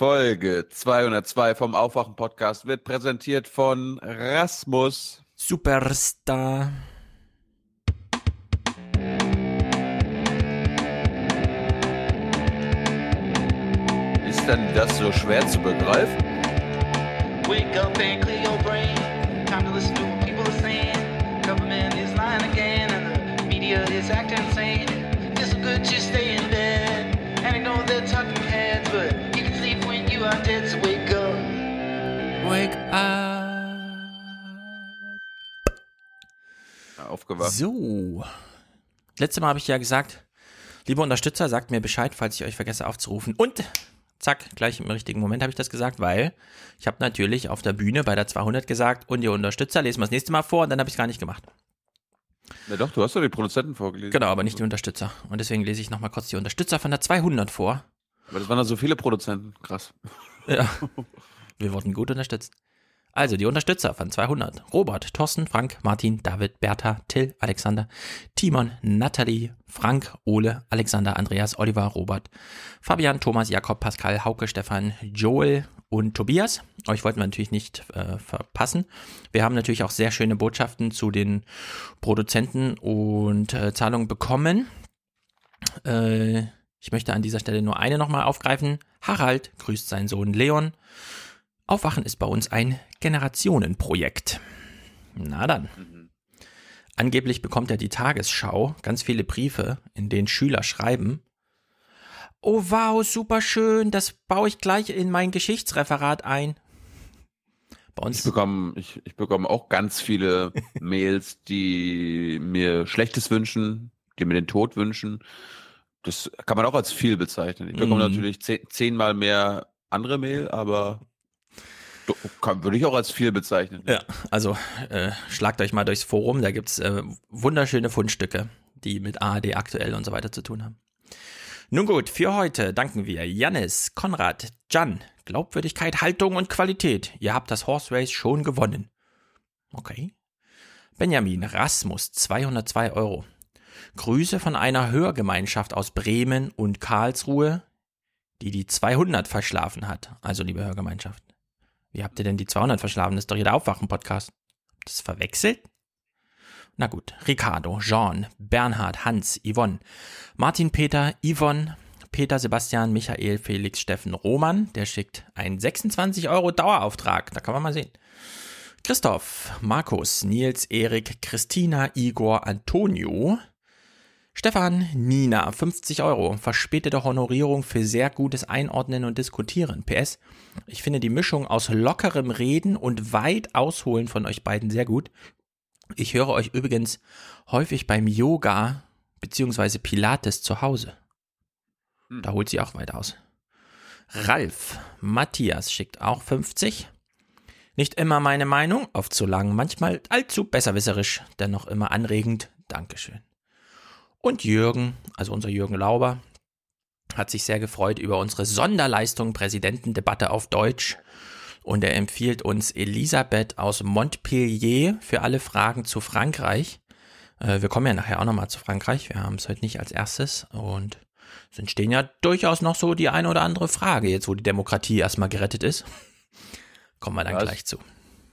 Folge 202 vom Aufwachen-Podcast wird präsentiert von Rasmus. Superstar. Ist denn das so schwer zu begreifen? Wake up and clear your brain. Time to listen to what people are saying. Government is lying again and the media is acting insane. It's so good to stay in bed and ignore their talking heads, but you can sleep when you are dead, so wake up. Wake up. Aufgewacht. So. Letztes Mal habe ich ja gesagt, liebe Unterstützer, sagt mir Bescheid, falls ich euch vergesse aufzurufen. Und zack, gleich im richtigen Moment habe ich das gesagt, weil ich habe natürlich auf der Bühne bei der 200 gesagt, und ihr Unterstützer, lesen wir das nächste Mal vor, und dann habe ich es gar nicht gemacht. Na doch, du hast doch die Produzenten vorgelesen. Genau, aber nicht die Unterstützer. Und deswegen lese ich nochmal kurz die Unterstützer von der 200 vor. Aber das waren doch so viele Produzenten, krass. Ja, wir wurden gut unterstützt. Also die Unterstützer von 200. Robert, Thorsten, Frank, Martin, David, Bertha, Till, Alexander, Timon, Nathalie, Frank, Ole, Alexander, Andreas, Oliver, Robert, Fabian, Thomas, Jakob, Pascal, Hauke, Stefan, Joel und Tobias. Euch wollten wir natürlich nicht verpassen. Wir haben natürlich auch sehr schöne Botschaften zu den Produzenten und Zahlungen bekommen. Ich möchte an dieser Stelle nur eine nochmal aufgreifen. Harald grüßt seinen Sohn Leon. Aufwachen ist bei uns ein Generationenprojekt. Na dann. Angeblich bekommt er die Tagesschau ganz viele Briefe, in denen Schüler schreiben: Oh wow, super schön, das baue ich gleich in mein Geschichtsreferat ein. Bei uns Ich bekomme auch ganz viele Mails, die mir Schlechtes wünschen, die mir den Tod wünschen. Das kann man auch als viel bezeichnen. Ich bekomme natürlich 10-mal mehr andere Mail, aber würde ich auch als viel bezeichnen. Ja, also schlagt euch mal durchs Forum, da gibt's wunderschöne Fundstücke, die mit ARD aktuell und so weiter zu tun haben. Nun gut, für heute danken wir Jannis, Konrad, Jan, Glaubwürdigkeit, Haltung und Qualität. Ihr habt das Horse Race schon gewonnen. Okay. Benjamin, Rasmus, 202 €. Grüße von einer Hörgemeinschaft aus Bremen und Karlsruhe, die 200 verschlafen hat. Also, liebe Hörgemeinschaft. Wie habt ihr denn die 200 verschlafen? Das ist doch jeder Aufwachen-Podcast. Habt ihr das verwechselt? Na gut. Ricardo, Jean, Bernhard, Hans, Yvonne, Martin, Peter, Yvonne, Peter, Sebastian, Michael, Felix, Steffen, Roman. Der schickt einen 26 € Dauerauftrag. Da kann man mal sehen. Christoph, Markus, Nils, Erik, Christina, Igor, Antonio, Stefan, Nina, 50 €. Verspätete Honorierung für sehr gutes Einordnen und Diskutieren. PS, ich finde die Mischung aus lockerem Reden und weit Ausholen von euch beiden sehr gut. Ich höre euch übrigens häufig beim Yoga bzw. Pilates zu Hause. Da holt sie auch weit aus. Ralf, Matthias schickt auch 50. Nicht immer meine Meinung, oft zu lang, manchmal allzu besserwisserisch, dennoch immer anregend. Dankeschön. Und Jürgen, also unser Jürgen Lauber, hat sich sehr gefreut über unsere Sonderleistung Präsidentendebatte auf Deutsch. Und er empfiehlt uns Elisabeth aus Montpellier für alle Fragen zu Frankreich. Wir kommen ja nachher auch nochmal zu Frankreich. Wir haben es heute nicht als erstes. Und es entstehen ja durchaus noch so die eine oder andere Frage, jetzt wo die Demokratie erstmal gerettet ist. Kommen wir dann gleich zu.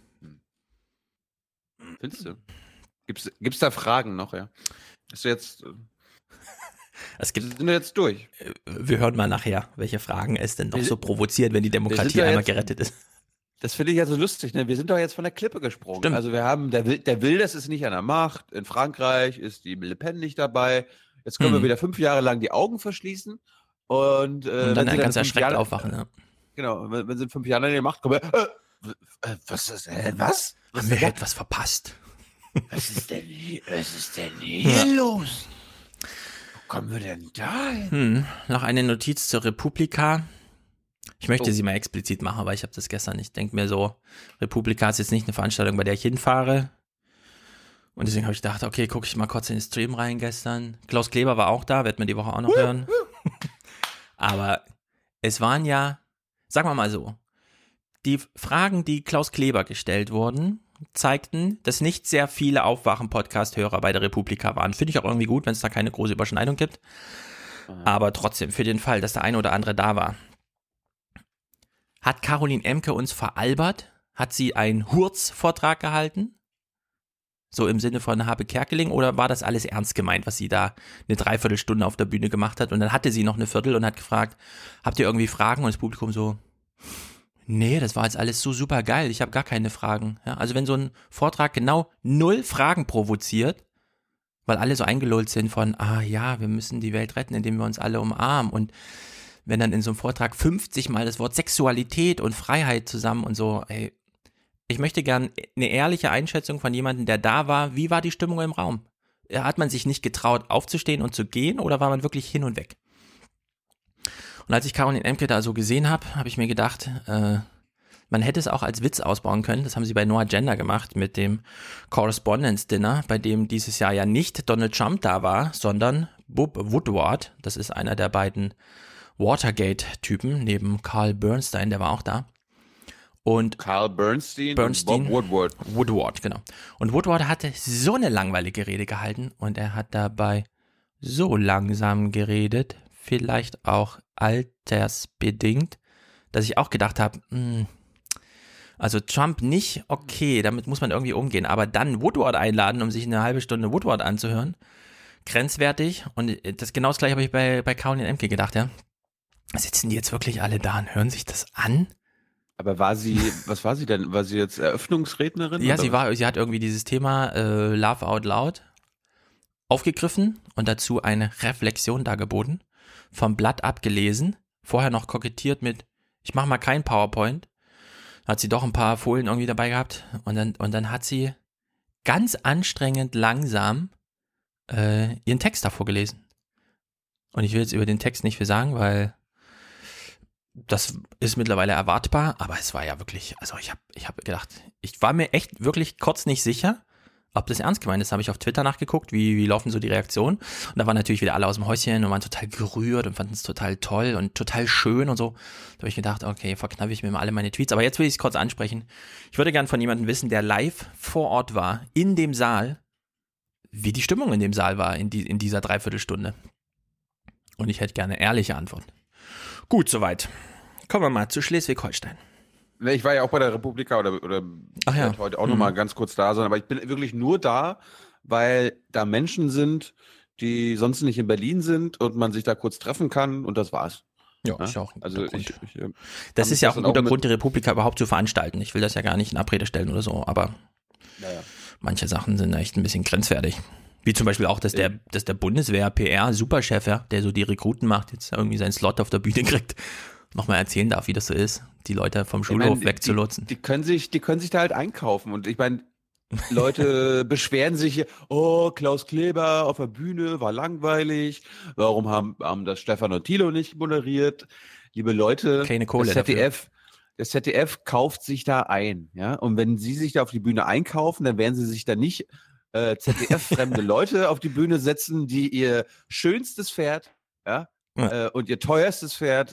Findest du? Gibt's da Fragen noch, ja? Ist jetzt... sind wir jetzt durch? Wir hören mal nachher, welche Fragen es denn noch so provoziert, wenn die Demokratie einmal gerettet ist. Das finde ich ja so lustig, ne? Wir sind doch jetzt von der Klippe gesprungen. Stimmt. Also wir haben, der Wilders ist nicht an der Macht, in Frankreich ist die Le Pen nicht dabei. Jetzt können wir wieder 5 Jahre lang die Augen verschließen und dann ganz erschreckt aufwachen. Ja. Genau, wenn sie in 5 Jahren an die Macht kommen, was ist was? Haben wir etwas verpasst? Was ist denn hier los? Wo kommen wir denn da hin? Noch eine Notiz zur Republika. Ich möchte sie mal explizit machen, weil ich habe das gestern nicht. Ich denke mir so, Republika ist jetzt nicht eine Veranstaltung, bei der ich hinfahre. Und deswegen habe ich gedacht, okay, gucke ich mal kurz in den Stream rein gestern. Klaus Kleber war auch da, wird man die Woche auch noch hören. Aber es waren ja, sagen wir mal so, die Fragen, die Klaus Kleber gestellt wurden, zeigten, dass nicht sehr viele Aufwachen-Podcast-Hörer bei der Republika waren. Finde ich auch irgendwie gut, wenn es da keine große Überschneidung gibt. Aber trotzdem, für den Fall, dass der eine oder andere da war. Hat Caroline Emke uns veralbert? Hat sie einen Hurz-Vortrag gehalten? So im Sinne von Habe Kerkeling, oder war das alles ernst gemeint, was sie da eine Dreiviertelstunde auf der Bühne gemacht hat? Und dann hatte sie noch eine Viertel und hat gefragt, habt ihr irgendwie Fragen? Und das Publikum so, nee, das war jetzt alles so super geil, ich habe gar keine Fragen. Ja, also wenn so ein Vortrag genau 0 Fragen provoziert, weil alle so eingelullt sind von, wir müssen die Welt retten, indem wir uns alle umarmen, und wenn dann in so einem Vortrag 50 Mal das Wort Sexualität und Freiheit zusammen und so, ey, ich möchte gern eine ehrliche Einschätzung von jemandem, der da war. Wie war die Stimmung im Raum? Hat man sich nicht getraut, aufzustehen und zu gehen, oder war man wirklich hin und weg? Und als ich Caroline Emke da so gesehen habe, habe ich mir gedacht, man hätte es auch als Witz ausbauen können. Das haben sie bei No Agenda gemacht mit dem Correspondence Dinner, bei dem dieses Jahr ja nicht Donald Trump da war, sondern Bob Woodward. Das ist einer der beiden Watergate-Typen, neben Carl Bernstein, der war auch da. Und Carl Bernstein und Bob Woodward. Woodward, genau. Und Woodward hatte so eine langweilige Rede gehalten und er hat dabei so langsam geredet, vielleicht auch altersbedingt, dass ich auch gedacht habe, also Trump nicht, okay, damit muss man irgendwie umgehen, aber dann Woodward einladen, um sich eine halbe Stunde Woodward anzuhören, grenzwertig. Und genau das gleiche habe ich bei Caroline Emke gedacht, ja. Sitzen die jetzt wirklich alle da und hören sich das an? Aber was war sie denn? War sie jetzt Eröffnungsrednerin? Ja, oder? sie hat irgendwie dieses Thema Laugh Out Loud aufgegriffen und dazu eine Reflexion dargeboten, vom Blatt abgelesen, vorher noch kokettiert mit, ich mache mal kein PowerPoint, hat sie doch ein paar Folien irgendwie dabei gehabt und dann hat sie ganz anstrengend langsam ihren Text davor gelesen. Und ich will jetzt über den Text nicht viel sagen, weil das ist mittlerweile erwartbar, aber es war ja wirklich, also ich hab gedacht, ich war mir echt wirklich kurz nicht sicher, ob das ernst gemeint ist. Habe ich auf Twitter nachgeguckt, wie laufen so die Reaktionen, und da waren natürlich wieder alle aus dem Häuschen und waren total gerührt und fanden es total toll und total schön und so. Da habe ich gedacht, okay, verkneife ich mir mal alle meine Tweets, aber jetzt will ich es kurz ansprechen. Ich würde gern von jemandem wissen, der live vor Ort war, in dem Saal, wie die Stimmung in dem Saal war, in dieser Dreiviertelstunde. Und ich hätte gerne ehrliche Antworten. Gut, soweit. Kommen wir mal zu Schleswig-Holstein. Ich war ja auch bei der Republika oder werde heute auch nochmal ganz kurz da sein, aber ich bin wirklich nur da, weil da Menschen sind, die sonst nicht in Berlin sind und man sich da kurz treffen kann, und das war's. Ja, ist ja auch ein guter Grund. Ich das ist ja auch ein guter Grund, die Republika überhaupt zu veranstalten. Ich will das ja gar nicht in Abrede stellen oder so, aber manche Sachen sind echt ein bisschen grenzwertig. Wie zum Beispiel auch, dass der Bundeswehr-PR-Superchef, ja, der so die Rekruten macht, jetzt irgendwie seinen Slot auf der Bühne kriegt, nochmal erzählen darf, wie das so ist, die Leute vom Schulhof wegzulotsen. Die können sich da halt einkaufen, und ich meine, Leute beschweren sich hier, oh, Klaus Kleber auf der Bühne war langweilig, warum haben das Stefan und Thilo nicht moderiert? Liebe Leute, keine Kohle das ZDF kauft sich da ein, ja, und wenn sie sich da auf die Bühne einkaufen, dann werden sie sich da nicht ZDF-fremde Leute auf die Bühne setzen, die ihr schönstes Pferd, und ihr teuerstes Pferd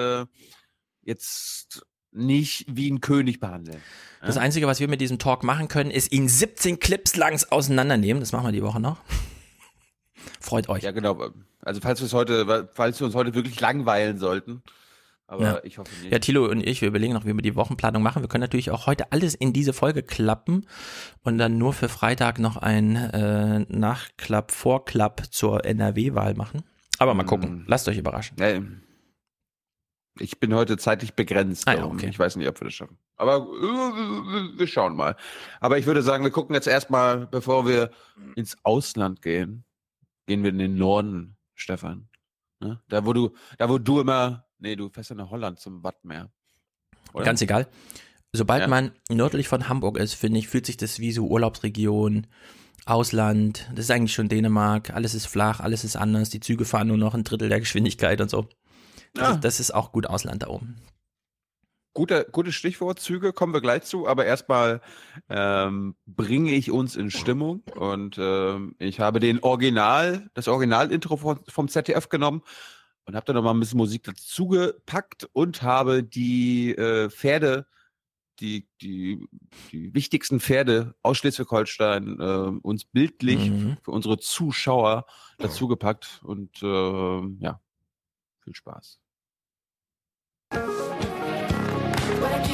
jetzt nicht wie ein König behandeln. Ja? Das Einzige, was wir mit diesem Talk machen können, ist ihn 17 Clips lang auseinandernehmen. Das machen wir die Woche noch. Freut euch. Ja, genau. Also falls wir uns heute wirklich langweilen sollten. Aber ich hoffe nicht. Ja, Thilo und ich, wir überlegen noch, wie wir die Wochenplanung machen. Wir können natürlich auch heute alles in diese Folge klappen und dann nur für Freitag noch ein Vorklapp zur NRW-Wahl machen. Aber mal gucken. Lasst euch überraschen. Ja, ich bin heute zeitlich begrenzt. Okay. Ich weiß nicht, ob wir das schaffen. Aber wir schauen mal. Aber ich würde sagen, wir gucken jetzt erstmal, bevor wir ins Ausland gehen wir in den Norden, Stefan. Ne? Da, wo du immer, du fährst ja nach Holland zum Wattmeer. Oder? Ganz egal. Sobald man nördlich von Hamburg ist, finde ich, fühlt sich das wie so Urlaubsregion, Ausland. Das ist eigentlich schon Dänemark. Alles ist flach, alles ist anders. Die Züge fahren nur noch ein Drittel der Geschwindigkeit und so. Das ist auch gut Ausland da oben. Gutes Stichwort, Züge, kommen wir gleich zu, aber erstmal bringe ich uns in Stimmung, und ich habe das Original-Intro vom ZDF genommen und habe da nochmal ein bisschen Musik dazu gepackt und habe die Pferde, die wichtigsten Pferde aus Schleswig-Holstein uns bildlich für unsere Zuschauer dazu gepackt, und viel Spaß.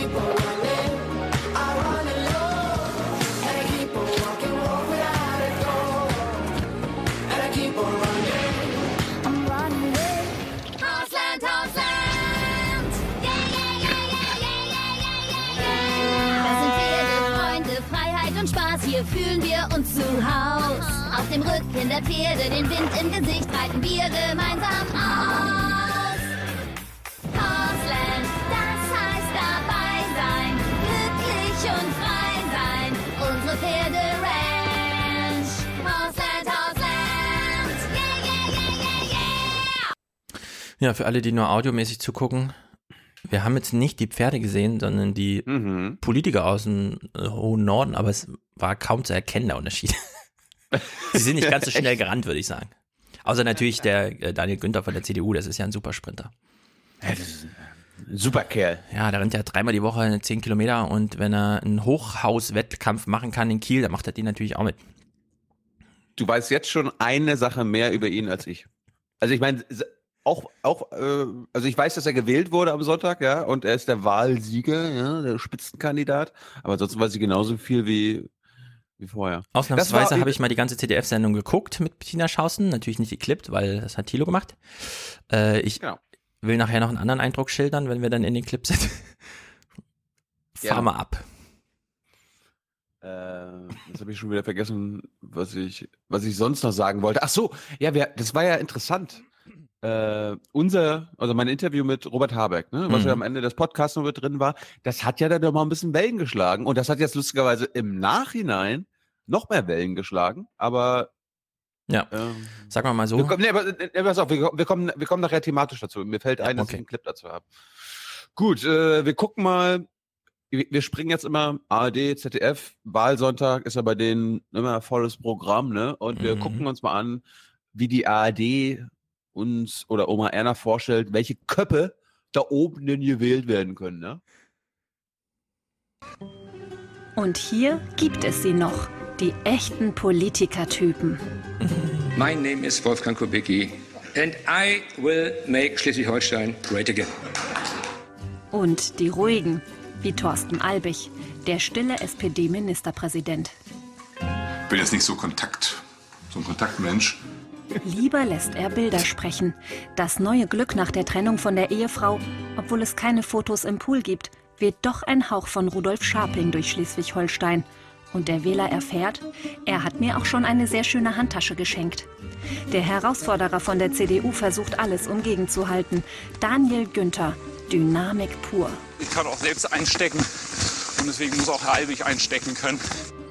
keep on running. I run alone, and I keep on walking, walk without a goal, and I keep on running. I'm running away. Hausland, Hausland. Yeah, yeah, yeah, yeah, yeah, yeah, yeah, yeah. Das sind Pferde, Freunde, Freiheit und Spaß. Hier fühlen wir uns zu Haus. Auf dem Rücken der Pferde, den Wind im Gesicht, reiten wir gemeinsam aus. Hausland, das heißt dabei sein, glücklich und frei sein. Unsere Pferde-Ranch. Hausland, Hausland. Yeah, yeah, yeah, yeah, yeah. Ja, für alle, die nur audiomäßig zugucken, wir haben jetzt nicht die Pferde gesehen, sondern die Politiker aus dem hohen Norden, aber es war kaum zu erkennen, der Unterschied. Sie sind nicht ganz so schnell gerannt, würde ich sagen. Außer natürlich der Daniel Günther von der CDU, das ist ja ein Supersprinter. Ja, das ist ein super Kerl. Ja, der rennt ja 3-mal die Woche 10 Kilometer und wenn er einen Hochhaus-Wettkampf machen kann in Kiel, dann macht er den natürlich auch mit. Du weißt jetzt schon eine Sache mehr über ihn als ich. Also ich meine, also ich weiß, dass er gewählt wurde am Sonntag, ja, und er ist der Wahlsieger, ja, der Spitzenkandidat, aber ansonsten weiß ich genauso viel wie vorher. Ausnahmsweise habe ich mal die ganze ZDF-Sendung geguckt mit Bettina Schausen, natürlich nicht geklippt, weil das hat Thilo gemacht. Ich will nachher noch einen anderen Eindruck schildern, wenn wir dann in den Clip sind. Fahr mal ab. Jetzt habe ich schon wieder vergessen, was ich sonst noch sagen wollte. Ach so, ja, das war ja interessant. Mein Interview mit Robert Habeck, ne, was ja am Ende des Podcasts noch mit drin war, das hat ja dann doch mal ein bisschen Wellen geschlagen und das hat jetzt lustigerweise im Nachhinein noch mehr Wellen geschlagen, aber ja, sagen wir mal so. Pass auf, wir kommen nachher thematisch dazu. Mir fällt ein, dass ich einen Clip dazu habe. Gut, wir gucken mal, wir springen jetzt immer ARD, ZDF, Wahlsonntag ist ja bei denen immer volles Programm, ne, und wir gucken uns mal an, wie die ARD uns oder Oma Erna vorstellt, welche Köpfe da oben denn gewählt werden können, ne? Und hier gibt es sie noch, die echten Politikertypen. My name is Wolfgang Kubicki and I will make Schleswig-Holstein great again. Und die ruhigen, wie Thorsten Albig, der stille SPD-Ministerpräsident. Ich bin jetzt nicht so ein Kontaktmensch. Lieber lässt er Bilder sprechen. Das neue Glück nach der Trennung von der Ehefrau, obwohl es keine Fotos im Pool gibt, weht doch ein Hauch von Rudolf Scharping durch Schleswig-Holstein. Und der Wähler erfährt, er hat mir auch schon eine sehr schöne Handtasche geschenkt. Der Herausforderer von der CDU versucht alles, um gegenzuhalten. Daniel Günther, Dynamik pur. Ich kann auch selbst einstecken und deswegen muss auch Herr Albig einstecken können.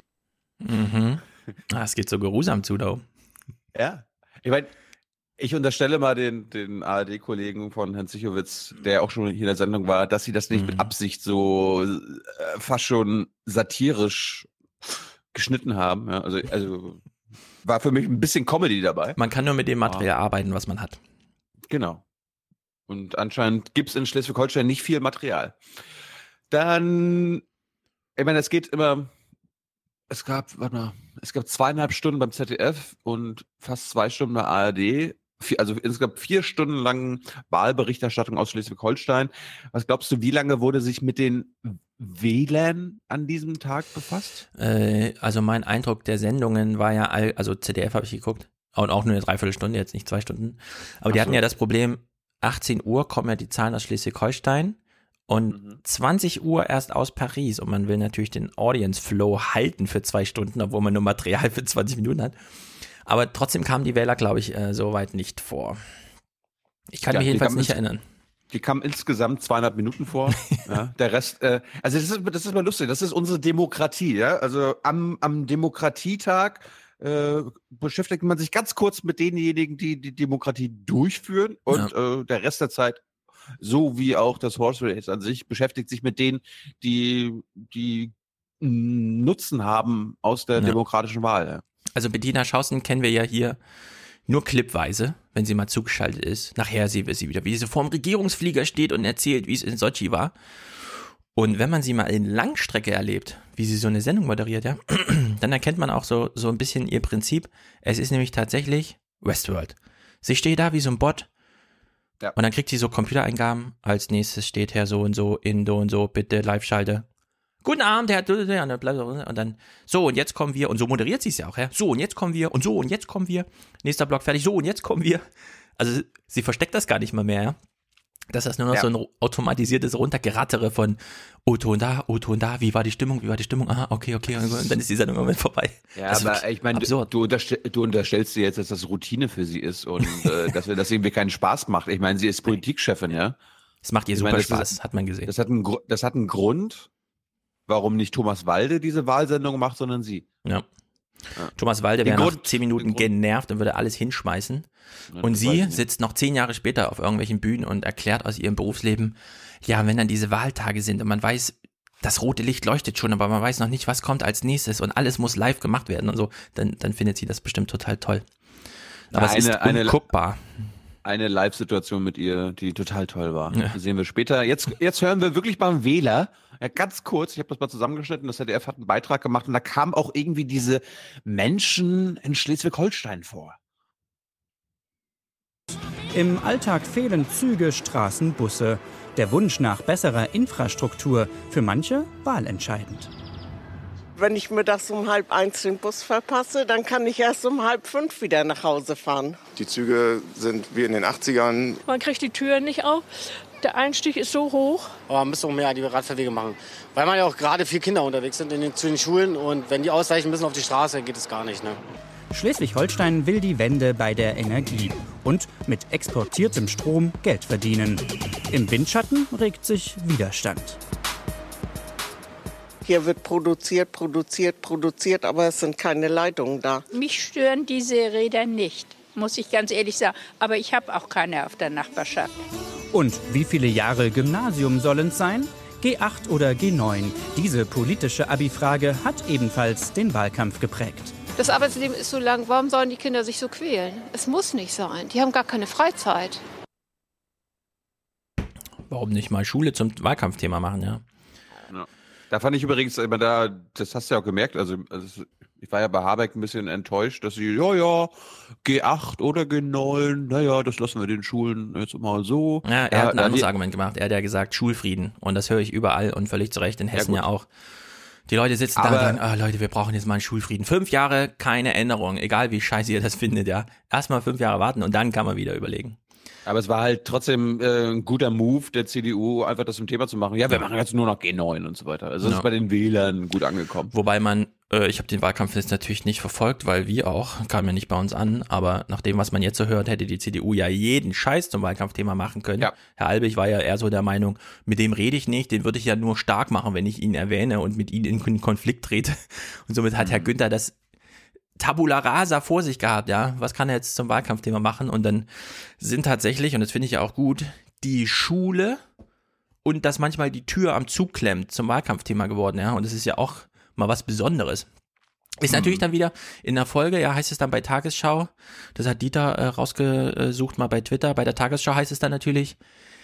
Es geht so geruhsam zu, da. Ja. Ich meine, ich unterstelle mal den ARD-Kollegen von Herrn Zichowitz, der auch schon hier in der Sendung war, dass sie das nicht mit Absicht so fast schon satirisch geschnitten haben. Ja, also war für mich ein bisschen Comedy dabei. Man kann nur mit dem Material arbeiten, was man hat. Genau. Und anscheinend gibt es in Schleswig-Holstein nicht viel Material. Dann, ich meine, es gab 2,5 Stunden beim ZDF und fast 2 Stunden bei ARD. Also insgesamt 4 Stunden lang Wahlberichterstattung aus Schleswig-Holstein. Was glaubst du, wie lange wurde sich mit den Wählern an diesem Tag befasst? Also mein Eindruck der Sendungen war ja, also ZDF habe ich geguckt, und auch nur eine Dreiviertelstunde, jetzt nicht 2 Stunden. Aber die hatten ja das Problem, 18 Uhr kommen ja die Zahlen aus Schleswig-Holstein. Und 20 Uhr erst aus Paris und man will natürlich den Audience Flow halten für 2 Stunden, obwohl man nur Material für 20 Minuten hat. Aber trotzdem kamen die Wähler, glaube ich, so weit nicht vor. Ich kann mich jedenfalls nicht erinnern. Die kamen insgesamt 200 Minuten vor. Ja, der Rest, also das ist mal lustig, das ist unsere Demokratie. Ja? Also am Demokratietag beschäftigt man sich ganz kurz mit denjenigen, die die Demokratie durchführen und der Rest der Zeit, so wie auch das Horse Race an sich, beschäftigt sich mit denen, die Nutzen haben aus der demokratischen Wahl. Ja. Also Bettina Schausen kennen wir ja hier nur clipweise, wenn sie mal zugeschaltet ist. Nachher sehen wir sie wieder, wie sie vor dem Regierungsflieger steht und erzählt, wie es in Sochi war. Und wenn man sie mal in Langstrecke erlebt, wie sie so eine Sendung moderiert, ja, dann erkennt man auch so ein bisschen ihr Prinzip. Es ist nämlich tatsächlich Westworld. Sie steht da wie so ein Bot, Ja. Und dann kriegt sie so Computereingaben. Als nächstes steht Herr so und so, in so und so, bitte Live-Schalte. Guten Abend, Herr, und dann, so und jetzt kommen wir, und so moderiert sie es ja auch, ja. So und jetzt kommen wir, und so und jetzt kommen wir. Nächster Block fertig, so und jetzt kommen wir. Also sie versteckt das gar nicht mal mehr, ja. Das ist nur noch so ein automatisiertes Runtergerattere von O-Ton da, wie war die Stimmung, aha, okay, und dann ist die Sendung im Moment vorbei. Ja, das aber ich meine, du unterstellst dir jetzt, dass das Routine für sie ist und dass irgendwie keinen Spaß macht. Ich meine, sie ist Politikchefin, ja. Es macht ihr super Spaß, hat man gesehen. Das hat einen Grund, warum nicht Thomas Walde diese Wahlsendung macht, sondern sie. Ja. Thomas Walde wäre nach 10 Minuten genervt und würde alles hinschmeißen. Ja, und sie sitzt noch 10 Jahre später auf irgendwelchen Bühnen und erklärt aus ihrem Berufsleben, ja, wenn dann diese Wahltage sind und man weiß, das rote Licht leuchtet schon, aber man weiß noch nicht, was kommt als nächstes und alles muss live gemacht werden und so, dann findet sie das bestimmt total toll. Aber es ist unguckbar. Eine Live-Situation mit ihr, die total toll war. Ja. Das sehen wir später. Jetzt hören wir wirklich beim Wähler. Ja, ganz kurz, ich habe das mal zusammengeschnitten, das ZDF hat einen Beitrag gemacht und da kamen auch irgendwie diese Menschen in Schleswig-Holstein vor. Im Alltag fehlen Züge, Straßen, Busse. Der Wunsch nach besserer Infrastruktur für manche wahlentscheidend. Wenn ich mittags um 12:30 den Bus verpasse, dann kann ich erst um 4:30 wieder nach Hause fahren. Die Züge sind wie in den 80ern. Man kriegt die Türen nicht auf. Der Einstieg ist so hoch. Aber man müsste auch mehr an die Radverwege machen. Weil man ja auch gerade 4 Kinder unterwegs sind zu den Schulen. Und wenn die ausweichen müssen auf die Straße, geht es gar nicht. Ne? Schleswig-Holstein will die Wende bei der Energie und mit exportiertem Strom Geld verdienen. Im Windschatten regt sich Widerstand. Hier wird produziert, aber es sind keine Leitungen da. Mich stören diese Räder nicht, muss ich ganz ehrlich sagen. Aber ich habe auch keine auf der Nachbarschaft. Und wie viele Jahre Gymnasium sollen es sein? G8 oder G9? Diese politische Abi-Frage hat ebenfalls den Wahlkampf geprägt. Das Arbeitsleben ist so lang, warum sollen die Kinder sich so quälen? Es muss nicht sein, die haben gar keine Freizeit. Warum nicht mal Schule zum Wahlkampfthema machen, ja? Ja. Da fand ich übrigens immer das hast du ja auch gemerkt, also ich war ja bei Habeck ein bisschen enttäuscht, dass sie, G8 oder G9, naja, das lassen wir den Schulen jetzt mal so. Ja, er hat ein anderes Argument gemacht. Er hat ja gesagt, Schulfrieden. Und das höre ich überall und völlig zu Recht, in Hessen ja auch. Die Leute sitzen da und sagen, Leute, wir brauchen jetzt mal einen Schulfrieden. 5 Jahre, keine Änderung, egal wie scheiße ihr das findet, ja. Erstmal 5 Jahre warten und dann kann man wieder überlegen. Aber es war halt trotzdem ein guter Move der CDU, einfach das zum Thema zu machen. Ja, wir machen jetzt nur noch G9 und so weiter. Also das ist bei den Wählern gut angekommen. Wobei ich habe den Wahlkampf jetzt natürlich nicht verfolgt, weil wir auch, kam ja nicht bei uns an, aber nach dem, was man jetzt so hört, hätte die CDU ja jeden Scheiß zum Wahlkampfthema machen können. Ja. Herr Albig war ja eher so der Meinung, mit dem rede ich nicht, den würde ich ja nur stark machen, wenn ich ihn erwähne und mit ihm in Konflikt trete. Und somit hat Herr Günther das Tabula rasa vor sich gehabt, ja. Was kann er jetzt zum Wahlkampfthema machen? Und dann sind tatsächlich, und das finde ich ja auch gut, die Schule und dass manchmal die Tür am Zug klemmt zum Wahlkampfthema geworden, ja. Und das ist ja auch mal was Besonderes. Ist natürlich dann wieder in der Folge, ja, heißt es dann bei Tagesschau, das hat Dieter rausgesucht mal bei Twitter, bei der Tagesschau heißt es dann natürlich,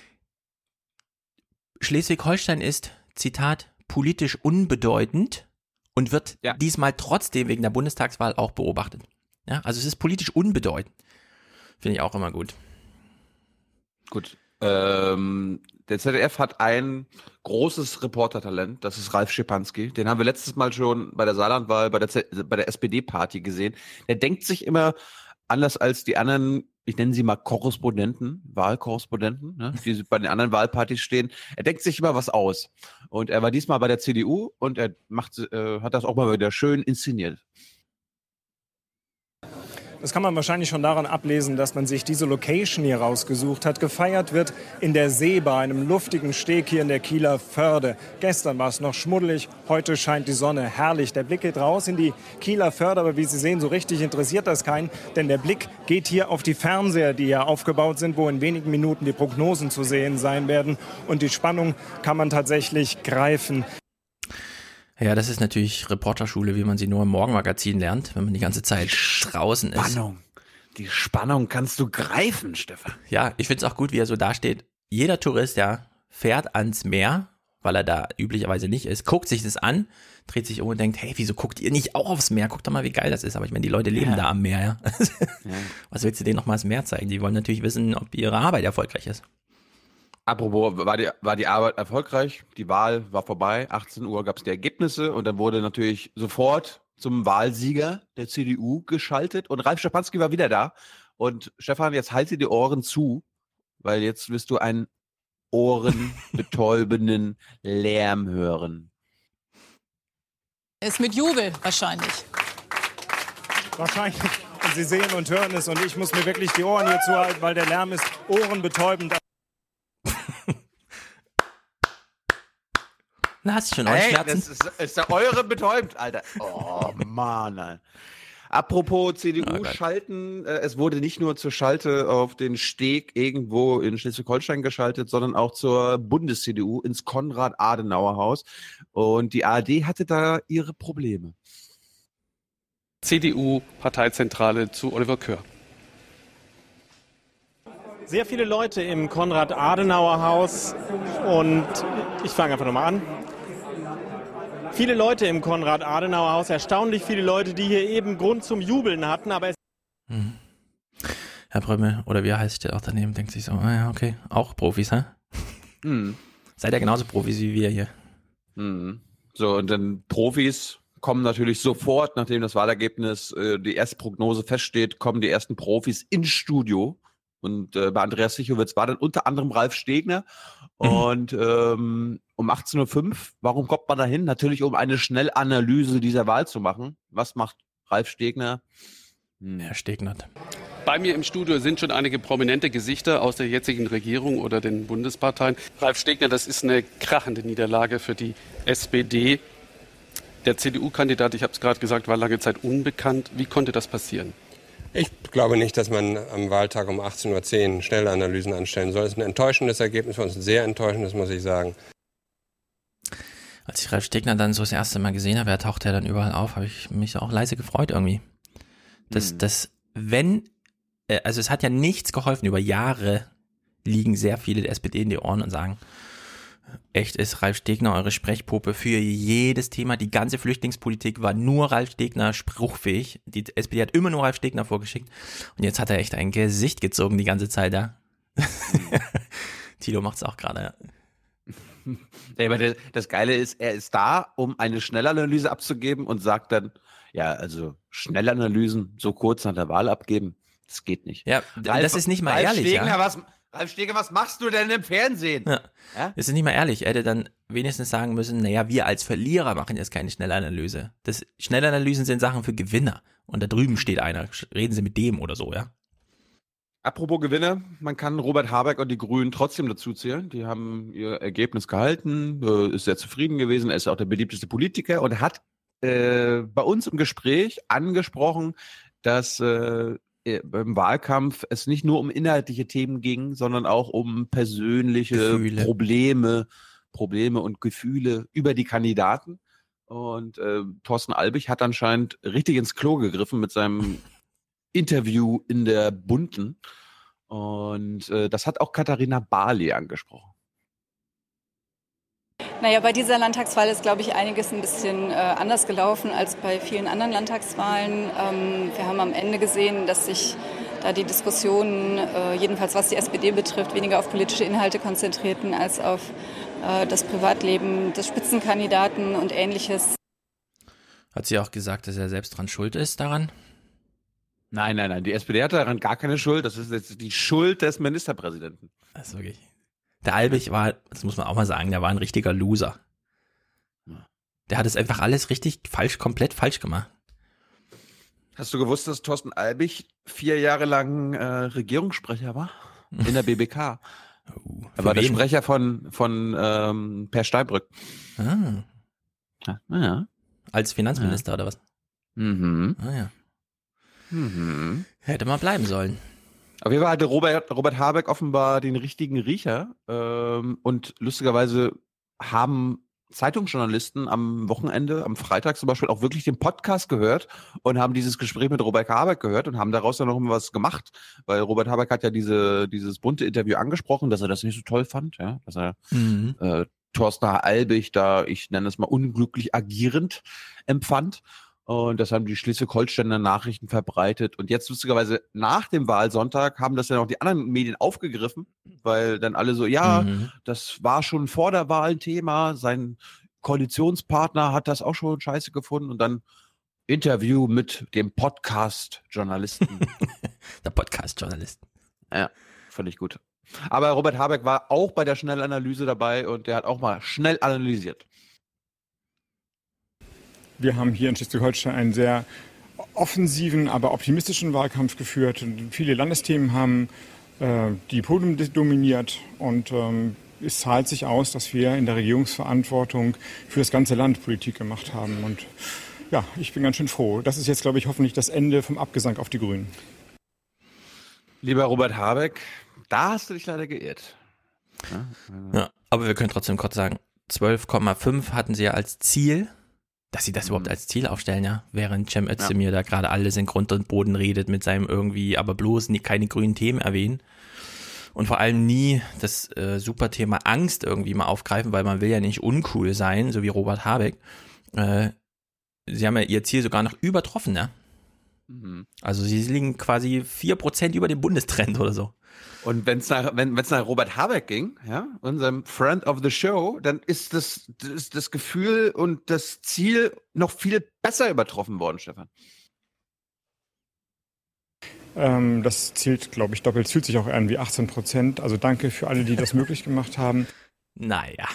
Schleswig-Holstein ist, Zitat, politisch unbedeutend und wird diesmal trotzdem wegen der Bundestagswahl auch beobachtet. Ja, also es ist politisch unbedeutend. Finde ich auch immer gut. Gut. Der ZDF hat ein großes Reportertalent, das ist Ralf Schipanski. Den haben wir letztes Mal schon bei der Saarlandwahl, bei der SPD-Party gesehen. Der denkt sich immer anders als die anderen, ich nenne sie mal Wahlkorrespondenten, ne, die bei den anderen Wahlpartys stehen. Er denkt sich immer was aus. Und er war diesmal bei der CDU und er hat das auch mal wieder schön inszeniert. Das kann man wahrscheinlich schon daran ablesen, dass man sich diese Location hier rausgesucht hat. Gefeiert wird in der Seebar, einem luftigen Steg hier in der Kieler Förde. Gestern war es noch schmuddelig, heute scheint die Sonne herrlich. Der Blick geht raus in die Kieler Förde, aber wie Sie sehen, so richtig interessiert das keinen. Denn der Blick geht hier auf die Fernseher, die hier aufgebaut sind, wo in wenigen Minuten die Prognosen zu sehen sein werden. Und die Spannung kann man tatsächlich greifen. Ja, das ist natürlich Reporterschule, wie man sie nur im Morgenmagazin lernt, wenn man die ganze Zeit draußen ist. Die Spannung kannst du greifen, Stefan. Ja, ich finde es auch gut, wie er so dasteht. Jeder Tourist, fährt ans Meer, weil er da üblicherweise nicht ist, guckt sich das an, dreht sich um und denkt, hey, wieso guckt ihr nicht auch aufs Meer? Guckt doch mal, wie geil das ist. Aber ich meine, die Leute leben da am Meer, ja. Was willst du denen nochmal das Meer zeigen? Die wollen natürlich wissen, ob ihre Arbeit erfolgreich ist. Apropos, war die Arbeit erfolgreich? Die Wahl war vorbei. 18 Uhr gab es die Ergebnisse und dann wurde natürlich sofort zum Wahlsieger der CDU geschaltet und Ralf Schapanski war wieder da. Und Stefan, jetzt halte die Ohren zu, weil jetzt wirst du einen ohrenbetäubenden Lärm hören. Ist mit Jubel wahrscheinlich. Wahrscheinlich. Und Sie sehen und hören es und ich muss mir wirklich die Ohren hier zuhalten, weil der Lärm ist ohrenbetäubend. Na, hast du schon Ohrenschmerzen? Das ist ja eure betäubt, Alter. Oh, Mann, Alter. Apropos CDU schalten, es wurde nicht nur zur Schalte auf den Steg irgendwo in Schleswig-Holstein geschaltet, sondern auch zur Bundes-CDU ins Konrad-Adenauer-Haus. Und die ARD hatte da ihre Probleme. CDU-Parteizentrale zu Oliver Köhr. Sehr viele Leute im Konrad-Adenauer-Haus und ich fange einfach nochmal an. Viele Leute im Konrad-Adenauer-Haus, erstaunlich viele Leute, die hier eben Grund zum Jubeln hatten, aber es... Herr Brömmel, oder wie heißt der auch daneben, denkt sich so, ja, okay, auch Profis, hä? Seid ihr genauso Profis wie wir hier. So, und dann Profis kommen natürlich sofort, nachdem das Wahlergebnis, die erste Prognose feststeht, kommen die ersten Profis ins Studio. Und bei Andreas Sichowitz war dann unter anderem Ralf Stegner. Und um 18.05 Uhr, warum kommt man da hin? Natürlich, um eine Schnellanalyse dieser Wahl zu machen. Was macht Ralf Stegner? Herr Stegner. Bei mir im Studio sind schon einige prominente Gesichter aus der jetzigen Regierung oder den Bundesparteien. Ralf Stegner, das ist eine krachende Niederlage für die SPD. Der CDU-Kandidat, ich habe es gerade gesagt, war lange Zeit unbekannt. Wie konnte das passieren? Ich glaube nicht, dass man am Wahltag um 18.10 Uhr Schnellanalysen anstellen soll. Es ist ein enttäuschendes Ergebnis für uns, ein sehr enttäuschendes, muss ich sagen. Als ich Ralf Stegner dann so das erste Mal gesehen habe, er taucht ja dann überall auf, habe ich mich auch leise gefreut irgendwie. Also es hat ja nichts geholfen, über Jahre liegen sehr viele der SPD in die Ohren und sagen, echt ist Ralf Stegner eure Sprechpuppe für jedes Thema. Die ganze Flüchtlingspolitik war nur Ralf Stegner spruchfähig. Die SPD hat immer nur Ralf Stegner vorgeschickt. Und jetzt hat er echt ein Gesicht gezogen die ganze Zeit, ja. Thilo macht's auch gerade, ja. Ja, aber das Geile ist, er ist da, um eine Schnellanalyse abzugeben und sagt dann, ja, also Schnellanalysen so kurz nach der Wahl abgeben, das geht nicht. Ja, das ist nicht mal ehrlich, Stegner, ja. Ralf Stegner, was machst du denn im Fernsehen? Ja. Das ist nicht mal ehrlich. Er hätte dann wenigstens sagen müssen, naja, wir als Verlierer machen jetzt keine Schnellanalyse. Schnellanalysen sind Sachen für Gewinner. Und da drüben steht einer, reden Sie mit dem oder so, ja. Apropos Gewinner, man kann Robert Habeck und die Grünen trotzdem dazu zählen. Die haben ihr Ergebnis gehalten, ist sehr zufrieden gewesen. Er ist auch der beliebteste Politiker und hat bei uns im Gespräch angesprochen, dass beim Wahlkampf es nicht nur um inhaltliche Themen ging, sondern auch um persönliche Probleme und Gefühle über die Kandidaten. Und Thorsten Albig hat anscheinend richtig ins Klo gegriffen mit seinem Interview in der Bunten. Und das hat auch Katharina Barley angesprochen. Naja, bei dieser Landtagswahl ist, glaube ich, einiges ein bisschen anders gelaufen als bei vielen anderen Landtagswahlen. Wir haben am Ende gesehen, dass sich da die Diskussionen, jedenfalls was die SPD betrifft, weniger auf politische Inhalte konzentrierten als auf das Privatleben des Spitzenkandidaten und Ähnliches. Hat sie auch gesagt, dass er selbst dran schuld ist daran? Nein. Die SPD hat daran gar keine Schuld. Das ist jetzt die Schuld des Ministerpräsidenten. Das ist wirklich... Der Albig war, das muss man auch mal sagen, der war ein richtiger Loser. Der hat es einfach alles komplett falsch gemacht. Hast du gewusst, dass Thorsten Albig 4 Jahre lang Regierungssprecher war? In der BBK. Er war der Sprecher von Per Steinbrück. Ja. Als Finanzminister oder was? Ja. Hätte mal bleiben sollen. Auf jeden Fall hatte Robert Habeck offenbar den richtigen Riecher und lustigerweise haben Zeitungsjournalisten am Wochenende, am Freitag zum Beispiel, auch wirklich den Podcast gehört und haben dieses Gespräch mit Robert Habeck gehört und haben daraus dann noch was gemacht, weil Robert Habeck hat ja dieses bunte Interview angesprochen, dass er das nicht so toll fand, ja, dass er Thorsten Albig da, ich nenne es mal, unglücklich agierend empfand. Und das haben die Schleswig-Holsteiner Nachrichten verbreitet. Und jetzt lustigerweise nach dem Wahlsonntag haben das dann auch die anderen Medien aufgegriffen, weil dann alle so, das war schon vor der Wahl ein Thema. Sein Koalitionspartner hat das auch schon scheiße gefunden. Und dann Interview mit dem Podcast-Journalisten. Der Podcast-Journalist. Ja, fand ich gut. Aber Robert Habeck war auch bei der Schnellanalyse dabei und der hat auch mal schnell analysiert. Wir haben hier in Schleswig-Holstein einen sehr offensiven, aber optimistischen Wahlkampf geführt. Viele Landesthemen haben die Podium dominiert und es zahlt sich aus, dass wir in der Regierungsverantwortung für das ganze Land Politik gemacht haben. Und ja, ich bin ganz schön froh. Das ist jetzt, glaube ich, hoffentlich das Ende vom Abgesang auf die Grünen. Lieber Robert Habeck, da hast du dich leider geirrt. Ja, aber wir können trotzdem kurz sagen, 12,5 hatten sie ja als Ziel. Dass sie das überhaupt als Ziel aufstellen, ja, während Cem Özdemir da gerade alles in Grund und Boden redet mit seinem irgendwie, aber bloß keine grünen Themen erwähnen und vor allem nie das super Thema Angst irgendwie mal aufgreifen, weil man will ja nicht uncool sein, so wie Robert Habeck. Sie haben ja ihr Ziel sogar noch übertroffen, ja. Also sie liegen quasi 4% über dem Bundestrend oder so. Und wenn es nach Robert Habeck ging, ja, unserem Friend of the Show, dann ist das Gefühl und das Ziel noch viel besser übertroffen worden, Stefan. Das zählt, glaube ich, doppelt. Es fühlt sich auch an wie 18%. Also danke für alle, die das möglich gemacht haben. Naja.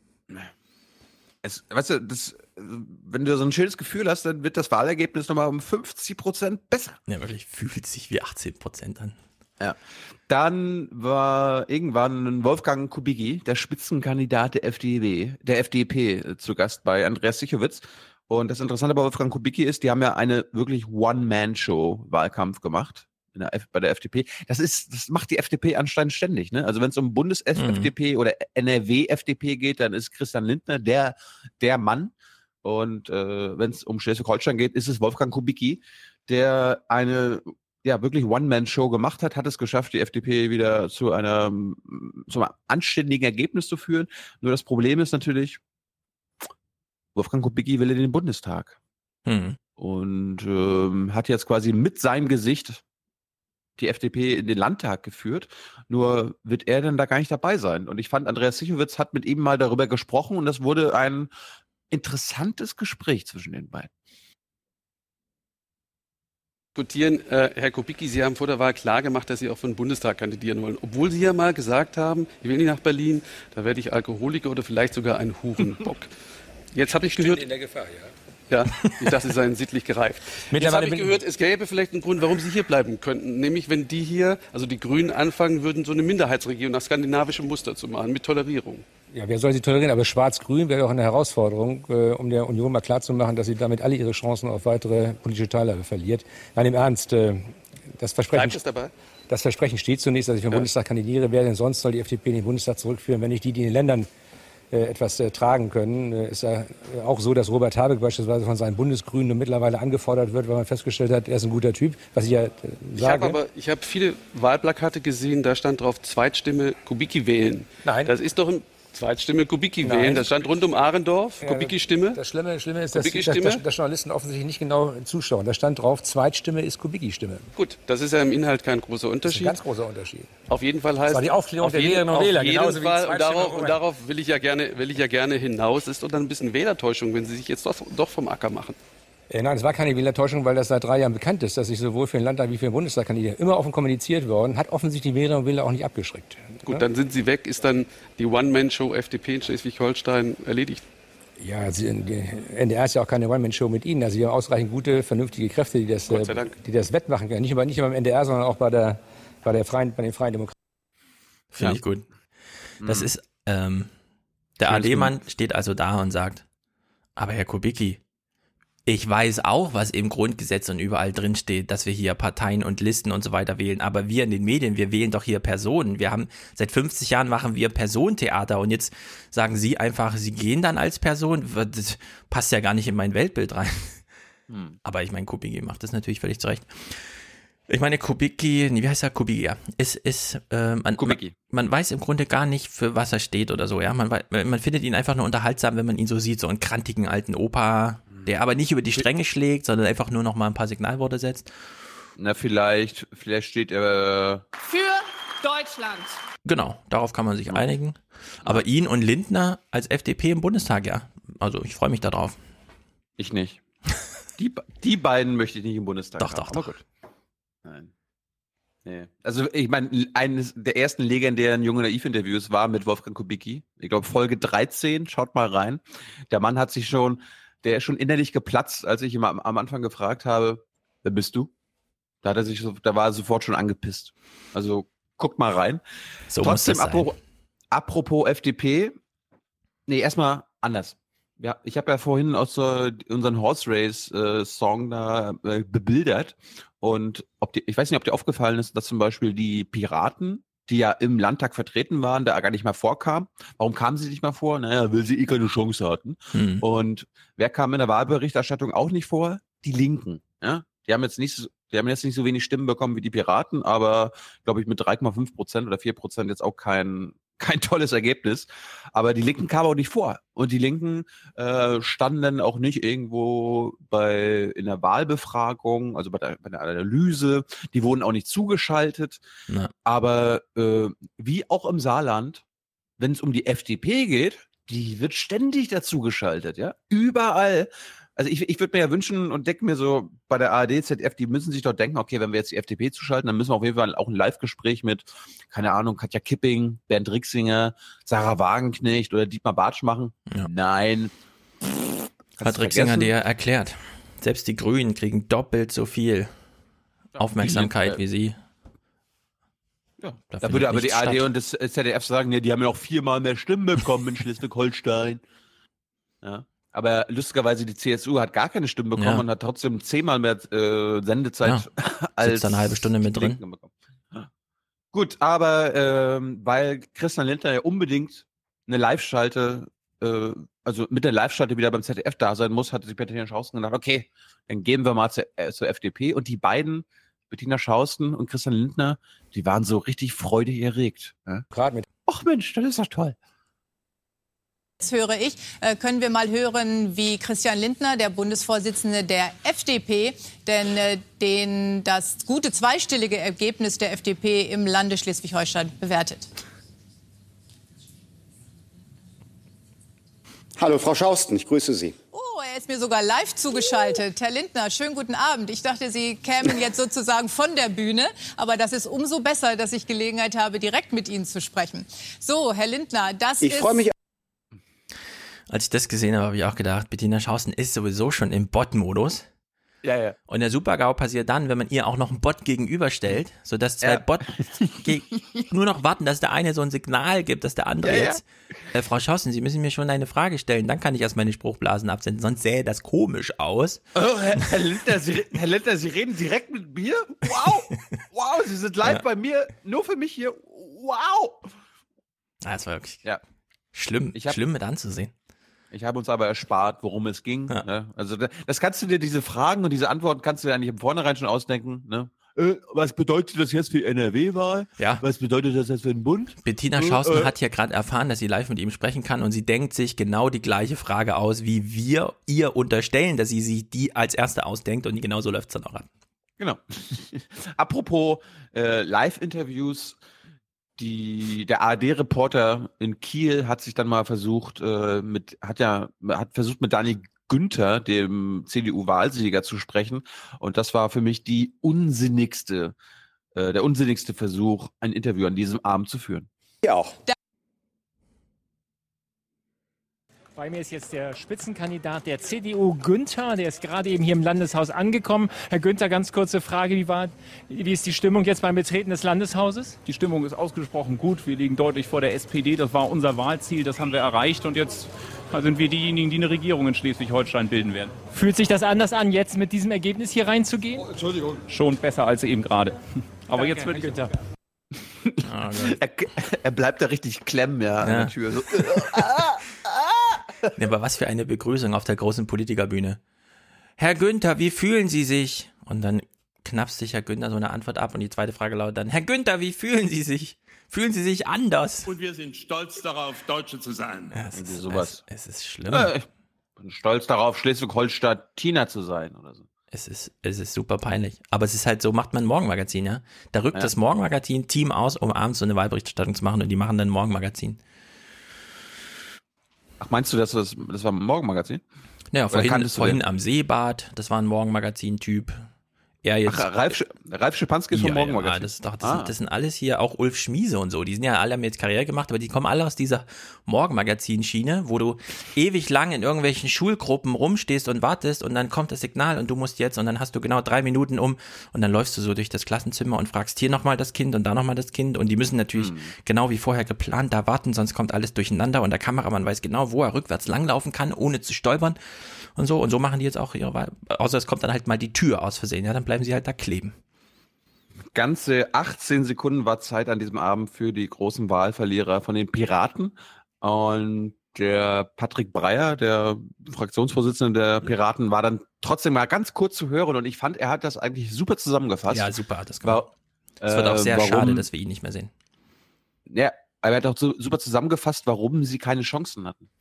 Weißt du, wenn du so ein schönes Gefühl hast, dann wird das Wahlergebnis nochmal um 50% besser. Ja, wirklich, fühlt sich wie 18% an. Ja. Dann war irgendwann Wolfgang Kubicki, der Spitzenkandidat der FDP, zu Gast bei Andreas Sichowitz. Und das Interessante bei Wolfgang Kubicki ist, die haben ja eine wirklich One-Man-Show-Wahlkampf gemacht bei der FDP. Das macht die FDP anscheinend ständig, ne? Also wenn es um Bundes-FDP oder NRW-FDP geht, dann ist Christian Lindner der Mann. Und wenn es um Schleswig-Holstein geht, ist es Wolfgang Kubicki, der eine wirklich One-Man-Show gemacht hat es geschafft, die FDP wieder zu einem anständigen Ergebnis zu führen. Nur das Problem ist natürlich, Wolfgang Kubicki will in den Bundestag. Und hat jetzt quasi mit seinem Gesicht die FDP in den Landtag geführt. Nur wird er dann da gar nicht dabei sein. Und ich fand, Andreas Sichowitz hat mit ihm mal darüber gesprochen und das wurde ein interessantes Gespräch zwischen den beiden. Herr Kubicki, Sie haben vor der Wahl klar gemacht, dass Sie auch für den Bundestag kandidieren wollen. Obwohl Sie ja mal gesagt haben, ich will nicht nach Berlin, da werde ich Alkoholiker oder vielleicht sogar ein Hurenbock. Jetzt habe ich gehört... in der Gefahr, Ja, das ist ein sittlich gereift. Jetzt habe ich gehört, es gäbe vielleicht einen Grund, warum Sie hier bleiben könnten. Nämlich, wenn die hier, also die Grünen, anfangen würden, so eine Minderheitsregierung nach skandinavischem Muster zu machen, mit Tolerierung. Ja, wer soll sie tolerieren? Aber Schwarz-Grün wäre doch eine Herausforderung, um der Union mal klarzumachen, dass sie damit alle ihre Chancen auf weitere politische Teilhabe verliert. Nein, im Ernst, das Versprechen steht zunächst, dass ich für den Bundestag kandidiere. Wer denn sonst soll die FDP in den Bundestag zurückführen, wenn nicht die in den Ländern etwas tragen können? Ist ja auch so, dass Robert Habeck beispielsweise von seinen Bundesgrünen mittlerweile angefordert wird, weil man festgestellt hat, er ist ein guter Typ, was ich ja sage. Ich habe viele Wahlplakate gesehen, da stand drauf Zweitstimme Kubicki wählen. Nein. Das ist doch ein Zweitstimme Kubicki wählen. Das stand rund um Ahrendorf, Kubicki-Stimme. Das Schlimme ist, dass Journalisten offensichtlich nicht genau zuschauen. Da stand drauf, Zweitstimme ist Kubicki-Stimme. Gut, das ist ja im Inhalt kein großer Unterschied. Das ist ein ganz großer Unterschied. Auf jeden Fall heißt... Das war die Aufklärung der Wählerinnen und Wähler. Genauso und darauf will ich ja gerne hinaus. Es ist doch dann ein bisschen Wählertäuschung, wenn Sie sich jetzt doch vom Acker machen. Nein, es war keine Wählertäuschung, weil das seit 3 Jahren bekannt ist, dass ich sowohl für den Landtag wie für den Bundestag kandidiere. Immer offen kommuniziert worden, hat offensichtlich die Wählerinnen und Wähler auch nicht abgeschreckt. Gut, dann sind Sie weg, ist dann die One-Man-Show FDP in Schleswig-Holstein erledigt? Ja, die NDR ist ja auch keine One-Man-Show mit Ihnen. Also Sie haben ausreichend gute, vernünftige Kräfte, die das wettmachen können. Nicht nur beim NDR, sondern auch bei den Freien Demokraten. Finde ich gut. Das ist, der AD-Mann steht also da und sagt, aber Herr Kubicki, ich weiß auch, was im Grundgesetz und überall drin steht, dass wir hier Parteien und Listen und so weiter wählen. Aber wir in den Medien, wir wählen doch hier Personen. Wir haben seit 50 Jahren machen wir Personentheater und jetzt sagen Sie einfach, Sie gehen dann als Person. Das passt ja gar nicht in mein Weltbild rein. Aber ich meine, Kubicki macht das natürlich völlig zurecht. Ich meine, Kubicki, wie heißt er? Kubicki, ja. Man weiß im Grunde gar nicht, für was er steht oder so, ja. Man findet ihn einfach nur unterhaltsam, wenn man ihn so sieht, so einen krantigen alten Opa, der aber nicht über die Stränge schlägt, sondern einfach nur noch mal ein paar Signalworte setzt. Na, vielleicht steht er Für Deutschland. Genau, darauf kann man sich einigen. Aber ihn und Lindner als FDP im Bundestag, ja. Also ich freue mich darauf. Ich nicht. Die beiden möchte ich nicht im Bundestag haben. Doch. Gut. Nein. Nee. Also ich meine, eines der ersten legendären Junge Naiv-Interviews war mit Wolfgang Kubicki. Ich glaube Folge 13, schaut mal rein. Der Mann der ist schon innerlich geplatzt, als ich ihn am Anfang gefragt habe, wer bist du? Da war er sofort schon angepisst. Also guckt mal rein. So Trotzdem, muss das sein. apropos FDP, erstmal anders. Ja, ich habe ja vorhin aus unseren Horse Race Song da bebildert und ich weiß nicht, ob dir aufgefallen ist, dass zum Beispiel die Piraten, die ja im Landtag vertreten waren, da gar nicht mal vorkamen. Warum kamen sie nicht mal vor? Naja, weil sie keine Chance hatten. Und wer kam in der Wahlberichterstattung auch nicht vor? Die Linken. Ja? Die haben jetzt nicht so wenig Stimmen bekommen wie die Piraten, aber glaube ich mit 3,5% oder 4% jetzt auch kein tolles Ergebnis, aber die Linken kamen auch nicht vor. Und die Linken standen dann auch nicht irgendwo in der Wahlbefragung, also bei der Analyse, die wurden auch nicht zugeschaltet. Na. Aber wie auch im Saarland, wenn es um die FDP geht, die wird ständig dazu geschaltet, ja, überall. Also ich würde mir ja wünschen und denke mir so, bei der ARD, ZDF, die müssen sich doch denken, okay, wenn wir jetzt die FDP zuschalten, dann müssen wir auf jeden Fall auch ein Live-Gespräch mit, keine Ahnung, Katja Kipping, Bernd Rixinger, Sarah Wagenknecht oder Dietmar Bartsch machen. Ja. Nein. Hat Rixinger dir erklärt. Selbst die Grünen kriegen doppelt so viel Aufmerksamkeit wie sie. Ja, da würde aber die ARD und das ZDF sagen, ja, die haben ja noch 4-mal mehr Stimmen bekommen in Schleswig-Holstein. Ja. Aber lustigerweise, die CSU hat gar keine Stimmen bekommen und hat trotzdem 10-mal mehr Sendezeit als sitzt da eine halbe Stunde mit drin. Gut, aber weil Christian Lindner ja unbedingt eine Live-Schalte, also mit der Live-Schalte wieder beim ZDF da sein muss, hatte sich Bettina Schausten gedacht, okay, dann gehen wir mal zur FDP. Und die beiden, Bettina Schausten und Christian Lindner, die waren so richtig freudig erregt. Ja? Gerade mit. Ach Mensch, das ist doch toll. Jetzt höre ich, können wir mal hören, wie Christian Lindner, der Bundesvorsitzende der FDP, denn das gute zweistellige Ergebnis der FDP im Lande Schleswig-Holstein bewertet. Hallo, Frau Schausten, ich grüße Sie. Oh, er ist mir sogar live zugeschaltet. Herr Lindner, schönen guten Abend. Ich dachte, Sie kämen jetzt sozusagen von der Bühne, aber das ist umso besser, dass ich Gelegenheit habe, direkt mit Ihnen zu sprechen. So, Herr Lindner, Ich freue mich. Als ich das gesehen habe, habe ich auch gedacht, Bettina Schausten ist sowieso schon im Bot-Modus. Ja. Und der Super-GAU passiert dann, wenn man ihr auch noch einen Bot gegenüberstellt, sodass zwei Bots nur noch warten, dass der eine so ein Signal gibt, dass der andere jetzt, Frau Schausten, Sie müssen mir schon eine Frage stellen, dann kann ich erst meine Spruchblasen absenden, sonst sähe das komisch aus. Oh, Herr Lindner, Sie reden direkt mit mir? Wow, Sie sind live bei mir, nur für mich hier. Wow. Das war wirklich schlimm mit anzusehen. Ich habe uns aber erspart, worum es ging. Ja. Ne? Also das kannst du dir, diese Fragen und diese Antworten kannst du dir eigentlich im Vornherein schon ausdenken. Ne? Was bedeutet das jetzt für NRW-Wahl? Ja. Was bedeutet das jetzt für den Bund? Bettina Schausten hat ja gerade erfahren, dass sie live mit ihm sprechen kann und sie denkt sich genau die gleiche Frage aus, wie wir ihr unterstellen, dass sie sich die als erste ausdenkt und genauso läuft es dann auch an. Genau. Apropos Live-Interviews, der ARD-Reporter in Kiel hat sich dann mal versucht, mit Daniel Günther, dem CDU-Wahlsieger, zu sprechen. Und das war für mich der unsinnigste Versuch, ein Interview an diesem Abend zu führen. Ja auch. Bei mir ist jetzt der Spitzenkandidat der CDU, Günther. Der ist gerade eben hier im Landeshaus angekommen. Herr Günther, ganz kurze Frage. Wie ist die Stimmung jetzt beim Betreten des Landeshauses? Die Stimmung ist ausgesprochen gut. Wir liegen deutlich vor der SPD. Das war unser Wahlziel. Das haben wir erreicht. Und jetzt sind wir diejenigen, die eine Regierung in Schleswig-Holstein bilden werden. Fühlt sich das anders an, jetzt mit diesem Ergebnis hier reinzugehen? Oh, Entschuldigung. Schon besser als eben gerade. Aber danke, jetzt wird Günther. Er bleibt da richtig klemmen, an der Tür. So. Ja, aber was für eine Begrüßung auf der großen Politikerbühne. Herr Günther, wie fühlen Sie sich? Und dann knapst sich Herr Günther so eine Antwort ab und die zweite Frage lautet dann, Herr Günther, wie fühlen Sie sich? Fühlen Sie sich anders? Und wir sind stolz darauf, Deutsche zu sein. Ja, es ist schlimm. Ich bin stolz darauf, Schleswig-Holstein-Tina zu sein oder so. Es ist super peinlich. Aber es ist halt so, macht man ein Morgenmagazin, ja? Da rückt das Morgenmagazin-Team aus, um abends so eine Wahlberichterstattung zu machen und die machen dann ein Morgenmagazin. Ach, meinst du, das war ein Morgenmagazin? Ja, vorhin am Seebad, das war ein Morgenmagazin-Typ. Ralf Schipanski ist vom Morgenmagazin. Ja, das sind alles hier, auch Ulf Schmiese und so, die sind ja alle, haben jetzt Karriere gemacht, aber die kommen alle aus dieser Morgenmagazin-Schiene, wo du ewig lang in irgendwelchen Schulgruppen rumstehst und wartest und dann kommt das Signal und du musst jetzt und dann hast du genau 3 Minuten und dann läufst du so durch das Klassenzimmer und fragst hier nochmal das Kind und da nochmal das Kind und die müssen natürlich genau wie vorher geplant da warten, sonst kommt alles durcheinander und der Kameramann weiß genau, wo er rückwärts langlaufen kann, ohne zu stolpern. Und so machen die jetzt auch ihre Wahl. Außer es kommt dann halt mal die Tür aus Versehen, ja, dann bleiben sie halt da kleben. Ganze 18 Sekunden war Zeit an diesem Abend für die großen Wahlverlierer von den Piraten. Und der Patrick Breyer, der Fraktionsvorsitzende der Piraten, war dann trotzdem mal ganz kurz zu hören und ich fand, er hat das eigentlich super zusammengefasst. Ja, super hat das gemacht. Es wird auch sehr schade, dass wir ihn nicht mehr sehen. Ja, aber er hat auch super zusammengefasst, warum sie keine Chancen hatten.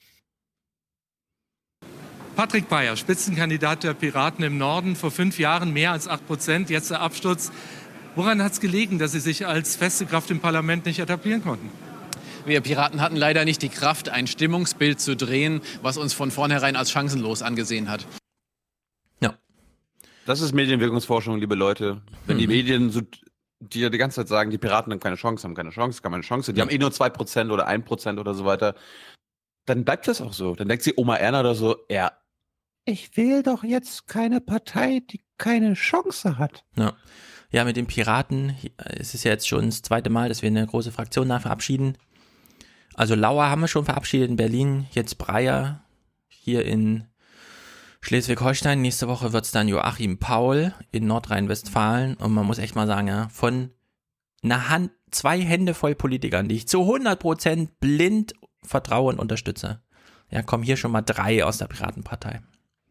Patrick Breyer, Spitzenkandidat der Piraten im Norden, vor 5 Jahren mehr als 8%, jetzt der Absturz. Woran hat es gelegen, dass Sie sich als feste Kraft im Parlament nicht etablieren konnten? Wir Piraten hatten leider nicht die Kraft, ein Stimmungsbild zu drehen, was uns von vornherein als chancenlos angesehen hat. Ja. Das ist Medienwirkungsforschung, liebe Leute. Wenn die Medien so die ganze Zeit sagen, die Piraten haben keine Chance, die haben nur 2% oder 1% oder so weiter, dann bleibt das auch so. Dann denkt sie Oma Erna oder so, ja, ich will doch jetzt keine Partei, die keine Chance hat. Ja, mit den Piraten, es ist ja jetzt schon das 2. Mal, dass wir eine große Fraktion da verabschieden. Also Lauer haben wir schon verabschiedet in Berlin, jetzt Breyer hier in Schleswig-Holstein. Nächste Woche wird es dann Joachim Paul in Nordrhein-Westfalen. Und man muss echt mal sagen, ja, von einer Hand, 2 Hände voll Politikern, die ich zu 100% blind vertraue und unterstütze. Ja, kommen hier schon mal 3 aus der Piratenpartei.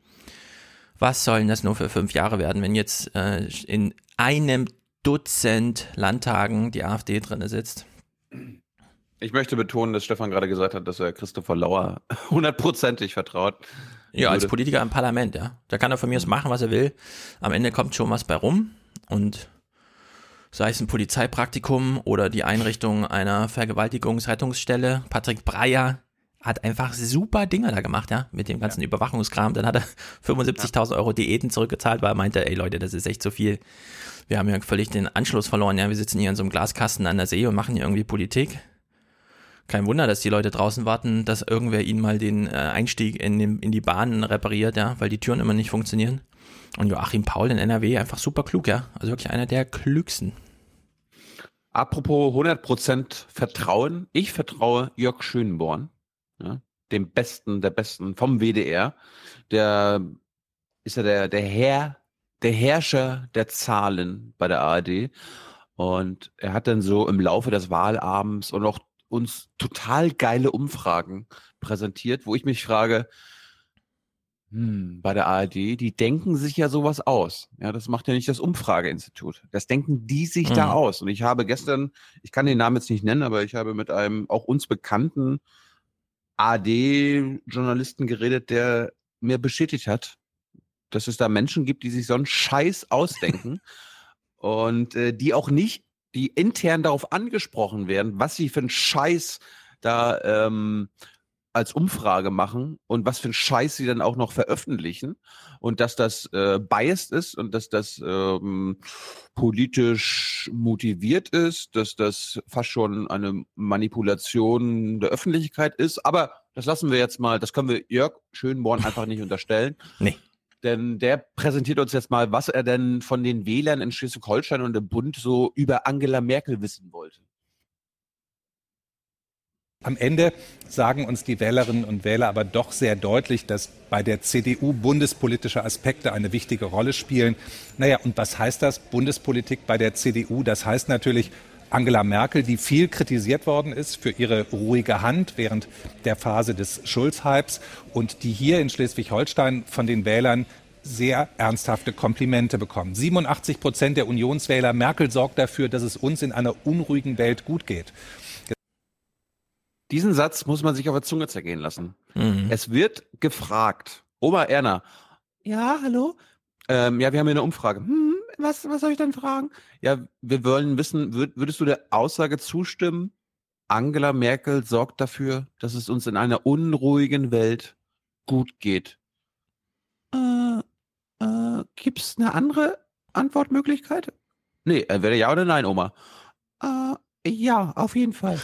Was sollen das nur für 5 Jahre werden, wenn jetzt in einem Dutzend Landtagen die AfD drin sitzt? Ich möchte betonen, dass Stefan gerade gesagt hat, dass er Christopher Lauer 100%ig vertraut. Ja, als Politiker im Parlament, ja. Da kann er von mir aus machen, was er will. Am Ende kommt schon was bei rum und sei es ein Polizeipraktikum oder die Einrichtung einer Vergewaltigungsrettungsstelle. Patrick Breyer hat einfach super Dinge da gemacht, ja, mit dem ganzen Überwachungskram. Dann hat er 75.000 Euro Diäten zurückgezahlt, weil er meinte, ey Leute, das ist echt zu viel. Wir haben ja völlig den Anschluss verloren, ja. Wir sitzen hier in so einem Glaskasten an der See und machen hier irgendwie Politik. Kein Wunder, dass die Leute draußen warten, dass irgendwer ihnen mal den Einstieg in die Bahnen repariert, ja, weil die Türen immer nicht funktionieren. Und Joachim Paul in NRW einfach super klug, ja. Also wirklich einer der klügsten. Apropos 100% Vertrauen. Ich vertraue Jörg Schönborn, ja, dem Besten der Besten vom WDR. Der ist ja der Herrscher der Zahlen bei der ARD. Und er hat dann so im Laufe des Wahlabends und auch uns total geile Umfragen präsentiert, wo ich mich frage, bei der ARD, die denken sich ja sowas aus. Ja, das macht ja nicht das Umfrageinstitut. Das denken die sich da aus. Und ich habe gestern, ich kann den Namen jetzt nicht nennen, aber ich habe mit einem auch uns bekannten ARD-Journalisten geredet, der mir bestätigt hat, dass es da Menschen gibt, die sich so einen Scheiß ausdenken und die auch nicht, die intern darauf angesprochen werden, was sie für einen Scheiß da als Umfrage machen und was für einen Scheiß sie dann auch noch veröffentlichen und dass das biased ist und dass das politisch motiviert ist, dass das fast schon eine Manipulation der Öffentlichkeit ist. Aber das lassen wir jetzt mal, das können wir Jörg Schönborn einfach nicht unterstellen. Nee. Denn der präsentiert uns jetzt mal, was er denn von den Wählern in Schleswig-Holstein und im Bund so über Angela Merkel wissen wollte. Am Ende sagen uns die Wählerinnen und Wähler aber doch sehr deutlich, dass bei der CDU bundespolitische Aspekte eine wichtige Rolle spielen. Naja, und was heißt das, Bundespolitik bei der CDU? Das heißt natürlich Angela Merkel, die viel kritisiert worden ist für ihre ruhige Hand während der Phase des Schulz-Hypes und die hier in Schleswig-Holstein von den Wählern sehr ernsthafte Komplimente bekommen. 87% der Unionswähler, Merkel sorgt dafür, dass es uns in einer unruhigen Welt gut geht. Diesen Satz muss man sich auf der Zunge zergehen lassen. Es wird gefragt. Oma Erna. Ja, hallo? Ja, wir haben hier eine Umfrage. Was soll ich denn fragen? Ja, wir wollen wissen, würdest du der Aussage zustimmen, Angela Merkel sorgt dafür, dass es uns in einer unruhigen Welt gut geht? Gibt's eine andere Antwortmöglichkeit? Nee, entweder ja oder nein, Oma. Ja, auf jeden Fall.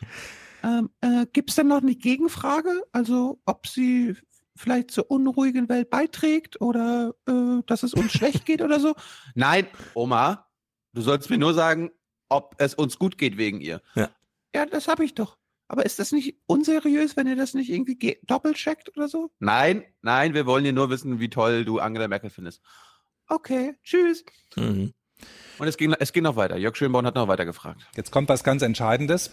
Gibt's denn noch eine Gegenfrage? Also, ob sie vielleicht zur unruhigen Welt beiträgt oder dass es uns schlecht geht oder so? Nein, Oma, du sollst mir nur sagen, ob es uns gut geht wegen ihr. Ja, das habe ich doch. Aber ist das nicht unseriös, wenn ihr das nicht irgendwie doppelcheckt oder so? Nein, wir wollen hier nur wissen, wie toll du Angela Merkel findest. Okay, tschüss. Und es ging noch weiter. Jörg Schönborn hat noch weiter gefragt. Jetzt kommt was ganz Entscheidendes.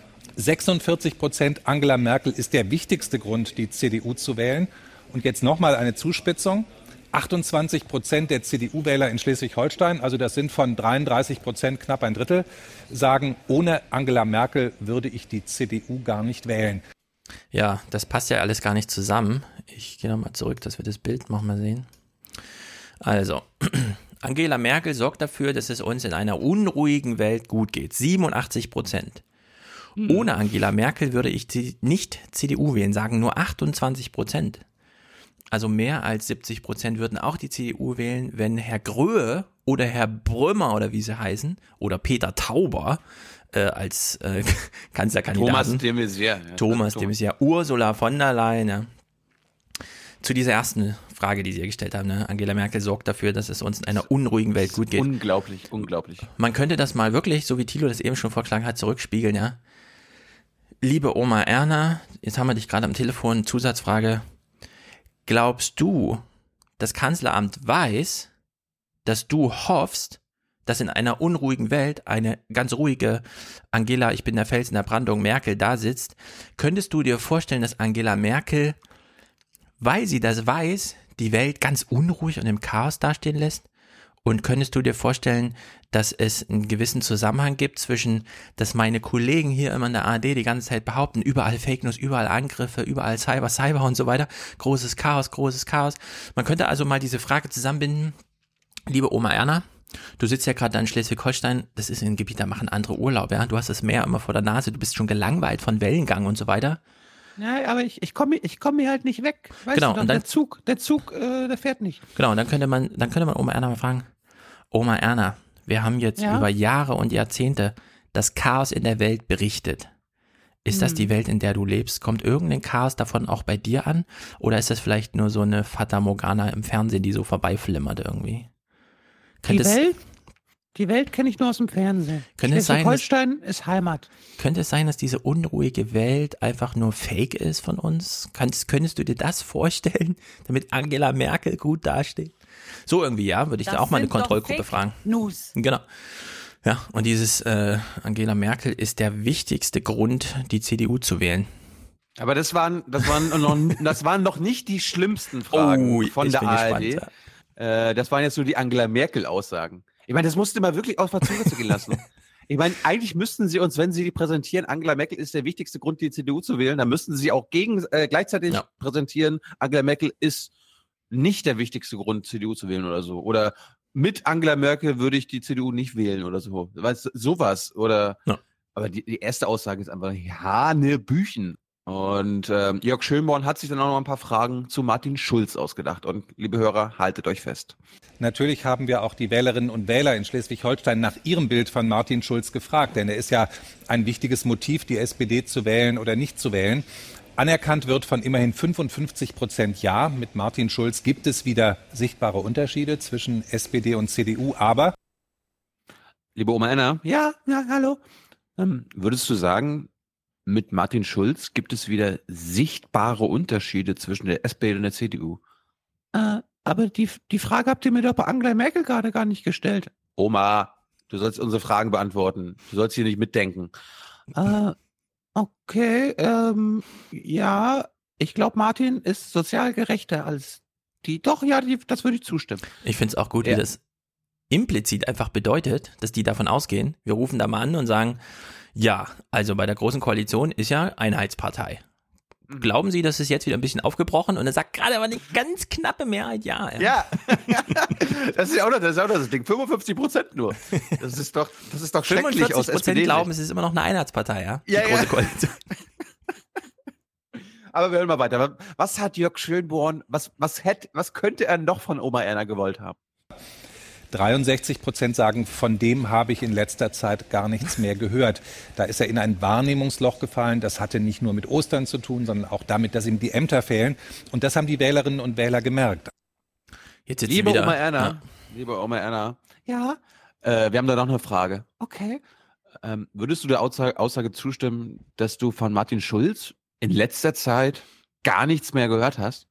46% Angela Merkel ist der wichtigste Grund, die CDU zu wählen. Und jetzt nochmal eine Zuspitzung. 28% der CDU-Wähler in Schleswig-Holstein, also das sind von 33% knapp ein Drittel, sagen, ohne Angela Merkel würde ich die CDU gar nicht wählen. Ja, das passt ja alles gar nicht zusammen. Ich gehe nochmal zurück, dass wir das Bild nochmal sehen. Also, Angela Merkel sorgt dafür, dass es uns in einer unruhigen Welt gut geht. 87%. Ohne Angela Merkel würde ich nicht CDU wählen, sagen nur 28%. Also mehr als 70% würden auch die CDU wählen, wenn Herr Gröhe oder Herr Brömer oder wie sie heißen oder Peter Tauber als Kanzlerkandidaten. Thomas de Maizière, Ursula von der Leyen. Ja. Zu dieser ersten Frage, die Sie gestellt haben, ne? Angela Merkel sorgt dafür, dass es uns in einer unruhigen Welt gut geht. Unglaublich. Man könnte das mal wirklich, so wie Thilo das eben schon vorgeschlagen hat, zurückspiegeln. Ja. Liebe Oma Erna, jetzt haben wir dich gerade am Telefon, Zusatzfrage. Glaubst du, das Kanzleramt weiß, dass du hoffst, dass in einer unruhigen Welt eine ganz ruhige Angela, ich bin der Fels in der Brandung, Merkel da sitzt? Könntest du dir vorstellen, dass Angela Merkel, weil sie das weiß, die Welt ganz unruhig und im Chaos dastehen lässt? Und könntest du dir vorstellen, dass es einen gewissen Zusammenhang gibt zwischen, dass meine Kollegen hier immer in der ARD die ganze Zeit behaupten, überall Fake News, überall Angriffe, überall Cyber und so weiter, großes Chaos. Man könnte also mal diese Frage zusammenbinden, liebe Oma Erna, du sitzt ja gerade da in Schleswig-Holstein, das ist ein Gebiet, da machen andere Urlaub, ja, du hast das Meer immer vor der Nase, du bist schon gelangweilt von Wellengang und so weiter. Ja, aber ich komme hier halt nicht weg. Weißt genau, du, und dann, der Zug, der fährt nicht. Genau, und dann könnte man Oma Erna mal fragen, Oma Erna, wir haben jetzt über Jahre und Jahrzehnte das Chaos in der Welt berichtet. Ist das die Welt, in der du lebst? Kommt irgendein Chaos davon auch bei dir an? Oder ist das vielleicht nur so eine Fata Morgana im Fernsehen, die so vorbeiflimmert irgendwie? Die Welt kenne ich nur aus dem Fernsehen. Schleswig-Holstein ist Heimat. Könnte es sein, dass diese unruhige Welt einfach nur Fake ist von uns? Könntest du dir das vorstellen, damit Angela Merkel gut dasteht? So irgendwie, ja, würde ich da auch mal eine Kontrollgruppe fragen. News. Genau. Ja, und dieses Angela Merkel ist der wichtigste Grund, die CDU zu wählen. Aber das waren noch nicht die schlimmsten Fragen von der ARD. Gespannt, ja. Das waren jetzt nur die Angela Merkel-Aussagen. Ich meine, das musste man wirklich auf der Zunge zu gehen lassen. Ich meine, eigentlich müssten sie uns, wenn sie die präsentieren, Angela Merkel ist der wichtigste Grund, die CDU zu wählen, dann müssten sie auch gleichzeitig präsentieren, Angela Merkel ist nicht der wichtigste Grund, CDU zu wählen oder so. Oder mit Angela Merkel würde ich die CDU nicht wählen oder so. Weißt du, sowas. Oder, aber die erste Aussage ist einfach, Hanebüchen. Und Jörg Schönborn hat sich dann auch noch ein paar Fragen zu Martin Schulz ausgedacht. Und liebe Hörer, haltet euch fest. Natürlich haben wir auch die Wählerinnen und Wähler in Schleswig-Holstein nach ihrem Bild von Martin Schulz gefragt. Denn er ist ja ein wichtiges Motiv, die SPD zu wählen oder nicht zu wählen. Anerkannt wird von immerhin 55% Ja. Mit Martin Schulz gibt es wieder sichtbare Unterschiede zwischen SPD und CDU. Aber, liebe Oma Anna, ja, hallo. Würdest du sagen, mit Martin Schulz gibt es wieder sichtbare Unterschiede zwischen der SPD und der CDU? Aber die Frage habt ihr mir doch bei Angela Merkel gerade gar nicht gestellt. Oma, du sollst unsere Fragen beantworten. Du sollst hier nicht mitdenken. Okay, ja, ich glaube, Martin ist sozial gerechter als das würde ich zustimmen. Ich finde es auch gut, wie das implizit einfach bedeutet, dass die davon ausgehen, wir rufen da mal an und sagen, ja, also bei der Großen Koalition ist ja Einheitspartei. Glauben Sie, das ist jetzt wieder ein bisschen aufgebrochen? Und er sagt gerade aber eine ganz knappe Mehrheit ja. Ja. Das ist ja auch noch das Ding. 55% nur. Das ist doch schrecklich aus SPD. 45% glauben, es ist immer noch eine Einheitspartei, ja? Die Große Koalition. Aber wir hören mal weiter. Was hat Jörg Schönborn, was könnte er noch von Oma Erna gewollt haben? 63% sagen, von dem habe ich in letzter Zeit gar nichts mehr gehört. Da ist er in ein Wahrnehmungsloch gefallen. Das hatte nicht nur mit Ostern zu tun, sondern auch damit, dass ihm die Ämter fehlen. Und das haben die Wählerinnen und Wähler gemerkt. Liebe Oma Erna, ja, wir haben da noch eine Frage. Okay. Würdest du der Aussage zustimmen, dass du von Martin Schulz in letzter Zeit gar nichts mehr gehört hast?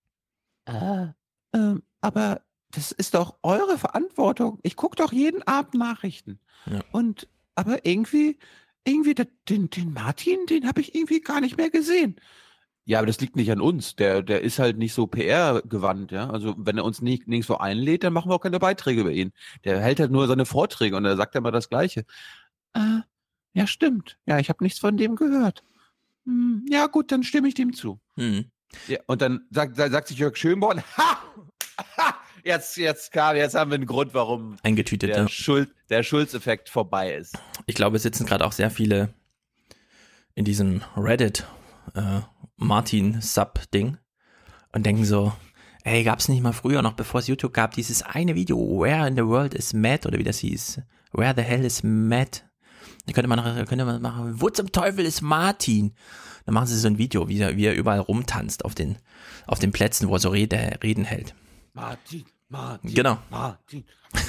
Aber das ist doch eure Verantwortung. Ich gucke doch jeden Abend Nachrichten. Ja. Aber irgendwie den Martin, den habe ich irgendwie gar nicht mehr gesehen. Ja, aber das liegt nicht an uns. Der ist halt nicht so PR-gewandt, ja. Also wenn er uns nirgendwo einlädt, dann machen wir auch keine Beiträge über ihn. Der hält halt nur seine Vorträge und er sagt immer das Gleiche. Ja, stimmt. Ja, ich habe nichts von dem gehört. Ja, gut, dann stimme ich dem zu. Ja, und dann sagt sich Jörg Schönborn, Jetzt haben wir einen Grund, warum eingetütet, der Schulz-Effekt vorbei ist. Ich glaube, es sitzen gerade auch sehr viele in diesem Reddit Martin-Sub-Ding und denken so, ey, gab es nicht mal früher, noch bevor es YouTube gab, dieses eine Video, Where in the World is Matt, oder wie das hieß, Where the hell is Matt? Da könnte man machen, wo zum Teufel ist Martin? Dann machen sie so ein Video, wie er überall rumtanzt auf den Plätzen, wo er so Reden hält. Martin. Genau. Martin.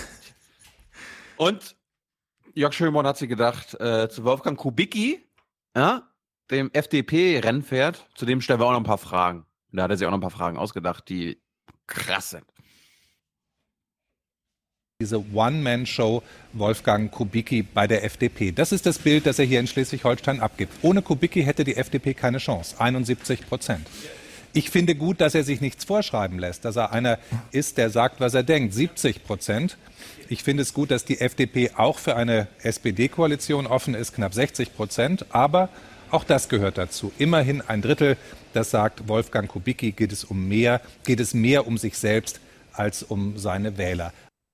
Und Jörg Schönborn hat sich gedacht, zu Wolfgang Kubicki, dem FDP-Rennpferd, zu dem stellen wir auch noch ein paar Fragen. Und da hat er sich auch noch ein paar Fragen ausgedacht, die krass sind. Diese One-Man-Show Wolfgang Kubicki bei der FDP. Das ist das Bild, das er hier in Schleswig-Holstein abgibt. Ohne Kubicki hätte die FDP keine Chance. 71%. Ich finde gut, dass er sich nichts vorschreiben lässt, dass er einer ist, der sagt, was er denkt. 70%. Ich finde es gut, dass die FDP auch für eine SPD-Koalition offen ist, knapp 60%. Aber auch das gehört dazu. Immerhin ein Drittel, das sagt, Wolfgang Kubicki geht es mehr um sich selbst als um seine Wähler.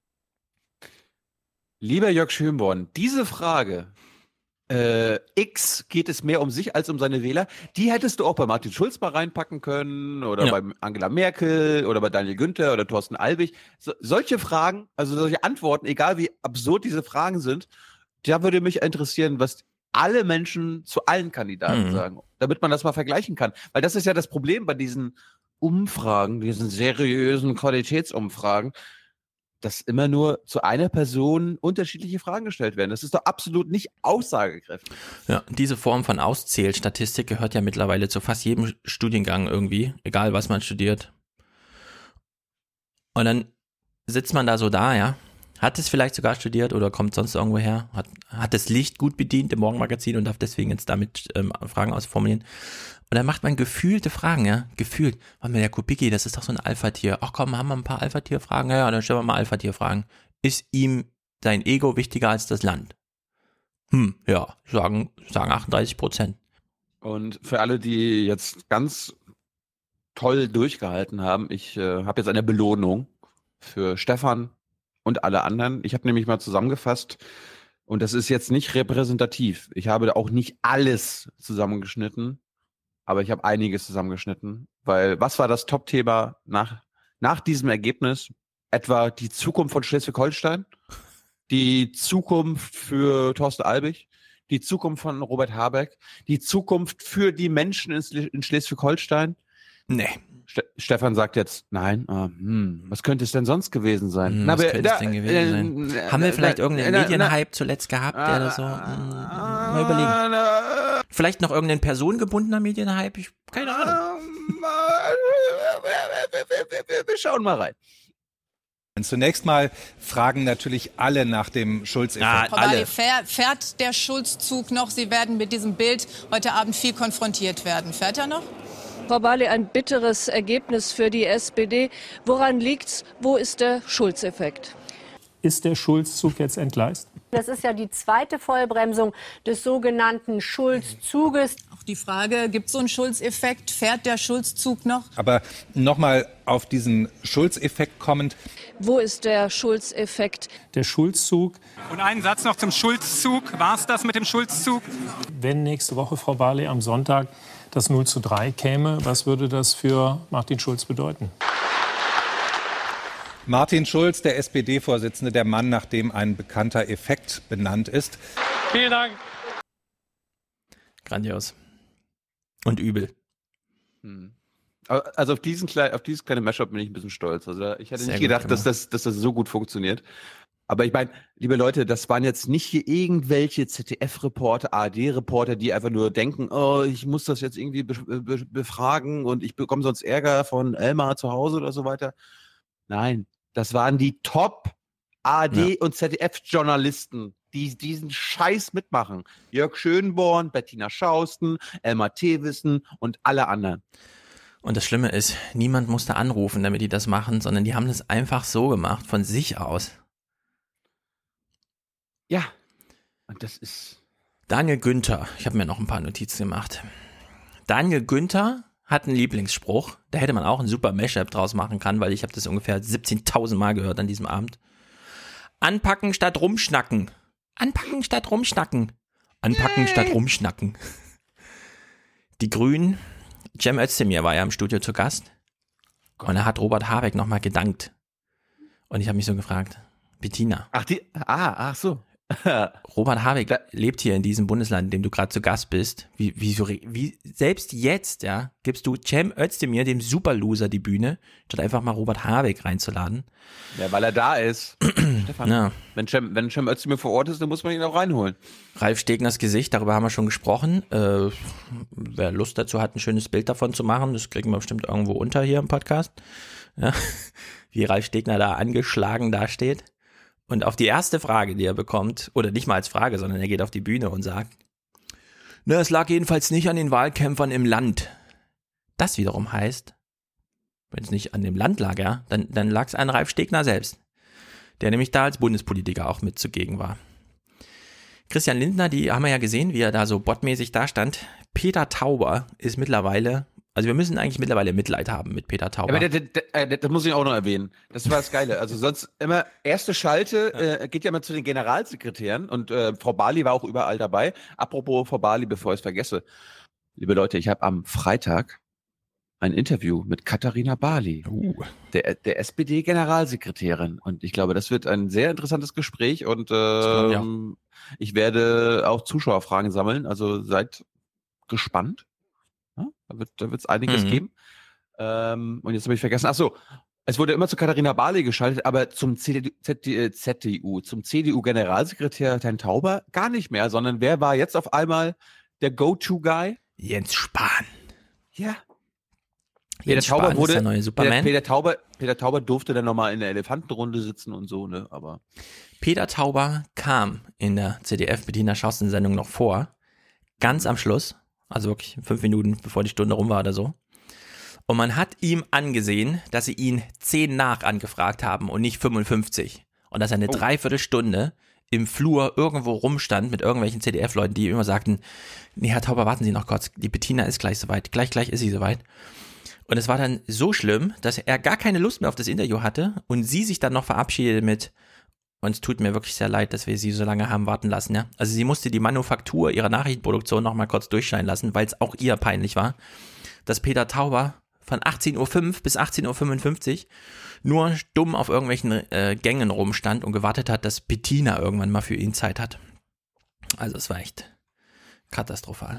Lieber Jörg Schönborn, diese Frage, X geht es mehr um sich als um seine Wähler, die hättest du auch bei Martin Schulz mal reinpacken können oder bei Angela Merkel oder bei Daniel Günther oder Thorsten Albig. Solche Fragen, also solche Antworten, egal wie absurd diese Fragen sind, da würde mich interessieren, was alle Menschen zu allen Kandidaten sagen, damit man das mal vergleichen kann. Weil das ist ja das Problem bei diesen Umfragen, diesen seriösen Qualitätsumfragen, dass immer nur zu einer Person unterschiedliche Fragen gestellt werden. Das ist doch absolut nicht aussagekräftig. Ja, diese Form von Auszählstatistik gehört ja mittlerweile zu fast jedem Studiengang irgendwie, egal was man studiert. Und dann sitzt man da so da, ja, hat es vielleicht sogar studiert oder kommt sonst irgendwo her, hat das Licht gut bedient im Morgenmagazin und darf deswegen jetzt damit Fragen ausformulieren. Und dann macht man gefühlte Fragen, ja, gefühlt. Warte mal, der Kubicki, das ist doch so ein Alpha-Tier. Ach komm, haben wir ein paar Alpha-Tier-Fragen? Ja, dann stellen wir mal Alpha-Tier-Fragen. Ist ihm sein Ego wichtiger als das Land? Ja, sagen 38%. Und für alle, die jetzt ganz toll durchgehalten haben, ich habe jetzt eine Belohnung für Stefan und alle anderen. Ich habe nämlich mal zusammengefasst, und das ist jetzt nicht repräsentativ. Ich habe auch nicht alles zusammengeschnitten, aber ich habe einiges zusammengeschnitten, weil was war das Top-Thema nach diesem Ergebnis? Etwa die Zukunft von Schleswig-Holstein, die Zukunft für Thorsten Albig, die Zukunft von Robert Habeck, die Zukunft für die Menschen in Schleswig-Holstein? Nee. Stefan sagt jetzt, nein, was könnte es denn sonst gewesen sein? Was könnte es denn gewesen sein? Haben wir vielleicht irgendeinen Medienhype zuletzt gehabt, der da so, mal überlegen. Vielleicht noch irgendein personengebundener Medienhype? Keine Ahnung. Wir schauen mal rein. Zunächst mal fragen natürlich alle nach dem Schulz-Effekt. Frau Barley, fährt der Schulz-Zug noch? Sie werden mit diesem Bild heute Abend viel konfrontiert werden. Fährt er noch? Frau Barley, ein bitteres Ergebnis für die SPD. Woran liegt's? Wo ist der Schulz-Effekt? Ist der Schulz-Zug jetzt entgleist? Das ist ja die zweite Vollbremsung des sogenannten Schulz-Zuges. Auch die Frage, gibt es so einen Schulz-Effekt? Fährt der Schulz-Zug noch? Aber nochmal auf diesen Schulz-Effekt kommend. Wo ist der Schulz-Effekt? Der Schulz-Zug. Und einen Satz noch zum Schulz-Zug. War es das mit dem Schulz-Zug? Wenn nächste Woche, Frau Barley, am Sonntag das 0:3 käme, was würde das für Martin Schulz bedeuten? Martin Schulz, der SPD-Vorsitzende, der Mann, nach dem ein bekannter Effekt benannt ist. Vielen Dank. Grandios. Und übel. Also auf dieses kleine Mashup bin ich ein bisschen stolz. Also ich hätte Sehr nicht gut gedacht, dass das so gut funktioniert. Aber ich meine, liebe Leute, das waren jetzt nicht hier irgendwelche ZDF-Reporter, ARD-Reporter, die einfach nur denken, oh, ich muss das jetzt irgendwie befragen und ich bekomme sonst Ärger von Elmar zu Hause oder so weiter. Nein, das waren die Top-ARD- und ZDF-Journalisten, die diesen Scheiß mitmachen. Jörg Schönborn, Bettina Schausten, Elmar Thewissen und alle anderen. Und das Schlimme ist, niemand musste anrufen, damit die das machen, sondern die haben das einfach so gemacht, von sich aus. Ja, und das ist... Daniel Günther, ich habe mir noch ein paar Notizen gemacht. Daniel Günther hat einen Lieblingsspruch, da hätte man auch ein super Mashup draus machen können, weil ich habe das ungefähr 17.000 Mal gehört an diesem Abend. Anpacken statt rumschnacken. Anpacken statt rumschnacken. Anpacken statt rumschnacken. Die Grünen, Cem Özdemir war ja im Studio zu Gast und er hat Robert Habeck nochmal gedankt. Und ich habe mich so gefragt, Bettina. Ach so. Robert Habeck lebt hier in diesem Bundesland, in dem du gerade zu Gast bist. Wie selbst jetzt, ja, gibst du Cem Özdemir, dem Superloser, die Bühne, statt einfach mal Robert Habeck reinzuladen. Ja, weil er da ist. Stefan, ja. Wenn Cem Özdemir vor Ort ist, dann muss man ihn auch reinholen. Ralf Stegners Gesicht, darüber haben wir schon gesprochen. Wer Lust dazu hat, ein schönes Bild davon zu machen, das kriegen wir bestimmt irgendwo unter hier im Podcast. Ja. Wie Ralf Stegner da angeschlagen dasteht. Und auf die erste Frage, die er bekommt, oder nicht mal als Frage, sondern er geht auf die Bühne und sagt, na, es lag jedenfalls nicht an den Wahlkämpfern im Land. Das wiederum heißt, wenn es nicht an dem Land lag, ja, dann lag es an Ralf Stegner selbst, der nämlich da als Bundespolitiker auch mit zugegen war. Christian Lindner, die haben wir ja gesehen, wie er da so botmäßig da stand. Peter Tauber ist mittlerweile... Also wir müssen eigentlich mittlerweile Mitleid haben mit Peter Tauber. Aber das muss ich auch noch erwähnen. Das war das Geile. Also sonst immer erste Schalte geht ja immer zu den Generalsekretären und Frau Barley war auch überall dabei. Apropos Frau Barley, bevor ich es vergesse. Liebe Leute, ich habe am Freitag ein Interview mit Katharina Barley, der SPD-Generalsekretärin. Und ich glaube, das wird ein sehr interessantes Gespräch und ich werde auch Zuschauerfragen sammeln. Also seid gespannt. Ja, da wird's einiges geben. Und jetzt habe ich vergessen. Ach so, es wurde immer zu Katharina Barley geschaltet, aber zum zum CDU-Generalsekretär Herrn Tauber gar nicht mehr, sondern wer war jetzt auf einmal der Go-To-Guy? Jens Spahn. Ja. Jens Spahn ist der neue Superman. Peter Tauber durfte dann nochmal in der Elefantenrunde sitzen und so, ne? Aber Peter Tauber kam in der ZDF-Bettina Schausten-Sendung noch vor, ganz am Schluss. Also wirklich 5 Minuten, bevor die Stunde rum war oder so. Und man hat ihm angesehen, dass sie ihn 10 nach angefragt haben und nicht 55. Und dass er eine Dreiviertelstunde im Flur irgendwo rumstand mit irgendwelchen ZDF-Leuten, die immer sagten, nee, Herr Tauber, warten Sie noch kurz, die Bettina ist gleich soweit, gleich ist sie soweit. Und es war dann so schlimm, dass er gar keine Lust mehr auf das Interview hatte und sie sich dann noch verabschiedet mit, und es tut mir wirklich sehr leid, dass wir sie so lange haben warten lassen, ja. Also sie musste die Manufaktur ihrer Nachrichtenproduktion noch mal kurz durchscheinen lassen, weil es auch ihr peinlich war, dass Peter Tauber von 18.05 Uhr bis 18.55 Uhr nur dumm auf irgendwelchen Gängen rumstand und gewartet hat, dass Bettina irgendwann mal für ihn Zeit hat. Also es war echt katastrophal.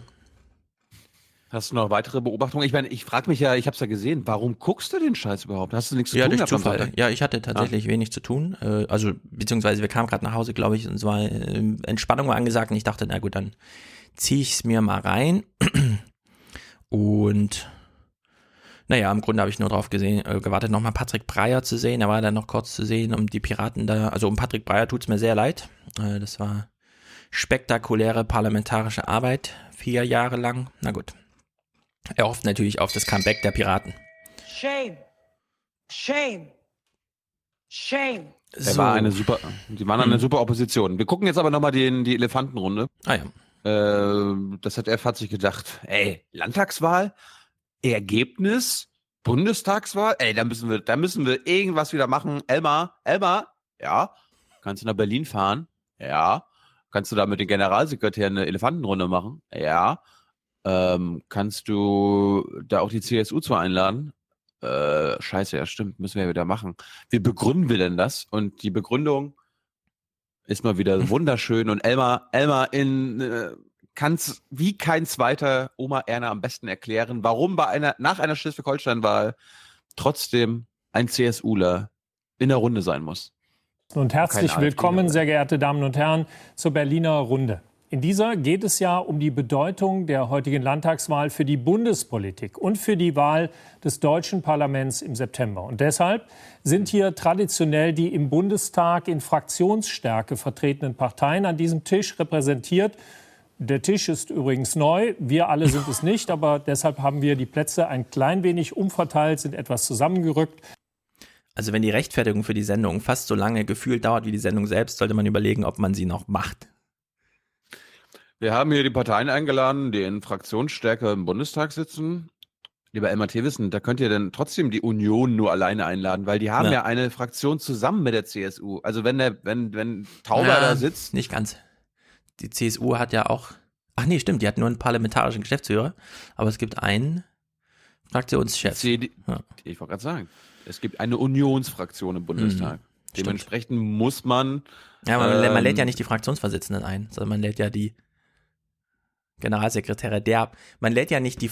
Hast du noch weitere Beobachtungen? Ich meine, ich frage mich ja, ich habe es ja gesehen, warum guckst du den Scheiß überhaupt? Hast du nichts zu tun? Ja, durch Zufall. Ja, ich hatte tatsächlich wenig zu tun. Also, beziehungsweise wir kamen gerade nach Hause, glaube ich, und es war Entspannung war angesagt und ich dachte, na gut, dann ziehe ich es mir mal rein. Und naja, im Grunde habe ich nur darauf gewartet, nochmal Patrick Breyer zu sehen. Er war dann noch kurz zu sehen, um die Piraten da, also um Patrick Breyer tut es mir sehr leid. Das war spektakuläre parlamentarische Arbeit, 4 Jahre lang. Na gut. Er hofft natürlich auf das Comeback der Piraten. Shame. Shame. Shame. Die waren eine super Opposition. Wir gucken jetzt aber nochmal die Elefantenrunde. Ah ja. Das ZDF hat sich gedacht, Landtagswahl, Ergebnis, Bundestagswahl, da müssen wir irgendwas wieder machen. Elmar, ja, kannst du nach Berlin fahren? Ja. Kannst du da mit den Generalsekretären eine Elefantenrunde machen? Ja. Kannst du da auch die CSU zu einladen? Scheiße, ja stimmt, müssen wir ja wieder machen. Wie begründen wir denn das? Und die Begründung ist mal wieder wunderschön. Und Elmar kann es wie kein zweiter Oma Erna am besten erklären, warum nach einer Schleswig-Holstein-Wahl trotzdem ein CSUler in der Runde sein muss. Und herzlich willkommen, sehr geehrte Damen und Herren, zur Berliner Runde. In dieser geht es ja um die Bedeutung der heutigen Landtagswahl für die Bundespolitik und für die Wahl des deutschen Parlaments im September. Und deshalb sind hier traditionell die im Bundestag in Fraktionsstärke vertretenen Parteien an diesem Tisch repräsentiert. Der Tisch ist übrigens neu, wir alle sind es nicht, aber deshalb haben wir die Plätze ein klein wenig umverteilt, sind etwas zusammengerückt. Also wenn die Rechtfertigung für die Sendung fast so lange gefühlt dauert wie die Sendung selbst, sollte man überlegen, ob man sie noch macht. Wir haben hier die Parteien eingeladen, die in Fraktionsstärke im Bundestag sitzen. Lieber Elmar Thewissen, da könnt ihr denn trotzdem die Union nur alleine einladen, weil die haben ja eine Fraktion zusammen mit der CSU. Also wenn Tauber da sitzt. Nicht ganz. Die CSU hat ja auch, die hat nur einen parlamentarischen Geschäftsführer, aber es gibt einen Fraktionschef. Ich wollte gerade sagen, es gibt eine Unionsfraktion im Bundestag. Dementsprechend muss man. Ja, man lädt ja nicht die Fraktionsvorsitzenden ein, sondern man lädt ja die Generalsekretäre man lädt ja nicht die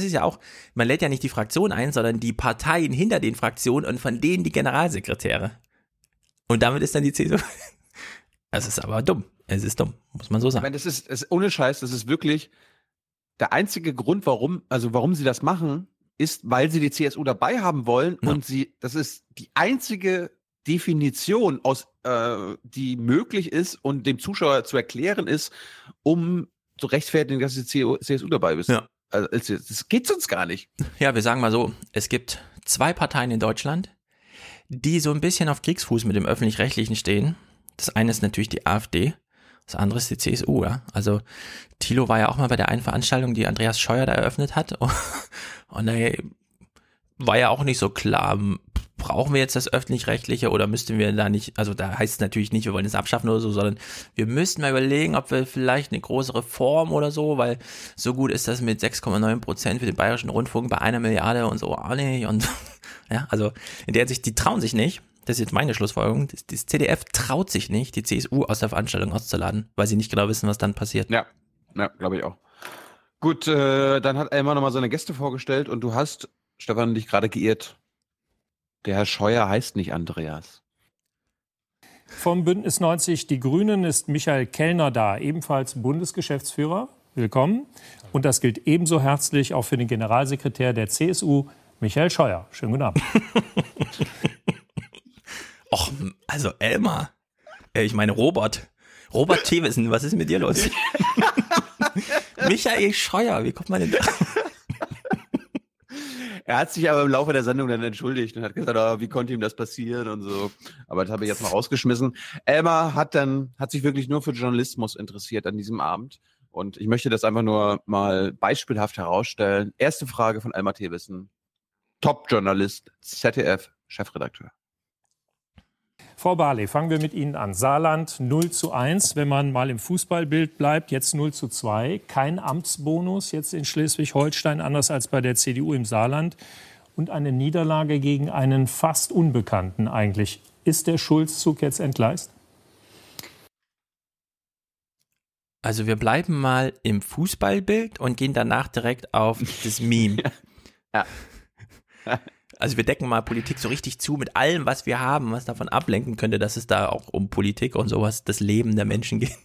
Fraktion ein, sondern die Parteien hinter den Fraktionen und von denen die Generalsekretäre. Und damit ist dann die CSU. Das ist aber dumm. Es ist dumm, muss man so sagen. Ich meine, das ist ohne Scheiß, das ist wirklich der einzige Grund, warum sie das machen, ist, weil sie die CSU dabei haben wollen und das ist die einzige Definition, die möglich ist und dem Zuschauer zu erklären ist, um zu rechtfertigen, dass die CSU dabei ist. Ja. Also, das geht sonst gar nicht. Ja, wir sagen mal so, es gibt 2 Parteien in Deutschland, die so ein bisschen auf Kriegsfuß mit dem Öffentlich-Rechtlichen stehen. Das eine ist natürlich die AfD, das andere ist die CSU. Ja? Also Thilo war ja auch mal bei der einen Veranstaltung, die Andreas Scheuer da eröffnet hat. Und da war ja auch nicht so klar, brauchen wir jetzt das Öffentlich-Rechtliche oder müssten wir da nicht, also da heißt es natürlich nicht, wir wollen es abschaffen oder so, sondern wir müssten mal überlegen, ob wir vielleicht eine große Reform oder so, weil so gut ist das mit 6,9% für den Bayerischen Rundfunk bei 1 Milliarde und so auch nicht. Und ja, also in der Sicht, die trauen sich nicht, das ist jetzt meine Schlussfolgerung, das ZDF traut sich nicht, die CSU aus der Veranstaltung auszuladen, weil sie nicht genau wissen, was dann passiert. Ja, glaube ich auch. Gut, dann hat Elmar nochmal seine Gäste vorgestellt und du hast, Stefan, dich gerade geirrt. Der Herr Scheuer heißt nicht Andreas. Vom Bündnis 90 Die Grünen ist Michael Kellner da, ebenfalls Bundesgeschäftsführer. Willkommen. Und das gilt ebenso herzlich auch für den Generalsekretär der CSU, Michael Scheuer. Schönen guten Abend. Och, also Elmar. Ich meine Robert Thewissen, was ist mit dir los? Michael Scheuer, wie kommt man denn da? Er hat sich aber im Laufe der Sendung dann entschuldigt und hat gesagt, wie konnte ihm das passieren und so. Aber das habe ich jetzt mal rausgeschmissen. Elmar hat sich wirklich nur für Journalismus interessiert an diesem Abend. Und ich möchte das einfach nur mal beispielhaft herausstellen. Erste Frage von Elmar Thewissen. Top-Journalist, ZDF-Chefredakteur. Frau Barley, fangen wir mit Ihnen an. Saarland 0:1, wenn man mal im Fußballbild bleibt, jetzt 0:2. Kein Amtsbonus jetzt in Schleswig-Holstein, anders als bei der CDU im Saarland. Und eine Niederlage gegen einen fast Unbekannten eigentlich. Ist der Schulz-Zug jetzt entgleist? Also wir bleiben mal im Fußballbild und gehen danach direkt auf das Meme. Ja. Also wir decken mal Politik so richtig zu mit allem, was wir haben, was davon ablenken könnte, dass es da auch um Politik und sowas, das Leben der Menschen geht.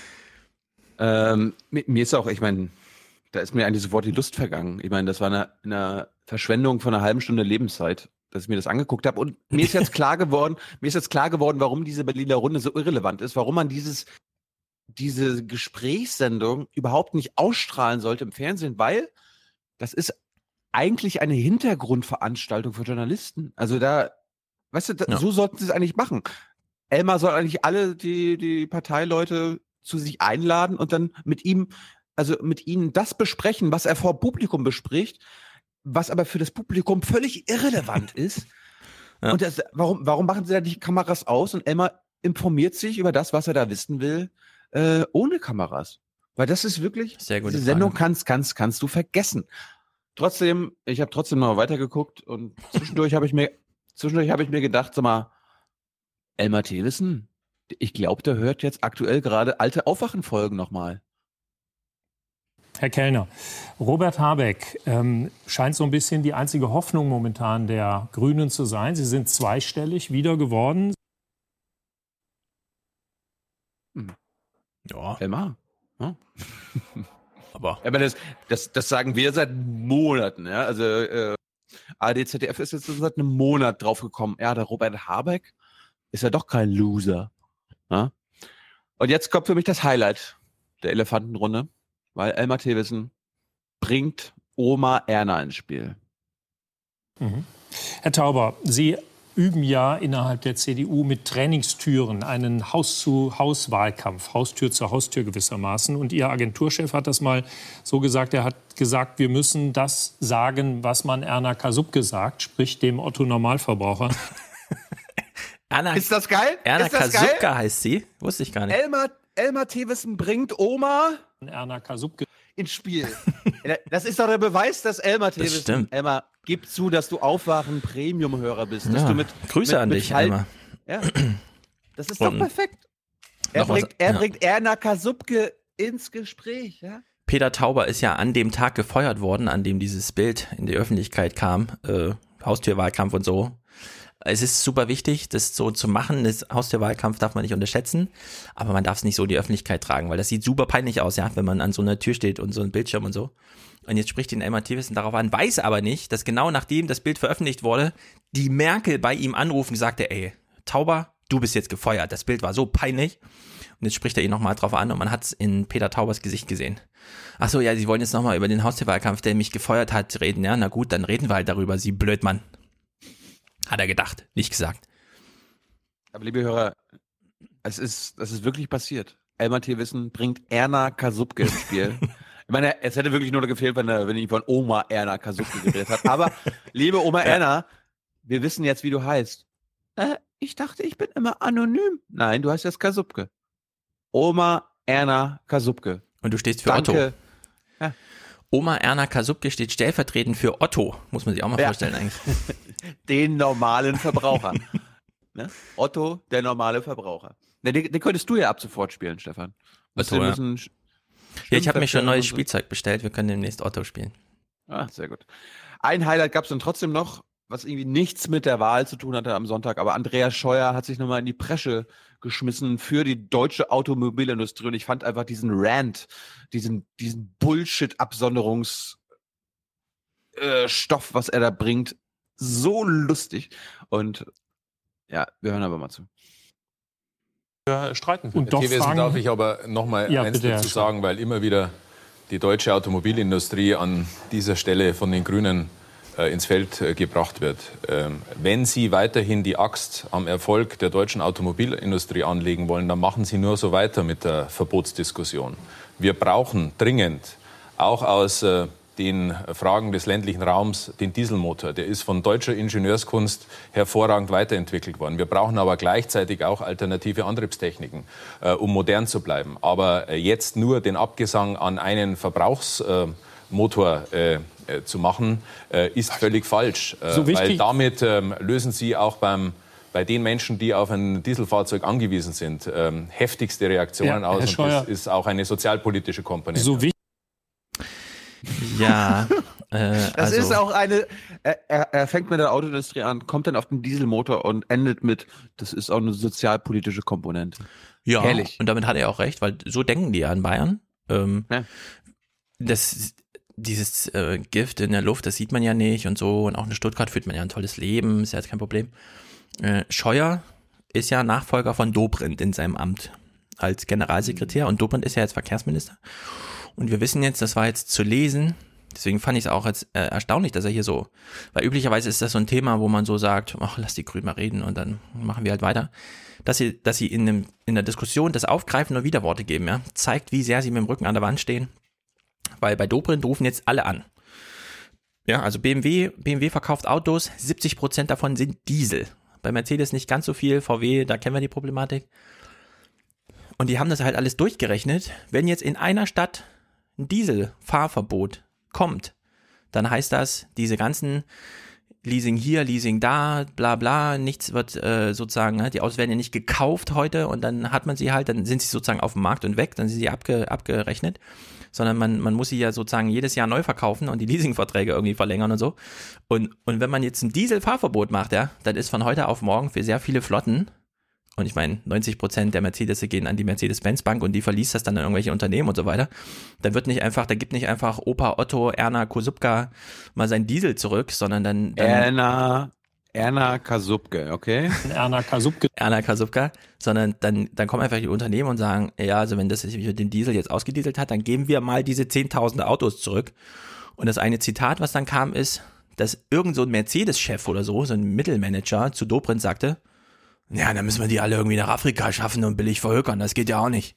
Mir ist auch, ich meine, da ist mir eigentlich sofort die Lust vergangen. Ich meine, das war eine Verschwendung von einer halben Stunde Lebenszeit, dass ich mir das angeguckt habe. Und mir ist jetzt klar geworden, warum diese Berliner Runde so irrelevant ist, warum man diese Gesprächssendung überhaupt nicht ausstrahlen sollte im Fernsehen, weil das ist eigentlich eine Hintergrundveranstaltung für Journalisten. Also so sollten sie es eigentlich machen. Elmar soll eigentlich alle die Parteileute zu sich einladen und dann mit ihnen das besprechen, was er vor Publikum bespricht, was aber für das Publikum völlig irrelevant ist. Ja. Und warum machen sie da die Kameras aus und Elmar informiert sich über das, was er da wissen will, ohne Kameras? Weil das ist wirklich, diese Sendung kannst du vergessen. Trotzdem, ich habe trotzdem noch weitergeguckt und zwischendurch habe ich mir gedacht, sag mal, Elmar Thewissen, ich glaube, der hört jetzt aktuell gerade alte Aufwachenfolgen nochmal. Herr Kellner, Robert Habeck scheint so ein bisschen die einzige Hoffnung momentan der Grünen zu sein. Sie sind zweistellig wieder geworden. Ja. Elmar. Ja. Aber das sagen wir seit Monaten. Ja? Also ARD, ZDF ist jetzt seit einem Monat drauf gekommen. Ja, der Robert Habeck ist ja doch kein Loser. Ja? Und jetzt kommt für mich das Highlight der Elefantenrunde, weil Elmar Thewissen bringt Oma Erna ins Spiel. Mhm. Herr Tauber, Sie üben ja innerhalb der CDU mit Trainingstüren einen Haus-zu-Haus-Wahlkampf, Haustür zu Haustür gewissermaßen. Und Ihr Agenturchef hat das mal so gesagt, er hat gesagt, wir müssen das sagen, was man Erna Kasubke sagt, sprich dem Otto-Normalverbraucher. Ist das geil? Erna Kasubke heißt sie, wusste ich gar nicht. Elmar Thewissen bringt Oma Erna Kasubke ins Spiel. Das ist doch der Beweis, dass Elmar Thewissen, Elmar, gib zu, dass du Aufwachen-Premium-Hörer bist. Dass du Grüße an dich, Elmar. Ja, das ist doch perfekt. Er bringt Erna Kasubke ins Gespräch. Ja? Peter Tauber ist ja an dem Tag gefeuert worden, an dem dieses Bild in die Öffentlichkeit kam. Haustürwahlkampf und so. Es ist super wichtig, das so zu machen. Das Haustürwahlkampf darf man nicht unterschätzen, aber man darf es nicht so in die Öffentlichkeit tragen, weil das sieht super peinlich aus, ja, wenn man an so einer Tür steht und so ein Bildschirm und so. Und jetzt spricht ihn Elmar Thewissen darauf an, weiß aber nicht, dass genau nachdem das Bild veröffentlicht wurde, die Merkel bei ihm anrufen und sagte, ey, Tauber, du bist jetzt gefeuert. Das Bild war so peinlich. Und jetzt spricht er ihn nochmal drauf an und man hat es in Peter Taubers Gesicht gesehen. Ach so, ja, Sie wollen jetzt nochmal über den Haustürwahlkampf, der mich gefeuert hat, reden. Ja, na gut, dann reden wir halt darüber, Sie Blödmann. Hat er gedacht, nicht gesagt. Aber liebe Hörer, das ist wirklich passiert. Elmar Thewissen bringt Erna Kasubke ins Spiel. Ich meine, es hätte wirklich nur gefehlt, wenn ich von Oma Erna Kasubke geredet hat. Aber, liebe Oma Erna, wir wissen jetzt, wie du heißt. Ich dachte, ich bin immer anonym. Nein, du heißt jetzt Kasubke. Oma Erna Kasubke. Und du stehst für Otto. Ja. Oma Erna Kasubke steht stellvertretend für Otto. Muss man sich auch mal vorstellen eigentlich. Den normalen Verbraucher. Ne? Otto, der normale Verbraucher. Ne, den könntest du ja ab sofort spielen, Stefan. Otto, ja, ich habe mir schon neues Spielzeug bestellt. Wir können demnächst Otto spielen. Ah, sehr gut. Ein Highlight gab es dann trotzdem noch, was irgendwie nichts mit der Wahl zu tun hatte am Sonntag. Aber Andreas Scheuer hat sich nochmal in die Bresche geschmissen für die deutsche Automobilindustrie. Und ich fand einfach diesen Rant, diesen Bullshit-Absonderungsstoff, was er da bringt, so lustig. Und ja, wir hören aber mal zu. Streiten. Und Thewissen darf ich aber noch mal eins dazu sagen, weil immer wieder die deutsche Automobilindustrie an dieser Stelle von den Grünen ins Feld gebracht wird. Wenn Sie weiterhin die Axt am Erfolg der deutschen Automobilindustrie anlegen wollen, dann machen Sie nur so weiter mit der Verbotsdiskussion. Wir brauchen dringend, auch aus den Fragen des ländlichen Raums, den Dieselmotor. Der ist von deutscher Ingenieurskunst hervorragend weiterentwickelt worden. Wir brauchen aber gleichzeitig auch alternative Antriebstechniken, um modern zu bleiben. Aber jetzt nur den Abgesang an einen Verbrauchsmotor zu machen, ist völlig falsch. Weil damit lösen Sie auch bei den Menschen, die auf ein Dieselfahrzeug angewiesen sind, heftigste Reaktionen aus. Und das ist auch eine sozialpolitische Komponente. So ja, das ist auch eine, er fängt mit der Autoindustrie an, kommt dann auf den Dieselmotor und endet mit, das ist auch eine sozialpolitische Komponente. Ja, herrlich. Und damit hat er auch recht, weil so denken die ja in Bayern. Dieses Gift in der Luft, das sieht man ja nicht und so. Und auch in Stuttgart führt man ja ein tolles Leben, ist ja jetzt kein Problem. Scheuer ist ja Nachfolger von Dobrindt in seinem Amt als Generalsekretär und Dobrindt ist ja jetzt Verkehrsminister. Und wir wissen jetzt, das war jetzt zu lesen, Deswegen fand ich es auch als erstaunlich, dass er hier so, weil üblicherweise ist das so ein Thema, wo man so sagt, ach, lass die Grünen mal reden und dann machen wir halt weiter. Dass sie in der Diskussion das Aufgreifen und Widerworte geben, ja, zeigt, wie sehr sie mit dem Rücken an der Wand stehen. Weil bei Dobrindt rufen jetzt alle an. Ja, also BMW verkauft Autos, 70% davon sind Diesel. Bei Mercedes nicht ganz so viel, VW, da kennen wir die Problematik. Und die haben das halt alles durchgerechnet. Wenn jetzt in einer Stadt ein Dieselfahrverbot kommt, dann heißt das, diese ganzen Leasing hier, Leasing da, bla bla, nichts wird sozusagen, die Autos werden ja nicht gekauft heute und dann hat man sie halt, dann sind sie sozusagen auf dem Markt und weg, dann sind sie abgerechnet, sondern man muss sie ja sozusagen jedes Jahr neu verkaufen und die Leasingverträge irgendwie verlängern und so. Und wenn man jetzt ein Dieselfahrverbot macht, ja, dann ist von heute auf morgen für sehr viele Flotten, und ich meine, 90% der Mercedes gehen an die Mercedes-Benz-Bank und die verliest das dann an irgendwelche Unternehmen und so weiter. Da gibt nicht einfach Opa Otto, Erna Kasubka mal sein Diesel zurück, sondern dann Erna Kasubke, okay? Erna Kasubka, sondern dann kommen einfach die Unternehmen und sagen, ja, also wenn das sich mit dem Diesel jetzt ausgedieselt hat, dann geben wir mal diese 10.000 Autos zurück. Und das eine Zitat, was dann kam, ist, dass irgend so ein Mercedes-Chef oder so ein Mittelmanager zu Dobrindt sagte, ja, dann müssen wir die alle irgendwie nach Afrika schaffen und billig verhökern, das geht ja auch nicht.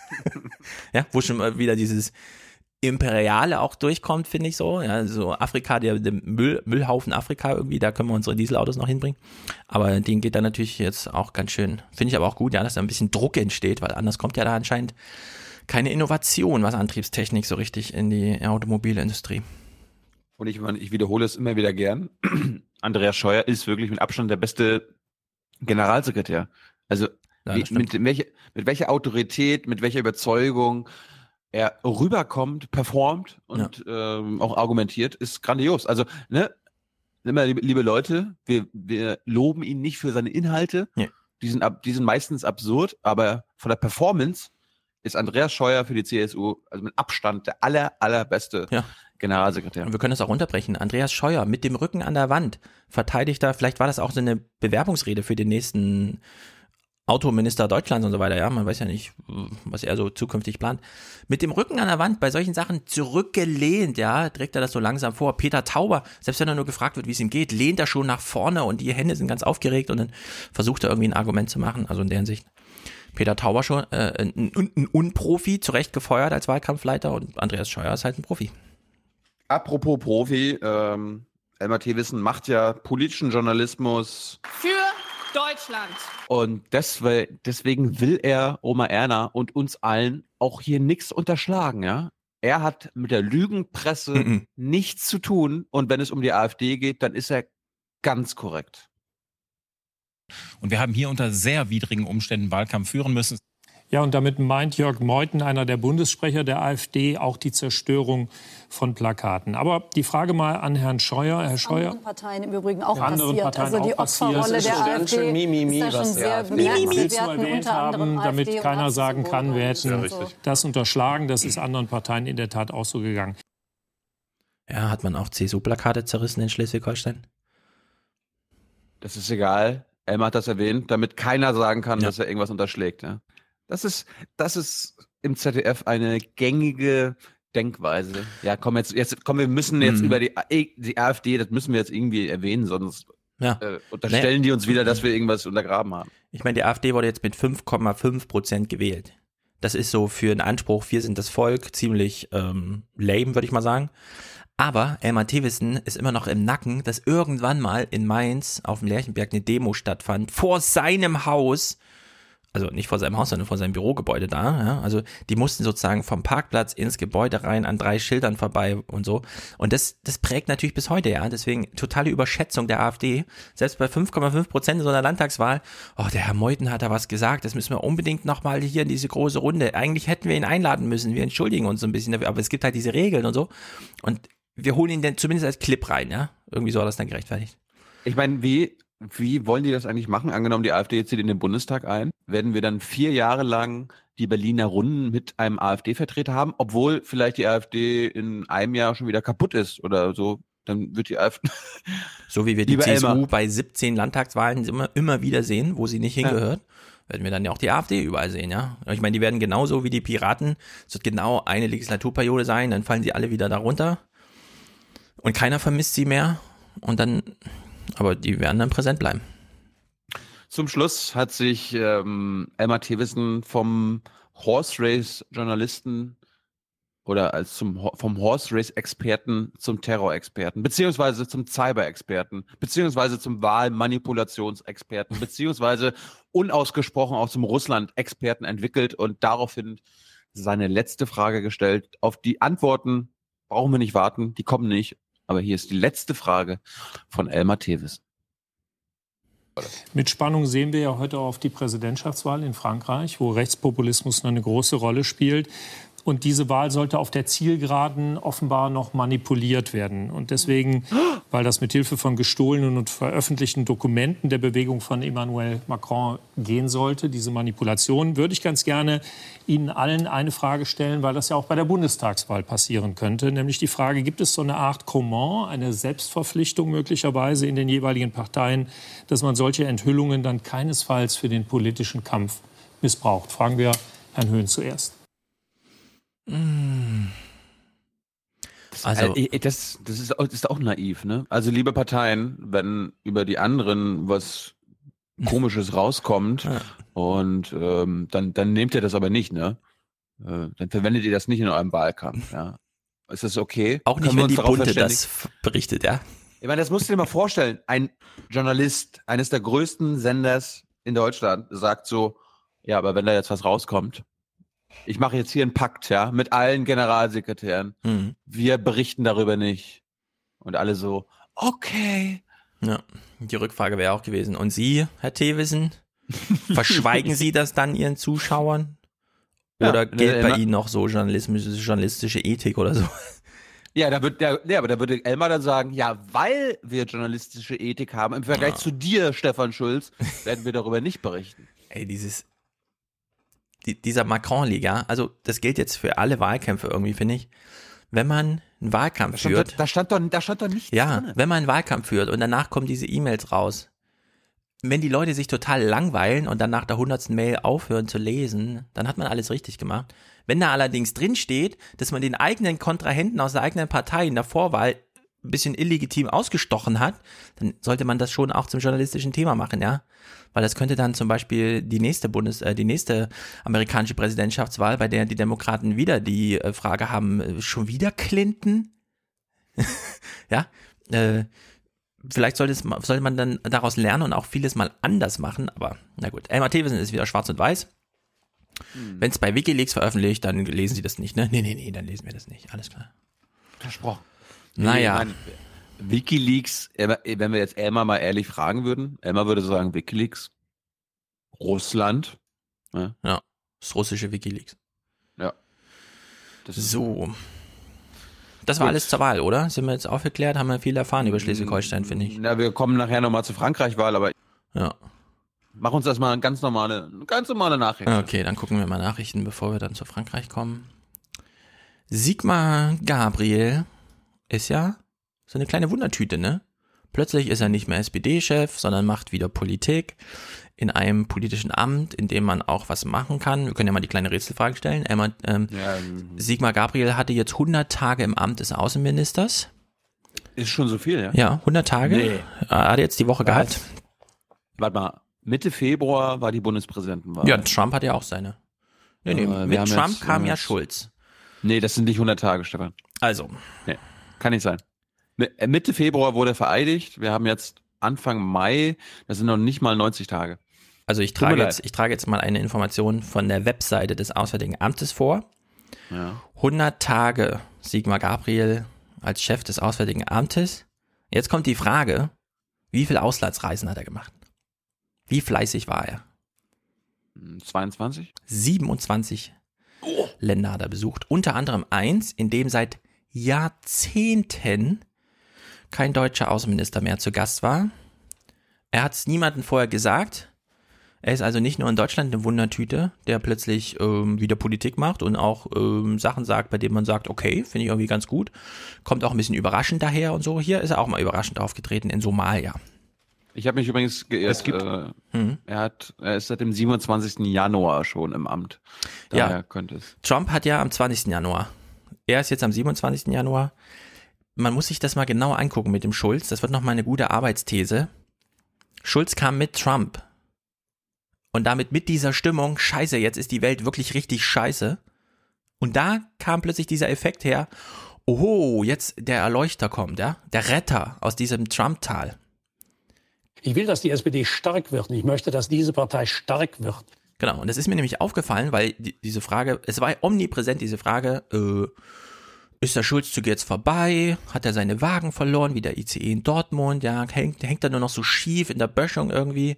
Ja, wo schon mal wieder dieses Imperiale auch durchkommt, finde ich so. Ja, so Afrika, der Müllhaufen Afrika irgendwie, da können wir unsere Dieselautos noch hinbringen. Aber denen geht dann natürlich jetzt auch ganz schön, finde ich aber auch gut, ja, dass da ein bisschen Druck entsteht, weil anders kommt ja da anscheinend keine Innovation, was Antriebstechnik so richtig in die Automobilindustrie. Und ich wiederhole es immer wieder gern. Andreas Scheuer ist wirklich mit Abstand der beste Generalsekretär. Also Ja, mit welcher Autorität, mit welcher Überzeugung er rüberkommt, performt und auch argumentiert, ist grandios. Also, ne, immer, liebe Leute, wir loben ihn nicht für seine Inhalte. Ja. Die sind meistens absurd, aber von der Performance ist Andreas Scheuer für die CSU also mit Abstand der allerbeste Generalsekretär. Und wir können das auch runterbrechen. Andreas Scheuer mit dem Rücken an der Wand verteidigt da, vielleicht war das auch so eine Bewerbungsrede für den nächsten Autominister Deutschlands und so weiter, ja, man weiß ja nicht, was er so zukünftig plant. Mit dem Rücken an der Wand bei solchen Sachen zurückgelehnt, ja, trägt er das so langsam vor. Peter Tauber, selbst wenn er nur gefragt wird, wie es ihm geht, lehnt er schon nach vorne und die Hände sind ganz aufgeregt und dann versucht er irgendwie ein Argument zu machen, also in der Hinsicht. Peter Tauber schon, ein Unprofi, zu Recht gefeuert als Wahlkampfleiter und Andreas Scheuer ist halt ein Profi. Apropos Profi, Elmar Thewissen macht ja politischen Journalismus Für Deutschland. und deswegen will er Oma Erna und uns allen auch hier nichts unterschlagen, ja. Er hat mit der Lügenpresse nichts zu tun und wenn es um die AfD geht, dann ist er ganz korrekt. Und wir haben hier unter sehr widrigen Umständen Wahlkampf führen müssen. Ja, und damit meint Jörg Meuthen, einer der Bundessprecher der AfD, auch die Zerstörung von Plakaten. Aber die Frage mal an Herrn Scheuer. Herr Scheuer. Anderen Parteien im Übrigen auch Anderen passiert. Parteien Also die auch passiert. Opferrolle der AfD ist da schon sehr bemerkenswert. zu erwähnt haben, damit keiner sagen kann, wir hätten das unterschlagen. Das ist anderen Parteien in der Tat auch so gegangen. Ja, hat man auch CSU-Plakate zerrissen in Schleswig-Holstein? Das ist egal. Elmar hat das erwähnt, damit keiner sagen kann, dass er irgendwas unterschlägt. Ja. Das ist im ZDF eine gängige Denkweise. Ja, komm, wir müssen jetzt über die AfD, das müssen wir jetzt irgendwie erwähnen, sonst unterstellen die uns wieder, dass wir irgendwas untergraben haben. Ich meine, die AfD wurde jetzt mit 5,5% gewählt. Das ist so für einen Anspruch, wir sind das Volk, ziemlich lame, würde ich mal sagen. Aber Elmar Thewissen ist immer noch im Nacken, dass irgendwann mal in Mainz auf dem Lerchenberg eine Demo stattfand, vor seinem Haus, also nicht vor seinem Haus, sondern vor seinem Bürogebäude da, ja, also die mussten sozusagen vom Parkplatz ins Gebäude rein, an 3 Schildern vorbei und so, und das prägt natürlich bis heute, ja, deswegen totale Überschätzung der AfD, selbst bei 5,5% in so einer Landtagswahl, der Herr Meuthen hat da was gesagt, das müssen wir unbedingt nochmal hier in diese große Runde, eigentlich hätten wir ihn einladen müssen, wir entschuldigen uns so ein bisschen dafür, aber es gibt halt diese Regeln und so, und wir holen ihn denn zumindest als Clip rein, ja, irgendwie so hat das dann gerechtfertigt. Ich meine, wie wollen die das eigentlich machen? Angenommen, die AfD zieht in den Bundestag ein, werden wir dann 4 Jahre lang die Berliner Runden mit einem AfD-Vertreter haben, obwohl vielleicht die AfD in einem Jahr schon wieder kaputt ist oder so, dann wird die AfD... So wie wir die CSU bei 17 Landtagswahlen immer wieder sehen, wo sie nicht hingehört, werden wir dann ja auch die AfD überall sehen, ja. Ich meine, die werden genauso wie die Piraten, es wird genau eine Legislaturperiode sein, dann fallen sie alle wieder darunter. Und keiner vermisst sie mehr. Und dann, aber die werden dann präsent bleiben. Zum Schluss hat sich Elmar Thewissen vom Horse Race Journalisten oder vom Horse Race Experten zum Terrorexperten, beziehungsweise zum Cyber-Experten, beziehungsweise zum Wahlmanipulationsexperten, beziehungsweise unausgesprochen auch zum Russland-Experten entwickelt und daraufhin seine letzte Frage gestellt. Auf die Antworten brauchen wir nicht warten, die kommen nicht. Aber hier ist die letzte Frage von Elmar Thewissen. Mit Spannung sehen wir ja heute auf die Präsidentschaftswahl in Frankreich, wo Rechtspopulismus eine große Rolle spielt. Und diese Wahl sollte auf der Zielgeraden offenbar noch manipuliert werden. Und deswegen, weil das mit Hilfe von gestohlenen und veröffentlichten Dokumenten der Bewegung von Emmanuel Macron gehen sollte, diese Manipulation, würde ich ganz gerne Ihnen allen eine Frage stellen, weil das ja auch bei der Bundestagswahl passieren könnte. Nämlich die Frage, gibt es so eine Art Command, eine Selbstverpflichtung möglicherweise in den jeweiligen Parteien, dass man solche Enthüllungen dann keinesfalls für den politischen Kampf missbraucht? Fragen wir Herrn Höhn zuerst. Also das ist auch naiv, ne? Also liebe Parteien, wenn über die anderen was Komisches rauskommt und dann nehmt ihr das aber nicht, ne? Dann verwendet ihr das nicht in eurem Wahlkampf, ja? Ist das okay? Auch nicht, wenn die Bunte das berichtet, ja? Ich meine, das musst du dir mal vorstellen. Ein Journalist eines der größten Senders in Deutschland sagt so, ja, aber wenn da jetzt was rauskommt, ich mache jetzt hier einen Pakt, ja, mit allen Generalsekretären. Wir berichten darüber nicht. Und alle so, okay. Ja, die Rückfrage wäre auch gewesen. Und Sie, Herr Thewissen, verschweigen Sie das dann Ihren Zuschauern? Oder gilt bei Ihnen noch so journalistische Ethik oder so? Ja, aber da würde Elmar dann sagen, ja, weil wir journalistische Ethik haben, im Vergleich zu dir, Stefan Schulz, werden wir darüber nicht berichten. Ey, dieser Macron-Liga, also das gilt jetzt für alle Wahlkämpfe irgendwie, finde ich. Wenn man einen Wahlkampf führt. Da stand doch nichts drin. Wenn man einen Wahlkampf führt und danach kommen diese E-Mails raus. Wenn die Leute sich total langweilen und dann nach der 100. Mail aufhören zu lesen, dann hat man alles richtig gemacht. Wenn da allerdings drin steht, dass man den eigenen Kontrahenten aus der eigenen Partei in der Vorwahl ein bisschen illegitim ausgestochen hat, dann sollte man das schon auch zum journalistischen Thema machen, ja. Weil das könnte dann zum Beispiel die nächste amerikanische Präsidentschaftswahl, bei der die Demokraten wieder die Frage haben, schon wieder Clinton? Ja, vielleicht sollte man dann daraus lernen und auch vieles mal anders machen, aber na gut. Elmar Thewissen ist wieder schwarz und weiß. Wenn es bei WikiLeaks veröffentlicht, dann lesen Sie das nicht, ne? Nee, dann lesen wir das nicht, alles klar. Versprochen. Naja. WikiLeaks, wenn wir jetzt Elmar mal ehrlich fragen würden, Elmar würde sagen, WikiLeaks, Russland. Ja, das russische WikiLeaks. Ja. So. Das war alles zur Wahl, oder? Sind wir jetzt aufgeklärt? Haben wir viel erfahren über Schleswig-Holstein, finde ich. Na, wir kommen nachher nochmal zur Frankreich-Wahl, aber ja. Mach uns erstmal eine ganz normale Nachricht. Okay, dann gucken wir mal Nachrichten, bevor wir dann zu Frankreich kommen. Sigmar Gabriel ist ja so eine kleine Wundertüte, ne? Plötzlich ist er nicht mehr SPD-Chef, sondern macht wieder Politik in einem politischen Amt, in dem man auch was machen kann. Wir können ja mal die kleine Rätselfrage stellen. Sigmar Gabriel hatte jetzt 100 Tage im Amt des Außenministers. Ist schon so viel, ja? Ja, 100 Tage. Nee. Er hat jetzt die Woche gehabt. Warte mal, Mitte Februar war die Bundespräsidentenwahl. Ja, Trump hat ja auch seine. Nee, mit Trump kam ja Schulz. Nee, das sind nicht 100 Tage, Stefan. Also. Nee, kann nicht sein. Mitte Februar wurde er vereidigt. Wir haben jetzt Anfang Mai. Das sind noch nicht mal 90 Tage. Also ich trage jetzt mal eine Information von der Webseite des Auswärtigen Amtes vor. Ja. 100 Tage Sigmar Gabriel als Chef des Auswärtigen Amtes. Jetzt kommt die Frage, wie viele Auslandsreisen hat er gemacht? Wie fleißig war er? 22? 27 Länder hat er besucht. Unter anderem eins, in dem seit Jahrzehnten kein deutscher Außenminister mehr zu Gast war. Er hat es niemandem vorher gesagt. Er ist also nicht nur in Deutschland eine Wundertüte, der plötzlich wieder Politik macht und auch Sachen sagt, bei denen man sagt, okay, finde ich irgendwie ganz gut. Kommt auch ein bisschen überraschend daher und so. Hier ist er auch mal überraschend aufgetreten in Somalia. Ich habe mich übrigens geirrt. Er ist seit dem 27. Januar schon im Amt. Daher könnte es. Trump hat ja am 20. Januar. Er ist jetzt am 27. Januar. man muss sich das mal genau angucken mit dem Schulz. Das wird nochmal eine gute Arbeitsthese. Schulz kam mit Trump. Und damit mit dieser Stimmung, scheiße, jetzt ist die Welt wirklich richtig scheiße. Und da kam plötzlich dieser Effekt her, oho, jetzt der Erleuchter kommt, ja, der Retter aus diesem Trump-Tal. Ich will, dass die SPD stark wird und ich möchte, dass diese Partei stark wird. Genau, und das ist mir nämlich aufgefallen, weil diese Frage, es war omnipräsent, diese Frage, ist der Schulzzug jetzt vorbei? Hat er seine Wagen verloren, wie der ICE in Dortmund? Ja, hängt er nur noch so schief in der Böschung irgendwie?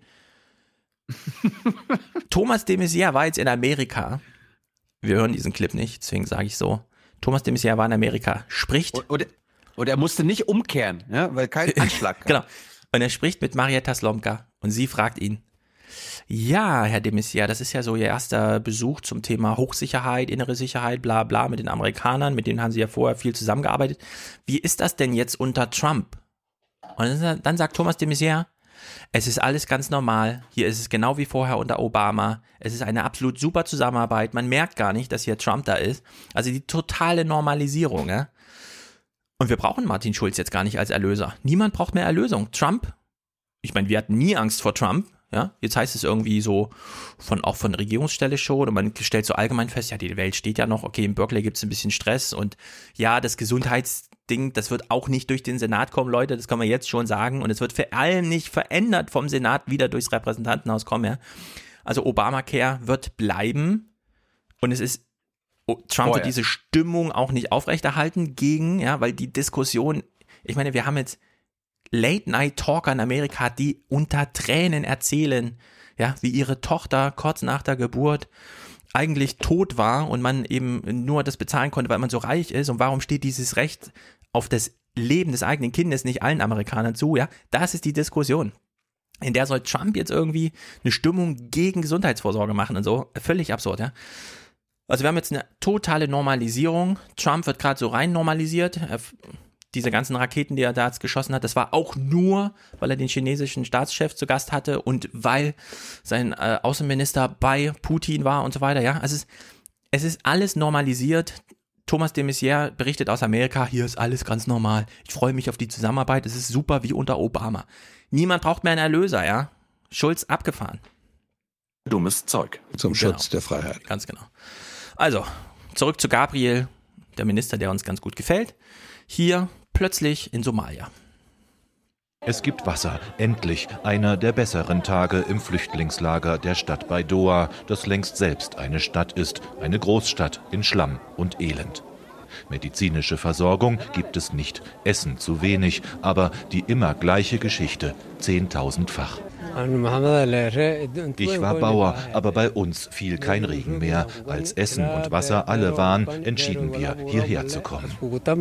Thomas de Maizière war jetzt in Amerika. Wir hören diesen Clip nicht, deswegen sage ich so. Thomas de Maizière war in Amerika, spricht. Und er musste nicht umkehren, ja, weil kein Anschlag. Genau. Und er spricht mit Marietta Slomka und sie fragt ihn, ja, Herr de Maizière, das ist ja so Ihr erster Besuch zum Thema Hochsicherheit, innere Sicherheit, bla bla mit den Amerikanern, mit denen haben Sie ja vorher viel zusammengearbeitet. Wie ist das denn jetzt unter Trump? Und dann sagt Thomas de Maizière, es ist alles ganz normal, hier ist es genau wie vorher unter Obama, es ist eine absolut super Zusammenarbeit, man merkt gar nicht, dass hier Trump da ist, also die totale Normalisierung, ja. Und wir brauchen Martin Schulz jetzt gar nicht als Erlöser, niemand braucht mehr Erlösung, Trump, ich meine, wir hatten nie Angst vor Trump, ja, jetzt heißt es irgendwie so, auch von Regierungsstelle schon und man stellt so allgemein fest, ja, die Welt steht ja noch, okay, in Berkeley gibt es ein bisschen Stress und ja, das Gesundheitsding, das wird auch nicht durch den Senat kommen, Leute, das können wir jetzt schon sagen und es wird vor allem nicht verändert vom Senat wieder durchs Repräsentantenhaus kommen, ja. Also Obamacare wird bleiben und es ist, Trump wird diese Stimmung auch nicht aufrechterhalten gegen, ja, weil die Diskussion, ich meine, wir haben jetzt Late-Night-Talker in Amerika, die unter Tränen erzählen, ja, wie ihre Tochter kurz nach der Geburt eigentlich tot war und man eben nur das bezahlen konnte, weil man so reich ist und warum steht dieses Recht auf das Leben des eigenen Kindes nicht allen Amerikanern zu, ja, das ist die Diskussion. In der soll Trump jetzt irgendwie eine Stimmung gegen Gesundheitsvorsorge machen und so, völlig absurd, ja. Also wir haben jetzt eine totale Normalisierung, Trump wird gerade so rein normalisiert, diese ganzen Raketen, die er da jetzt geschossen hat, das war auch nur, weil er den chinesischen Staatschef zu Gast hatte und weil sein Außenminister bei Putin war und so weiter, ja. Also es ist alles normalisiert. Thomas de Maizière berichtet aus Amerika, hier ist alles ganz normal. Ich freue mich auf die Zusammenarbeit, es ist super wie unter Obama. Niemand braucht mehr einen Erlöser, ja. Schulz abgefahren. Dummes Zeug. Zum Schutz der Freiheit. Ganz genau. Also, zurück zu Gabriel, der Minister, der uns ganz gut gefällt. Hier plötzlich in Somalia. Es gibt Wasser, endlich einer der besseren Tage im Flüchtlingslager der Stadt bei Doha, das längst selbst eine Stadt ist, eine Großstadt in Schlamm und Elend. Medizinische Versorgung gibt es nicht, Essen zu wenig, aber die immer gleiche Geschichte, 10.000-fach. Ich war Bauer, aber bei uns fiel kein Regen mehr. Als Essen und Wasser alle waren, entschieden wir, hierher zu kommen.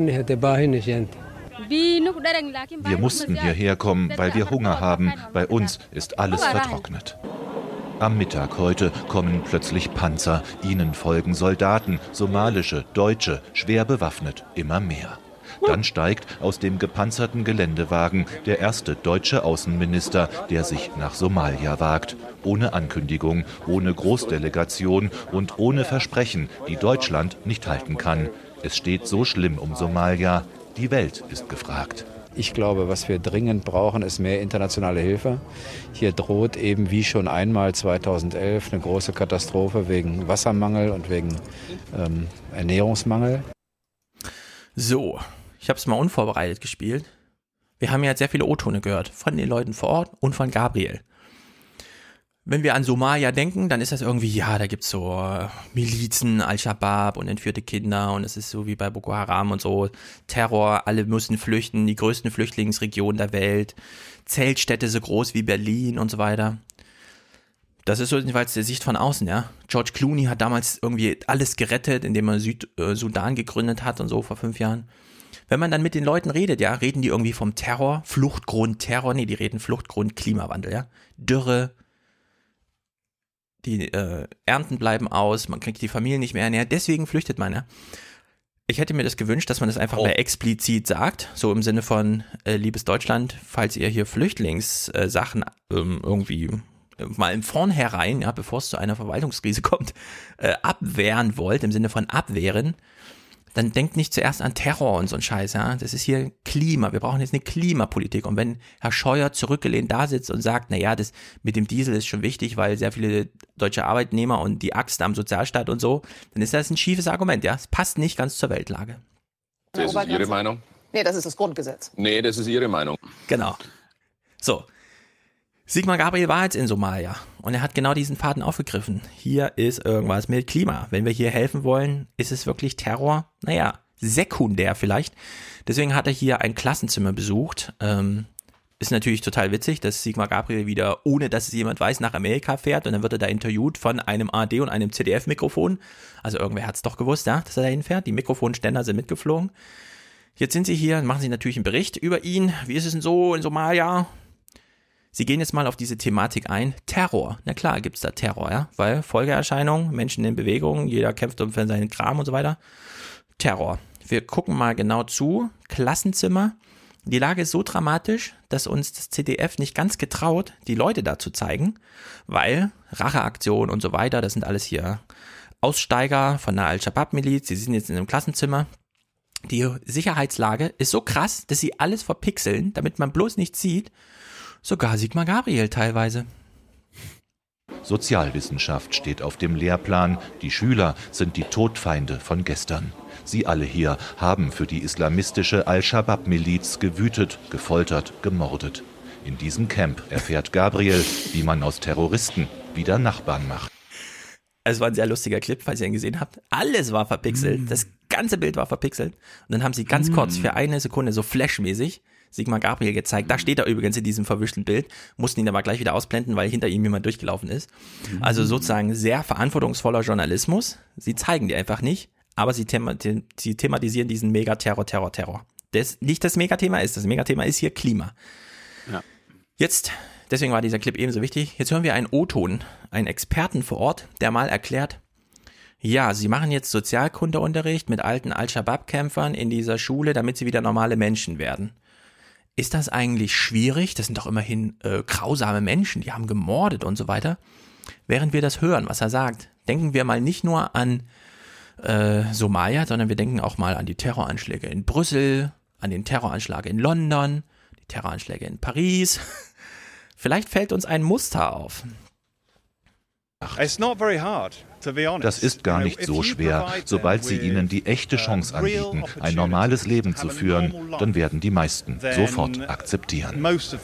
Wir mussten hierher kommen, weil wir Hunger haben. Bei uns ist alles vertrocknet. Am Mittag heute kommen plötzlich Panzer. Ihnen folgen Soldaten, somalische, Deutsche, schwer bewaffnet, immer mehr. Dann steigt aus dem gepanzerten Geländewagen der erste deutsche Außenminister, der sich nach Somalia wagt. Ohne Ankündigung, ohne Großdelegation und ohne Versprechen, die Deutschland nicht halten kann. Es steht so schlimm um Somalia. Die Welt ist gefragt. Ich glaube, was wir dringend brauchen, ist mehr internationale Hilfe. Hier droht eben wie schon einmal 2011 eine große Katastrophe wegen Wassermangel und wegen Ernährungsmangel. So, ich habe es mal unvorbereitet gespielt. Wir haben ja jetzt sehr viele O-Tone gehört, von den Leuten vor Ort und von Gabriel. Wenn wir an Somalia denken, dann ist das irgendwie, ja, da gibt's so Milizen, Al-Shabaab und entführte Kinder und es ist so wie bei Boko Haram und so, Terror, alle müssen flüchten, die größten Flüchtlingsregionen der Welt, Zeltstädte so groß wie Berlin und so weiter. Das ist so jedenfalls die Sicht von außen, ja. George Clooney hat damals irgendwie alles gerettet, indem er Südsudan gegründet hat und so vor 5 Jahren. Wenn man dann mit den Leuten redet, ja, reden die irgendwie vom Terror, Fluchtgrund Terror, nee, die reden Fluchtgrund Klimawandel, ja. Dürre, die Ernten bleiben aus, man kriegt die Familien nicht mehr ernährt, deswegen flüchtet man, ja. Ich hätte mir das gewünscht, dass man das einfach mal explizit sagt, so im Sinne von, liebes Deutschland, falls ihr hier Flüchtlingssachen irgendwie mal im Vornherein, ja, bevor es zu einer Verwaltungskrise kommt, abwehren wollt, im Sinne von abwehren, dann denkt nicht zuerst an Terror und so ein Scheiß, ja. Das ist hier Klima. Wir brauchen jetzt eine Klimapolitik. Und wenn Herr Scheuer zurückgelehnt da sitzt und sagt, naja, das mit dem Diesel ist schon wichtig, weil sehr viele deutsche Arbeitnehmer und die Axt am Sozialstaat und so, dann ist das ein schiefes Argument, ja. Es passt nicht ganz zur Weltlage. Das ist Ihre Meinung? Nee, das ist das Grundgesetz. Nee, das ist Ihre Meinung. Genau. So. Sigmar Gabriel war jetzt in Somalia und er hat genau diesen Faden aufgegriffen. Hier ist irgendwas mit Klima. Wenn wir hier helfen wollen, ist es wirklich Terror? Naja, sekundär vielleicht. Deswegen hat er hier ein Klassenzimmer besucht. Ist natürlich total witzig, dass Sigmar Gabriel wieder, ohne dass es jemand weiß, nach Amerika fährt und dann wird er da interviewt von einem ARD und einem ZDF-Mikrofon. Also irgendwer hat es doch gewusst, ja, dass er da hinfährt. Die Mikrofonständer sind mitgeflogen. Jetzt sind sie hier, machen sie natürlich einen Bericht über ihn. Wie ist es denn so in Somalia? Sie gehen jetzt mal auf diese Thematik ein. Terror. Na klar gibt's da Terror, ja, weil Folgeerscheinungen, Menschen in Bewegung, jeder kämpft um seinen Kram und so weiter. Terror. Wir gucken mal genau zu. Klassenzimmer. Die Lage ist so dramatisch, dass uns das ZDF nicht ganz getraut, die Leute da zu zeigen, weil Racheaktion und so weiter, das sind alles hier Aussteiger von der Al-Shabaab-Miliz, sie sind jetzt in einem Klassenzimmer. Die Sicherheitslage ist so krass, dass sie alles verpixeln, damit man bloß nichts sieht. Sogar Sigmar Gabriel teilweise. Sozialwissenschaft steht auf dem Lehrplan. Die Schüler sind die Todfeinde von gestern. Sie alle hier haben für die islamistische Al-Shabaab-Miliz gewütet, gefoltert, gemordet. In diesem Camp erfährt Gabriel, wie man aus Terroristen wieder Nachbarn macht. Es war ein sehr lustiger Clip, falls ihr ihn gesehen habt. Alles war verpixelt, das ganze Bild war verpixelt. Und dann haben sie ganz kurz für eine Sekunde so flashmäßig Sigmar Gabriel gezeigt. Da steht er übrigens in diesem verwischten Bild, mussten ihn aber gleich wieder ausblenden, weil hinter ihm jemand durchgelaufen ist. Also sozusagen sehr verantwortungsvoller Journalismus. Sie zeigen die einfach nicht, aber sie thematisieren diesen Megaterror. Das nicht das Megathema ist. Das Megathema ist hier Klima. Ja. Jetzt, deswegen war dieser Clip ebenso wichtig. Jetzt hören wir einen O-Ton, einen Experten vor Ort, der mal erklärt, ja, sie machen jetzt Sozialkundeunterricht mit alten Al-Shabaab-Kämpfern in dieser Schule, damit sie wieder normale Menschen werden. Ist das eigentlich schwierig? Das sind doch immerhin grausame Menschen, die haben gemordet und so weiter. Während wir das hören, was er sagt, denken wir mal nicht nur an Somalia, sondern wir denken auch mal an die Terroranschläge in Brüssel, an den Terroranschlag in London, die Terroranschläge in Paris. Vielleicht fällt uns ein Muster auf. Das ist gar nicht so schwer. Sobald Sie ihnen die echte Chance anbieten, ein normales Leben zu führen, dann werden die meisten sofort akzeptieren.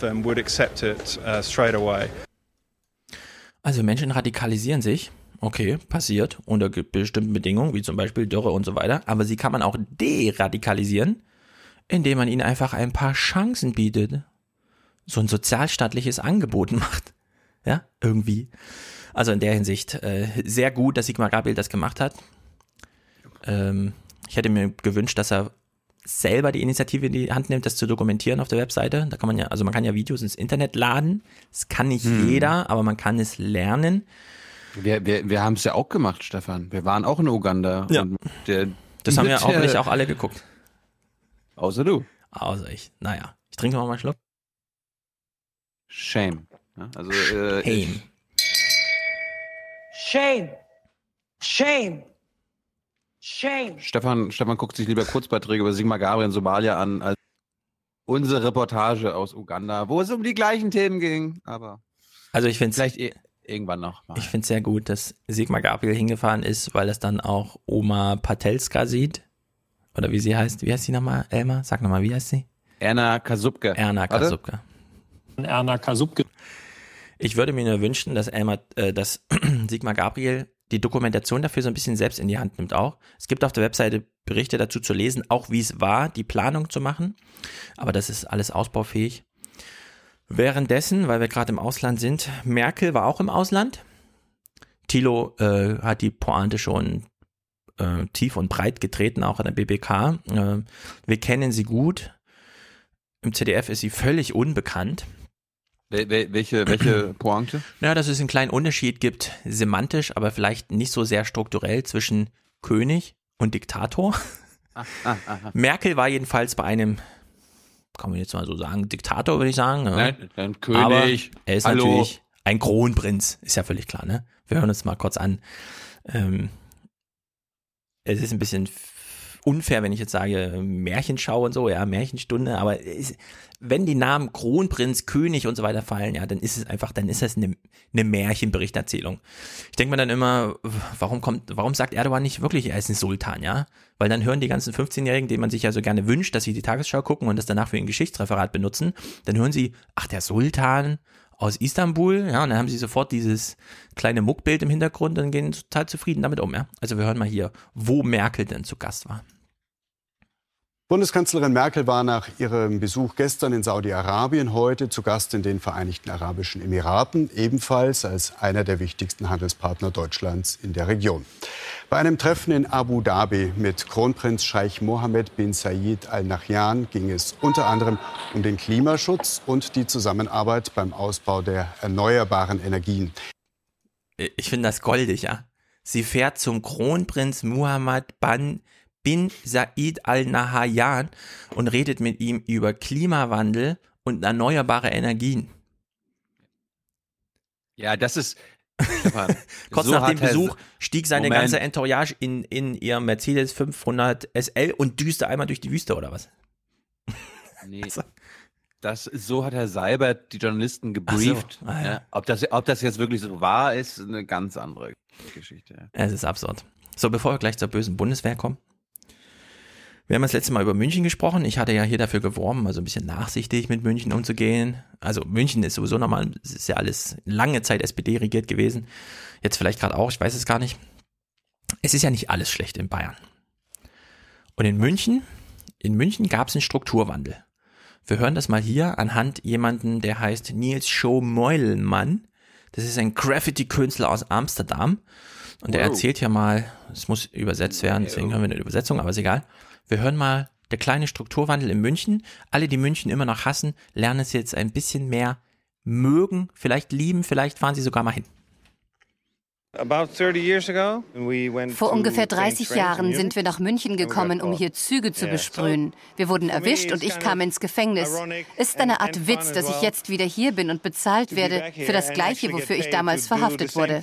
Also Menschen radikalisieren sich, okay, passiert unter bestimmten Bedingungen, wie zum Beispiel Dürre und so weiter, aber sie kann man auch deradikalisieren, indem man ihnen einfach ein paar Chancen bietet, so ein sozialstaatliches Angebot macht, ja, irgendwie. Also in der Hinsicht sehr gut, dass Sigmar Gabriel das gemacht hat. Ich hätte mir gewünscht, dass er selber die Initiative in die Hand nimmt, das zu dokumentieren auf der Webseite. Da kann man ja, also man kann ja Videos ins Internet laden. Das kann nicht jeder, aber man kann es lernen. Wir haben es ja auch gemacht, Stefan. Wir waren auch in Uganda. Ja. Und das haben ja hoffentlich auch alle geguckt. Außer du. Außer ich. Naja, ich trinke mal einen Schluck. Shame. Ja, also, Shame. Shame. Shame. Shame. Stefan guckt sich lieber Kurzbeiträge über Sigmar Gabriel in Somalia an, als unsere Reportage aus Uganda, wo es um die gleichen Themen ging. Aber also ich finde es vielleicht irgendwann noch mal. Ich finde es sehr gut, dass Sigmar Gabriel hingefahren ist, weil es dann auch Oma Patelska sieht. Oder wie sie heißt. Wie heißt sie nochmal, Elmar? Sag nochmal, wie heißt sie? Erna Kasubke. Erna Kasubke. Ich würde mir nur wünschen, dass Sigmar Gabriel die Dokumentation dafür so ein bisschen selbst in die Hand nimmt auch. Es gibt auf der Webseite Berichte dazu zu lesen, auch wie es war, die Planung zu machen. Aber das ist alles ausbaufähig. Währenddessen, weil wir gerade im Ausland sind, Merkel war auch im Ausland. Thilo hat die Pointe schon tief und breit getreten, auch an der BBK. Wir kennen sie gut. Im ZDF ist sie völlig unbekannt. Welche Pointe? Ja, dass es einen kleinen Unterschied gibt, semantisch, aber vielleicht nicht so sehr strukturell zwischen König und Diktator. Merkel war jedenfalls bei einem, kann man jetzt mal so sagen, Diktator, würde ich sagen. Ja. Nein, ein König. Aber er ist natürlich ein Kronprinz, ist ja völlig klar, ne? Wir hören uns mal kurz an. Es ist ein bisschen unfair, wenn ich jetzt sage Märchenschau und so, ja, Märchenstunde, aber wenn die Namen Kronprinz, König und so weiter fallen, ja, dann ist das eine Märchenberichterzielung. Ich denke mir dann immer, warum sagt Erdogan nicht wirklich, er ist ein Sultan, ja? Weil dann hören die ganzen 15-Jährigen, denen man sich ja so gerne wünscht, dass sie die Tagesschau gucken und das danach für ein Geschichtsreferat benutzen, dann hören sie, ach, der Sultan aus Istanbul, ja, und dann haben sie sofort dieses kleine Muckbild im Hintergrund und gehen total zufrieden damit um, ja. Also wir hören mal hier, wo Merkel denn zu Gast war. Bundeskanzlerin Merkel war nach ihrem Besuch gestern in Saudi-Arabien heute zu Gast in den Vereinigten Arabischen Emiraten, ebenfalls als einer der wichtigsten Handelspartner Deutschlands in der Region. Bei einem Treffen in Abu Dhabi mit Kronprinz Scheich Mohammed bin Zayed Al Nahyan ging es unter anderem um den Klimaschutz und die Zusammenarbeit beim Ausbau der erneuerbaren Energien. Ich finde das goldig, ja. Sie fährt zum Kronprinz Mohammed bin Zayed Al Nahyan und redet mit ihm über Klimawandel und erneuerbare Energien. Ja, das ist... Kurz nach dem Besuch stieg seine ganze Entourage in ihr Mercedes 500 SL und düste einmal durch die Wüste, oder was? Nee, so hat Herr Seibert die Journalisten gebrieft. So. Ja. Ob das jetzt wirklich so wahr ist, eine ganz andere Geschichte. Ja. Es ist absurd. So, bevor wir gleich zur bösen Bundeswehr kommen. Wir haben das letzte Mal über München gesprochen. Ich hatte ja hier dafür geworben, also ein bisschen nachsichtig mit München umzugehen. Also München ist sowieso normal, es ist ja alles lange Zeit SPD regiert gewesen. Jetzt vielleicht gerade auch, ich weiß es gar nicht. Es ist ja nicht alles schlecht in Bayern. Und in München gab es einen Strukturwandel. Wir hören das mal hier anhand jemanden, der heißt Niels Schoh-Meulmann. Das ist ein Graffiti-Künstler aus Amsterdam. Und der erzählt ja mal, es muss übersetzt werden, deswegen hören wir eine Übersetzung, aber ist egal. Wir hören mal, der kleine Strukturwandel in München. Alle, die München immer noch hassen, lernen es jetzt ein bisschen mehr mögen, vielleicht lieben, vielleicht fahren sie sogar mal hin. Vor ungefähr 30 Jahren sind wir nach München gekommen, um hier Züge zu besprühen. Wir wurden erwischt und ich kam ins Gefängnis. Es ist eine Art Witz, dass ich jetzt wieder hier bin und bezahlt werde für das Gleiche, wofür ich damals verhaftet wurde.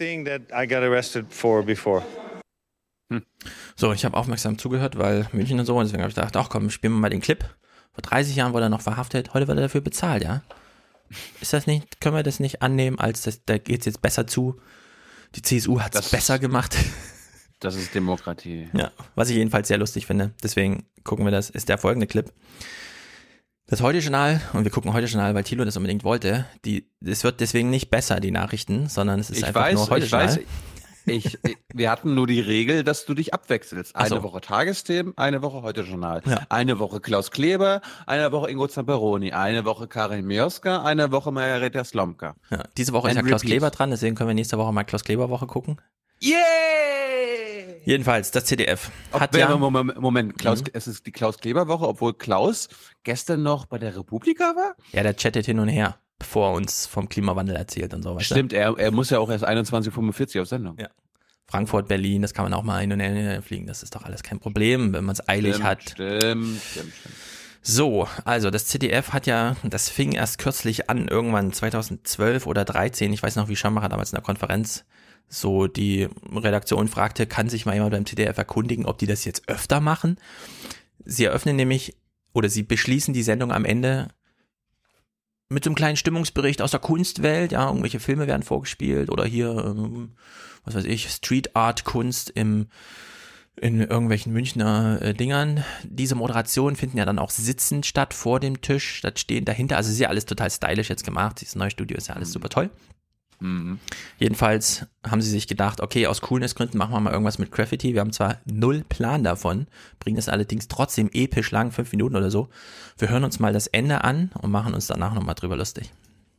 So, ich habe aufmerksam zugehört, weil München und so, und deswegen habe ich gedacht, ach komm, spielen wir mal den Clip. Vor 30 Jahren wurde er noch verhaftet, heute wird er dafür bezahlt, ja? Ist das nicht, können wir das nicht annehmen, da geht es jetzt besser zu? Die CSU hat es besser gemacht. Das ist Demokratie. Ja, was ich jedenfalls sehr lustig finde. Deswegen gucken wir das, ist der folgende Clip. Das Heute-Journal, und wir gucken Heute-Journal, weil Thilo das unbedingt wollte, es wird deswegen nicht besser, die Nachrichten, sondern es ist einfach nur Heute-Journal. Wir hatten nur die Regel, dass du dich abwechselst. Eine Woche Tagesthemen, eine Woche Heute-Journal. Ja. Eine Woche Klaus Kleber, eine Woche Ingo Zamperoni, eine Woche Karin Mioska, eine Woche Margareta Slomka. Ja, diese Woche ist ja Klaus Kleber dran, deswegen können wir nächste Woche mal Klaus Kleber Woche gucken. Yeah! Jedenfalls, das ZDF hat Moment, Klaus, es ist die Klaus Kleber Woche, obwohl Klaus gestern noch bei der Republika war? Ja, der chattet hin und her, bevor er uns vom Klimawandel erzählt und so. Stimmt, er muss ja auch erst 21:45 auf Sendung. Ja. Frankfurt, Berlin, das kann man auch mal hin und her fliegen, das ist doch alles kein Problem, wenn man es eilig hat. Stimmt. So, also das ZDF hat ja, das fing erst kürzlich an, irgendwann 2012 oder 2013, ich weiß noch, wie Schumacher damals in der Konferenz so die Redaktion fragte, kann sich mal jemand beim ZDF erkundigen, ob die das jetzt öfter machen? Sie eröffnen nämlich, oder sie beschließen die Sendung am Ende mit so einem kleinen Stimmungsbericht aus der Kunstwelt, ja, irgendwelche Filme werden vorgespielt oder hier, was weiß ich, Street Art Kunst in irgendwelchen Münchner Dingern. Diese Moderationen finden ja dann auch sitzend statt vor dem Tisch, das stehen dahinter, also ist ja alles total stylisch jetzt gemacht, dieses neue Studio ist ja alles super toll. Mhm. Jedenfalls haben sie sich gedacht, okay, aus Coolness-Gründen machen wir mal irgendwas mit Graffiti. Wir haben zwar null Plan davon, bringen es allerdings trotzdem episch lang, 5 Minuten oder so. Wir hören uns mal das Ende an und machen uns danach nochmal drüber lustig.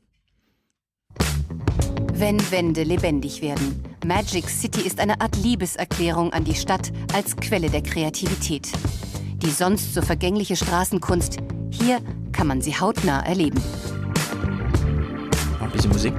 Wenn Wände lebendig werden. Magic City ist eine Art Liebeserklärung an die Stadt als Quelle der Kreativität. Die sonst so vergängliche Straßenkunst, hier kann man sie hautnah erleben. Noch ein bisschen Musik.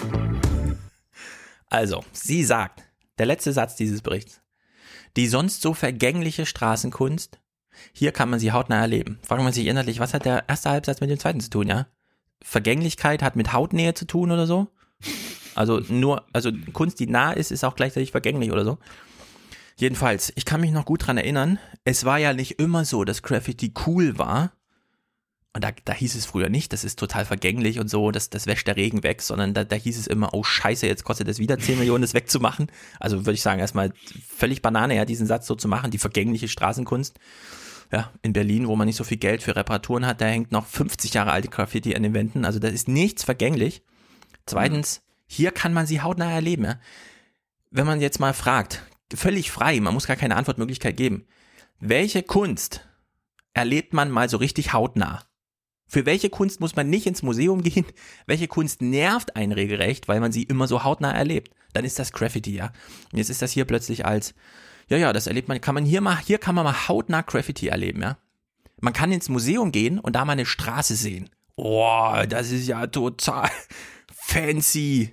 Also, sie sagt, der letzte Satz dieses Berichts, die sonst so vergängliche Straßenkunst, hier kann man sie hautnah erleben. Fragen wir sich innerlich, was hat der erste Halbsatz mit dem zweiten zu tun, ja? Vergänglichkeit hat mit Hautnähe zu tun oder so? Also Kunst, die nah ist, ist auch gleichzeitig vergänglich oder so. Jedenfalls, ich kann mich noch gut dran erinnern, es war ja nicht immer so, dass Graffiti cool war. Und da hieß es früher nicht, das ist total vergänglich und so, das wäscht der Regen weg, sondern da hieß es immer, oh scheiße, jetzt kostet es wieder 10 Millionen, das wegzumachen. Also würde ich sagen, erstmal völlig Banane, ja, diesen Satz so zu machen, die vergängliche Straßenkunst. Ja, in Berlin, wo man nicht so viel Geld für Reparaturen hat, da hängt noch 50 Jahre alte Graffiti an den Wänden, also da ist nichts vergänglich. Zweitens, hier kann man sie hautnah erleben. Ja? Wenn man jetzt mal fragt, völlig frei, man muss gar keine Antwortmöglichkeit geben, welche Kunst erlebt man mal so richtig hautnah? Für welche Kunst muss man nicht ins Museum gehen? Welche Kunst nervt einen regelrecht, weil man sie immer so hautnah erlebt? Dann ist das Graffiti, ja. Und jetzt ist das hier plötzlich als, ja, das erlebt man, hier kann man mal hautnah Graffiti erleben, ja. Man kann ins Museum gehen und da mal eine Straße sehen. Oh, das ist ja total fancy.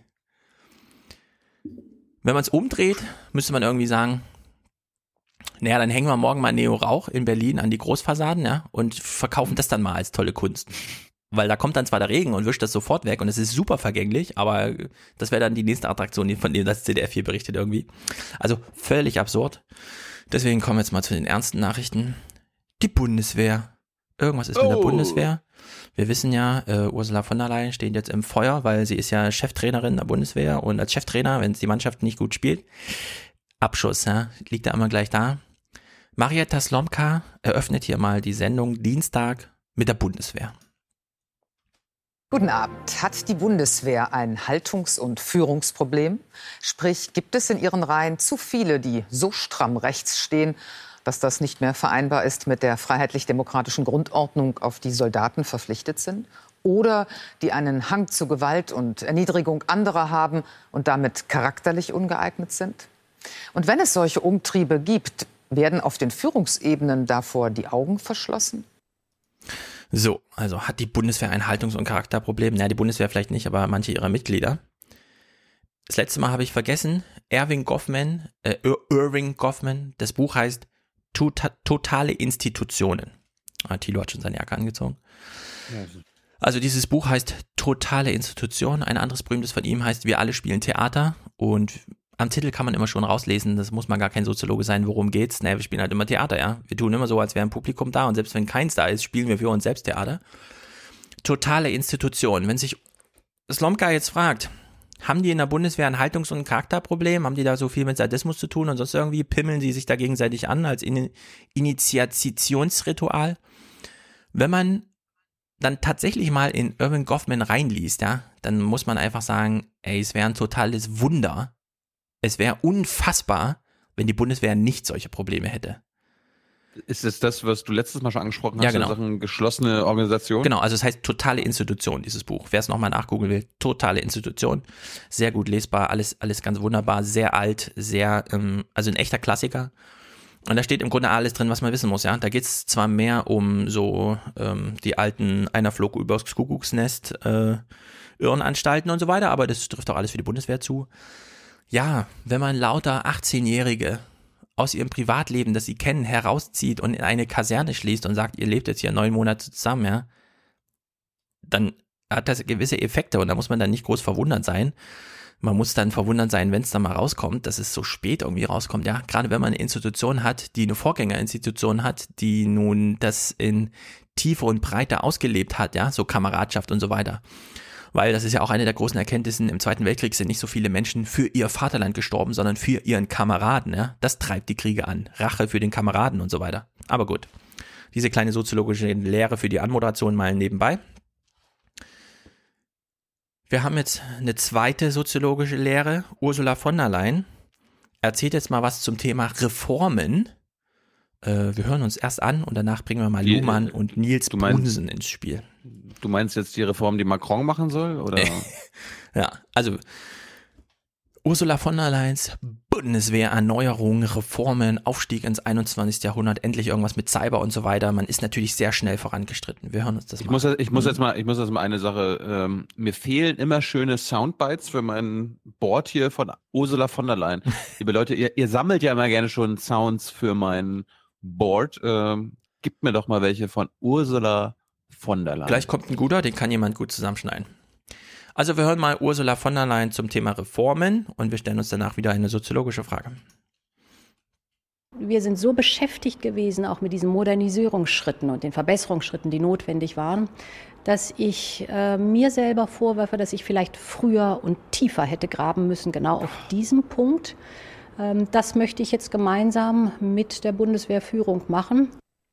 Wenn man es umdreht, müsste man irgendwie sagen, naja, dann hängen wir morgen mal Neo Rauch in Berlin an die Großfassaden, ja, und verkaufen das dann mal als tolle Kunst. Weil da kommt dann zwar der Regen und wischt das sofort weg und es ist super vergänglich, aber das wäre dann die nächste Attraktion, von der das ZDF hier berichtet irgendwie. Also völlig absurd. Deswegen kommen wir jetzt mal zu den ernsten Nachrichten. Die Bundeswehr. Irgendwas ist mit der Bundeswehr. Wir wissen ja, Ursula von der Leyen steht jetzt im Feuer, weil sie ist ja Cheftrainerin der Bundeswehr und als Cheftrainer, wenn die Mannschaft nicht gut spielt, Abschuss, ja, liegt da immer gleich da. Marietta Slomka eröffnet hier mal die Sendung Dienstag mit der Bundeswehr. Guten Abend. Hat die Bundeswehr ein Haltungs- und Führungsproblem? Sprich, gibt es in ihren Reihen zu viele, die so stramm rechts stehen, dass das nicht mehr vereinbar ist mit der freiheitlich-demokratischen Grundordnung, auf die Soldaten verpflichtet sind? Oder die einen Hang zu Gewalt und Erniedrigung anderer haben und damit charakterlich ungeeignet sind? Und wenn es solche Umtriebe gibt, werden auf den Führungsebenen davor die Augen verschlossen? So, also hat die Bundeswehr ein Haltungs- und Charakterproblem? Na, die Bundeswehr vielleicht nicht, aber manche ihrer Mitglieder. Das letzte Mal habe ich vergessen, Irving Goffman, das Buch heißt Totale Institutionen. Thilo hat schon seine Jacke angezogen. Also dieses Buch heißt Totale Institutionen. Ein anderes berühmtes von ihm heißt Wir alle spielen Theater. Und am Titel kann man immer schon rauslesen, das muss man gar kein Soziologe sein, worum geht's. Naja, wir spielen halt immer Theater, ja. Wir tun immer so, als wäre ein Publikum da und selbst wenn keins da ist, spielen wir für uns selbst Theater. Totale Institutionen. Wenn sich Slomka jetzt fragt, haben die in der Bundeswehr ein Haltungs- und Charakterproblem? Haben die da so viel mit Sadismus zu tun und sonst irgendwie pimmeln sie sich da gegenseitig an als Initiationsritual? Wenn man dann tatsächlich mal in Irving Goffman reinliest, ja, dann muss man einfach sagen, ey, es wäre ein totales Wunder. Es wäre unfassbar, wenn die Bundeswehr nicht solche Probleme hätte. Ist es das, was du letztes Mal schon angesprochen hast, ja, genau. in Sachen geschlossene Organisation? Genau, also es heißt Totale Institution, dieses Buch. Wer es nochmal nachgoogeln will, Totale Institution. Sehr gut lesbar, alles ganz wunderbar, sehr alt, also ein echter Klassiker. Und da steht im Grunde alles drin, was man wissen muss, ja. Da geht es zwar mehr um so die alten Einer flog übers Kuckucksnest Irrenanstalten und so weiter, aber das trifft auch alles für die Bundeswehr zu. Ja, wenn man lauter 18-Jährige aus ihrem Privatleben, das sie kennen, herauszieht und in eine Kaserne schließt und sagt, ihr lebt jetzt hier 9 Monate zusammen, ja, dann hat das gewisse Effekte und da muss man dann nicht groß verwundert sein. Man muss dann verwundert sein, wenn es dann mal rauskommt, dass es so spät irgendwie rauskommt, ja, gerade wenn man eine Institution hat, die eine Vorgängerinstitution hat, die nun das in Tiefe und Breite ausgelebt hat, ja, so Kameradschaft und so weiter. Weil das ist ja auch eine der großen Erkenntnisse, im Zweiten Weltkrieg sind nicht so viele Menschen für ihr Vaterland gestorben, sondern für ihren Kameraden. Ja? Das treibt die Kriege an. Rache für den Kameraden und so weiter. Aber gut, diese kleine soziologische Lehre für die Anmoderation mal nebenbei. Wir haben jetzt eine zweite soziologische Lehre. Ursula von der Leyen erzählt jetzt mal was zum Thema Reformen. Wir hören uns erst an und danach bringen wir mal Luhmann und Niels Brunsen ins Spiel. Du meinst jetzt die Reform, die Macron machen soll? Oder? Ja, also Ursula von der Leyens Bundeswehr, Erneuerung, Reformen, Aufstieg ins 21. Jahrhundert, endlich irgendwas mit Cyber und so weiter. Man ist natürlich sehr schnell vorangestritten. Wir hören uns das mal. Ich muss jetzt mal eine Sache. Mir fehlen immer schöne Soundbites für mein Board hier von Ursula von der Leyen. Liebe Leute, ihr sammelt ja immer gerne schon Sounds für mein Board. Gibt mir doch mal welche von Ursula von der Leyen. Gleich kommt ein guter, den kann jemand gut zusammenschneiden. Also wir hören mal Ursula von der Leyen zum Thema Reformen und wir stellen uns danach wieder eine soziologische Frage. Wir sind so beschäftigt gewesen, auch mit diesen Modernisierungsschritten und den Verbesserungsschritten, die notwendig waren, dass ich mir selber vorwerfe, dass ich vielleicht früher und tiefer hätte graben müssen, genau auf diesem Punkt. Das möchte ich jetzt gemeinsam mit der Bundeswehrführung machen.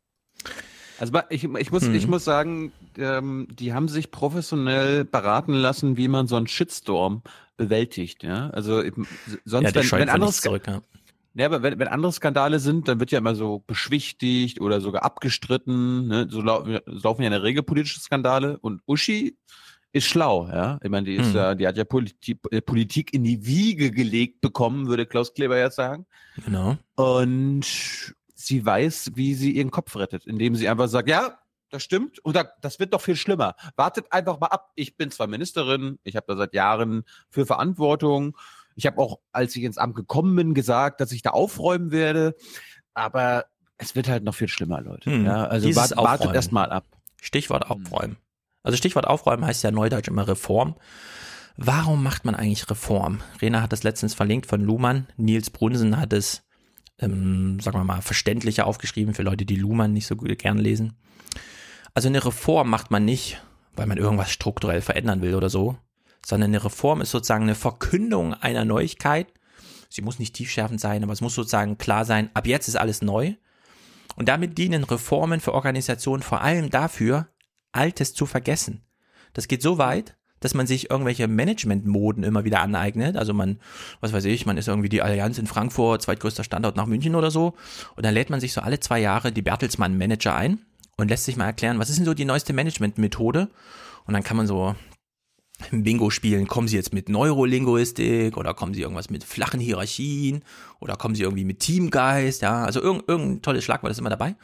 Also ich muss sagen, die haben sich professionell beraten lassen, wie man so einen Shitstorm bewältigt. Ja? Also sonst, wenn andere aber wenn andere Skandale sind, dann wird ja immer so beschwichtigt oder sogar abgestritten. Ne? So laufen ja in der Regel politische Skandale. Und Uschi ist schlau, ja. Ich meine, die hat ja Politik in die Wiege gelegt bekommen, würde Klaus Kleber jetzt sagen. Genau. Und sie weiß, wie sie ihren Kopf rettet, indem sie einfach sagt, ja, das stimmt, und das wird doch viel schlimmer. Wartet einfach mal ab. Ich bin zwar Ministerin, ich habe da seit Jahren für Verantwortung. Ich habe auch, als ich ins Amt gekommen bin, gesagt, dass ich da aufräumen werde. Aber es wird halt noch viel schlimmer, Leute. Ja, also wartet erst mal ab. Stichwort aufräumen. Also Stichwort aufräumen heißt ja neudeutsch immer Reform. Warum macht man eigentlich Reform? Rena hat das letztens verlinkt von Luhmann. Nils Brunsen hat es, sagen wir mal, verständlicher aufgeschrieben für Leute, die Luhmann nicht so gut gern lesen. Also eine Reform macht man nicht, weil man irgendwas strukturell verändern will oder so, sondern eine Reform ist sozusagen eine Verkündung einer Neuigkeit. Sie muss nicht tiefschärfend sein, aber es muss sozusagen klar sein, ab jetzt ist alles neu. Und damit dienen Reformen für Organisationen vor allem dafür, Altes zu vergessen. Das geht so weit, dass man sich irgendwelche Management-Moden immer wieder aneignet. Also man ist irgendwie die Allianz in Frankfurt, zweitgrößter Standort nach München oder so. Und dann lädt man sich so alle 2 Jahre die Bertelsmann-Manager ein und lässt sich mal erklären, was ist denn so die neueste Management-Methode? Und dann kann man so im Bingo spielen, kommen Sie jetzt mit Neurolinguistik oder kommen Sie irgendwas mit flachen Hierarchien oder kommen Sie irgendwie mit Teamgeist, ja, also irgendein tolles Schlagwort ist immer dabei.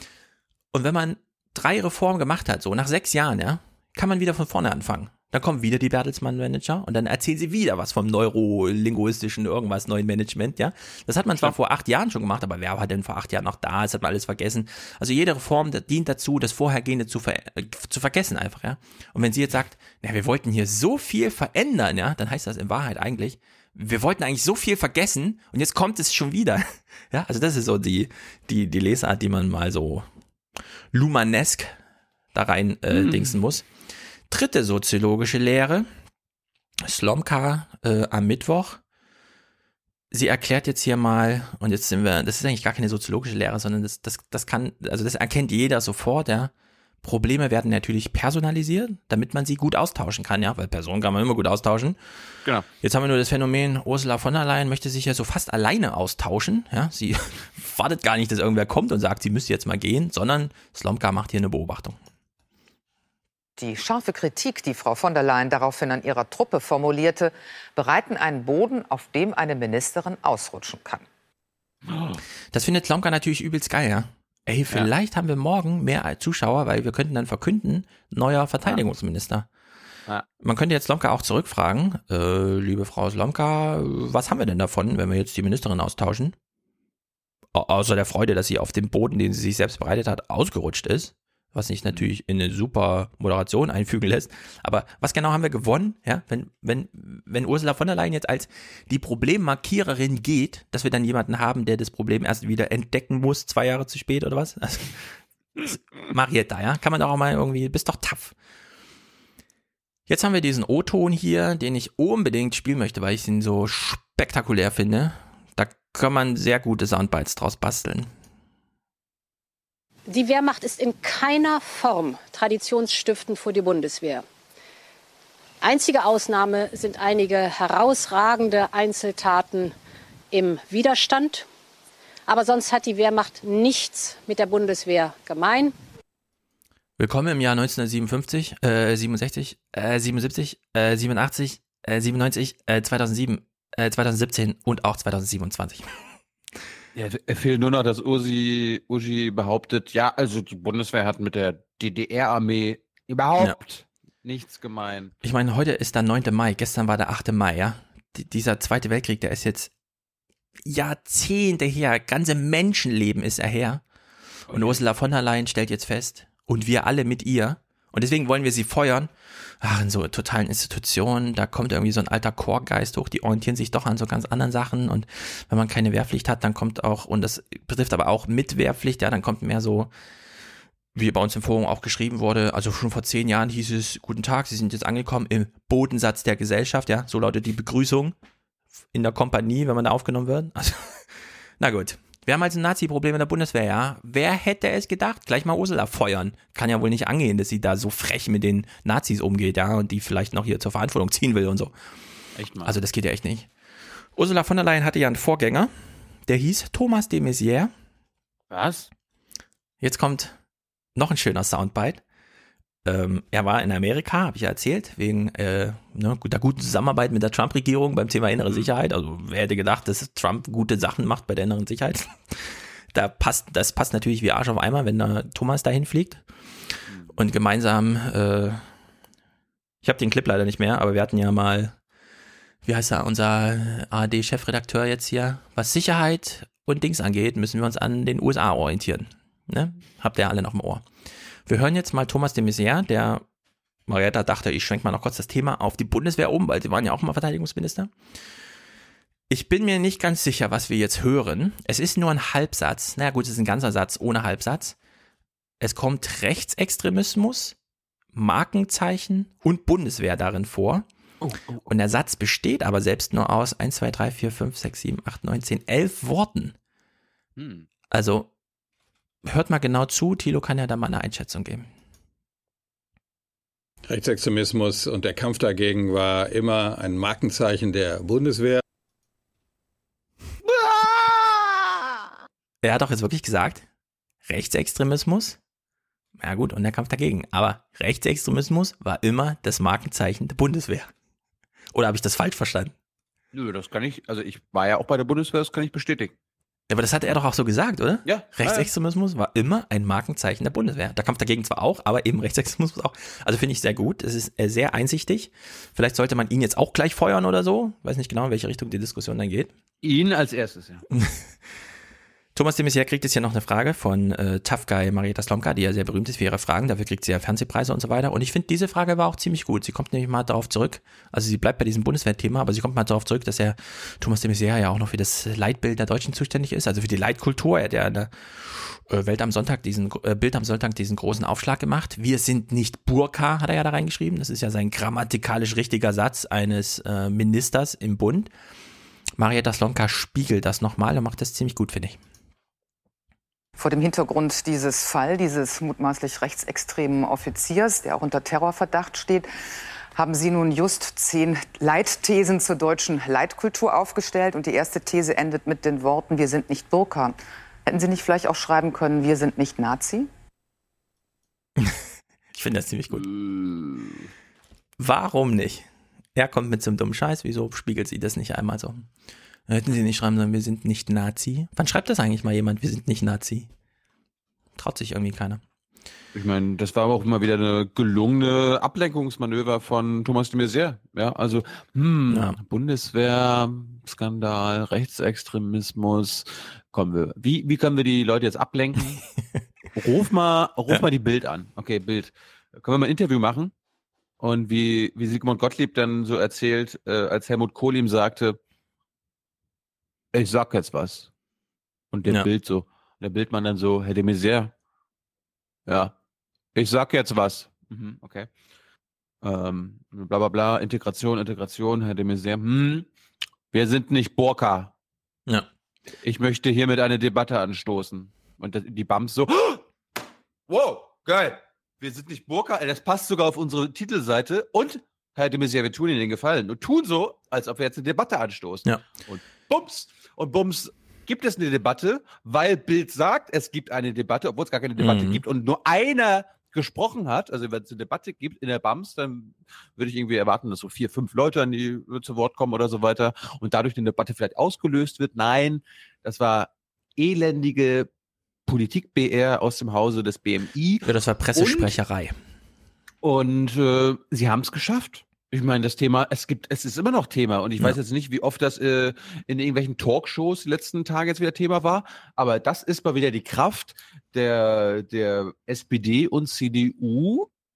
Und wenn man 3 Reformen gemacht hat, so nach 6 Jahren, ja, kann man wieder von vorne anfangen. Dann kommen wieder die Bertelsmann-Manager und dann erzählen sie wieder was vom neurolinguistischen irgendwas neuen Management, ja. Das hat man zwar vor 8 Jahren schon gemacht, aber wer war denn vor 8 Jahren noch da? Das hat man alles vergessen. Also jede Reform dient dazu, das Vorhergehende zu vergessen einfach, ja. Und wenn sie jetzt sagt, na, wir wollten hier so viel verändern, ja, dann heißt das in Wahrheit eigentlich, wir wollten eigentlich so viel vergessen und jetzt kommt es schon wieder. Ja, also das ist so die Lesart, die man mal so Luhmannesk da rein dingsen muss. 3. soziologische Lehre, Slomka am Mittwoch. Sie erklärt jetzt hier mal, und jetzt sind wir, das ist eigentlich gar keine soziologische Lehre, sondern das erkennt jeder sofort, ja. Probleme werden natürlich personalisiert, damit man sie gut austauschen kann, ja, weil Personen kann man immer gut austauschen. Genau. Jetzt haben wir nur das Phänomen, Ursula von der Leyen möchte sich ja so fast alleine austauschen, ja. Sie wartet gar nicht, dass irgendwer kommt und sagt, sie müsste jetzt mal gehen, sondern Slomka macht hier eine Beobachtung. Die scharfe Kritik, die Frau von der Leyen daraufhin an ihrer Truppe formulierte, bereiten einen Boden, auf dem eine Ministerin ausrutschen kann. Das findet Slomka natürlich übelst geil, ja. Ey, vielleicht haben wir morgen mehr Zuschauer, weil wir könnten dann verkünden, neuer Verteidigungsminister. Ja. Man könnte jetzt Slomka auch zurückfragen, liebe Frau Slomka, was haben wir denn davon, wenn wir jetzt die Ministerin austauschen? Außer der Freude, dass sie auf dem Boden, den sie sich selbst bereitet hat, ausgerutscht ist. Was sich natürlich in eine super Moderation einfügen lässt. Aber was genau haben wir gewonnen, ja, wenn Ursula von der Leyen jetzt als die Problemmarkiererin geht, dass wir dann jemanden haben, der das Problem erst wieder entdecken muss, 2 Jahre zu spät oder was? Also, Marietta, ja, kann man doch auch mal irgendwie, bist doch tough. Jetzt haben wir diesen O-Ton hier, den ich unbedingt spielen möchte, weil ich ihn so spektakulär finde. Da kann man sehr gute Soundbites draus basteln. Die Wehrmacht ist in keiner Form traditionsstiftend für die Bundeswehr. Einzige Ausnahme sind einige herausragende Einzeltaten im Widerstand. Aber sonst hat die Wehrmacht nichts mit der Bundeswehr gemein. Willkommen im Jahr 1957, 67, 77, 87, 97, 2007, 2017 und auch 2027. Ja, fehlt nur noch, dass Uschi behauptet, ja, also die Bundeswehr hat mit der DDR-Armee überhaupt nichts gemein. Ich meine, heute ist der 9. Mai, gestern war der 8. Mai, ja. Dieser Zweite Weltkrieg, der ist jetzt Jahrzehnte her, ganze Menschenleben ist er her. Und Ursula von der Leyen stellt jetzt fest, und wir alle mit ihr, Und deswegen wollen wir sie feuern. Ach, in so totalen Institutionen, da kommt irgendwie so ein alter Chorgeist hoch, die orientieren sich doch an so ganz anderen Sachen und wenn man keine Wehrpflicht hat, dann kommt auch, und das betrifft aber auch mit Wehrpflicht, ja, dann kommt mehr so, wie bei uns im Forum auch geschrieben wurde, also schon vor 10 Jahren hieß es, guten Tag, Sie sind jetzt angekommen im Bodensatz der Gesellschaft, ja, so lautet die Begrüßung in der Kompanie, wenn man da aufgenommen wird. Also, na gut. Wir haben also ein Nazi-Problem in der Bundeswehr, ja. Wer hätte es gedacht? Gleich mal Ursula feuern. Kann ja wohl nicht angehen, dass sie da so frech mit den Nazis umgeht, ja, und die vielleicht noch hier zur Verantwortung ziehen will und so. Echt mal. Also das geht ja echt nicht. Ursula von der Leyen hatte ja einen Vorgänger, der hieß Thomas de Maizière. Was? Jetzt kommt noch ein schöner Soundbite. Er war in Amerika, habe ich ja erzählt, wegen der guten Zusammenarbeit mit der Trump-Regierung beim Thema innere Sicherheit. Also wer hätte gedacht, dass Trump gute Sachen macht bei der inneren Sicherheit? Das passt natürlich wie Arsch auf Eimer, wenn da Thomas dahin fliegt. Und gemeinsam, ich habe den Clip leider nicht mehr, aber wir hatten ja mal, wie heißt er, unser ARD-Chefredakteur jetzt hier, was Sicherheit und Dings angeht, müssen wir uns an den USA orientieren. Ne? Habt ihr alle noch im Ohr. Wir hören jetzt mal Thomas de Maizière, der, Marietta dachte, ich schwenke mal noch kurz das Thema auf die Bundeswehr um, weil sie waren ja auch mal Verteidigungsminister. Ich bin mir nicht ganz sicher, was wir jetzt hören. Es ist nur ein Halbsatz. Naja gut, es ist ein ganzer Satz ohne Halbsatz. Es kommt Rechtsextremismus, Markenzeichen und Bundeswehr darin vor. Und der Satz besteht aber selbst nur aus 1, 2, 3, 4, 5, 6, 7, 8, 9, 10, 11 Worten. Also hört mal genau zu, Thilo kann ja da mal eine Einschätzung geben. Rechtsextremismus und der Kampf dagegen war immer ein Markenzeichen der Bundeswehr. Er hat doch jetzt wirklich gesagt, Rechtsextremismus, ja gut, und der Kampf dagegen. Aber Rechtsextremismus war immer das Markenzeichen der Bundeswehr. Oder habe ich das falsch verstanden? Nö, das kann ich, also ich war ja auch bei der Bundeswehr, das kann ich bestätigen. Ja, aber das hat er doch auch so gesagt, oder? Ja. Rechtsextremismus war immer ein Markenzeichen der Bundeswehr. Der Kampf dagegen zwar auch, aber eben Rechtsextremismus auch. Also finde ich sehr gut. Es ist sehr einsichtig. Vielleicht sollte man ihn jetzt auch gleich feuern oder so. Weiß nicht genau, in welche Richtung die Diskussion dann geht. Ihn als erstes, ja. Thomas de Maizière kriegt jetzt hier noch eine Frage von Tough Guy Marietta Slomka, die ja sehr berühmt ist für ihre Fragen. Dafür kriegt sie ja Fernsehpreise und so weiter. Und ich finde, diese Frage war auch ziemlich gut. Sie kommt nämlich mal darauf zurück, also sie bleibt bei diesem Bundeswehr-Thema, aber sie kommt mal darauf zurück, dass Thomas de Maizière ja auch noch für das Leitbild der Deutschen zuständig ist, also für die Leitkultur. Er hat ja in der Bild am Sonntag diesen großen Aufschlag gemacht. Wir sind nicht Burka, hat er ja da reingeschrieben. Das ist ja sein grammatikalisch richtiger Satz eines Ministers im Bund. Marietta Slomka spiegelt das nochmal und macht das ziemlich gut, finde ich. Vor dem Hintergrund dieses mutmaßlich rechtsextremen Offiziers, der auch unter Terrorverdacht steht, haben Sie nun just 10 Leitthesen zur deutschen Leitkultur aufgestellt. Und die erste These endet mit den Worten, wir sind nicht Burka. Hätten Sie nicht vielleicht auch schreiben können, wir sind nicht Nazi? Ich finde das ziemlich gut. Warum nicht? Er kommt mit so einem dummen Scheiß, wieso spiegelt sie das nicht einmal so? Hätten sie nicht schreiben sollen, wir sind nicht Nazi? Wann schreibt das eigentlich mal jemand, wir sind nicht Nazi? Traut sich irgendwie keiner. Ich meine, das war aber auch immer wieder eine gelungene Ablenkungsmanöver von Thomas de Maizière. Ja, also, Bundeswehr, Skandal, Rechtsextremismus. Wie können wir die Leute jetzt ablenken? Ruf mal die Bild an. Okay, Bild. Können wir mal ein Interview machen? Und wie Sigmund Gottlieb dann so erzählt, als Helmut Kohl ihm sagte, ich sag jetzt was. Und der Bildmann dann so, Herr de Maizière, ja, ich sag jetzt was. Okay. Bla bla bla, Integration, Herr de Maizière, wir sind nicht Burka. Ja. Ich möchte hiermit eine Debatte anstoßen. Und die Bams so, wow, geil, wir sind nicht Burka, das passt sogar auf unsere Titelseite und Herr de Maizière, wir tun Ihnen den Gefallen und tun so, als ob wir jetzt eine Debatte anstoßen. Ja. Und bums, gibt es eine Debatte, weil Bild sagt, es gibt eine Debatte, obwohl es gar keine Debatte gibt und nur einer gesprochen hat. Also wenn es eine Debatte gibt in der BAMS, dann würde ich irgendwie erwarten, dass so 4, 5 Leute zu Wort kommen oder so weiter und dadurch eine Debatte vielleicht ausgelöst wird. Nein, das war elendige Politik-BR aus dem Hause des BMI. Ja, das war Pressesprecherei. Und sie haben es geschafft. Ich meine, das Thema, es ist immer noch Thema und ich weiß jetzt nicht, wie oft das in irgendwelchen Talkshows die letzten Tage jetzt wieder Thema war, aber das ist mal wieder die Kraft der SPD und CDU,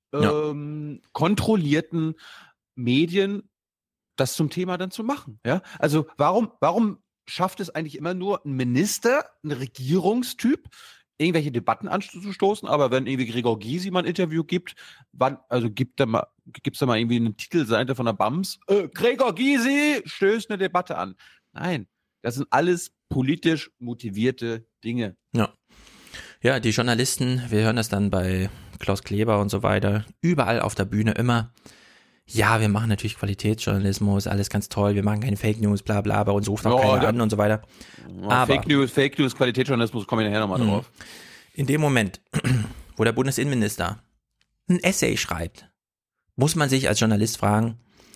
kontrollierten Medien das zum Thema dann zu machen. Ja? Also warum schafft es eigentlich immer nur ein Minister, ein Regierungstyp, irgendwelche Debatten anzustoßen, aber wenn irgendwie Gregor Gysi mal ein Interview gibt, gibt's da mal irgendwie eine Titelseite von der BAMS, Gregor Gysi stößt eine Debatte an. Nein, das sind alles politisch motivierte Dinge. Ja, die Journalisten, wir hören das dann bei Klaus Kleber und so weiter, überall auf der Bühne immer, ja, wir machen natürlich Qualitätsjournalismus, alles ganz toll, wir machen keine Fake News, bla bla, bei uns ruft auch keiner an und so weiter. Aber Fake News, Qualitätsjournalismus, kommen wir nachher nochmal drauf. In dem Moment, wo der Bundesinnenminister ein Essay schreibt, muss man sich als Journalist fragen,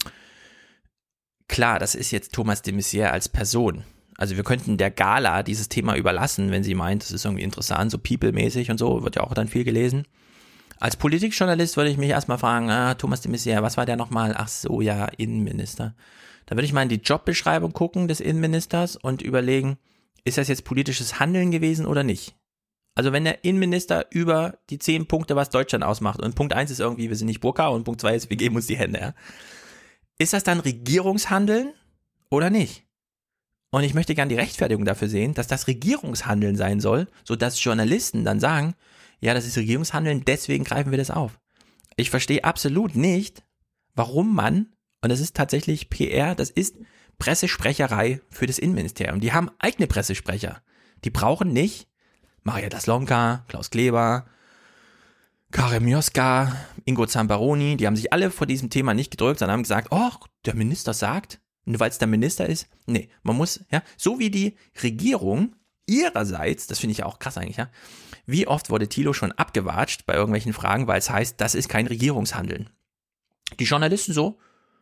klar, das ist jetzt Thomas de Maizière als Person. Also wir könnten der Gala dieses Thema überlassen, wenn sie meint, das ist irgendwie interessant, so People-mäßig und so, wird ja auch dann viel gelesen. Als Politikjournalist würde ich mich erstmal fragen, Thomas de Maizière, was war der nochmal? Ach so, ja, Innenminister. Da würde ich mal in die Jobbeschreibung gucken des Innenministers und überlegen, ist das jetzt politisches Handeln gewesen oder nicht? Also wenn der Innenminister über die 10 Punkte, was Deutschland ausmacht, und Punkt 1 ist irgendwie, wir sind nicht Burka, und Punkt 2 ist, wir geben uns die Hände, ja. Ist das dann Regierungshandeln oder nicht? Und ich möchte gerne die Rechtfertigung dafür sehen, dass das Regierungshandeln sein soll, sodass Journalisten dann sagen, ja, das ist Regierungshandeln, deswegen greifen wir das auf. Ich verstehe absolut nicht, warum man, und das ist tatsächlich PR, das ist Pressesprecherei für das Innenministerium. Die haben eigene Pressesprecher. Die brauchen nicht Marietta Slomka, Klaus Kleber, Karim Joska, Ingo Zamperoni, die haben sich alle vor diesem Thema nicht gedrückt, sondern haben gesagt, oh, der Minister sagt, nur weil es der Minister ist. Nee, man muss, ja, so wie die Regierung ihrerseits, das finde ich ja auch krass eigentlich, ja, wie oft wurde Thilo schon abgewatscht bei irgendwelchen Fragen, weil es heißt, das ist kein Regierungshandeln. Die Journalisten so,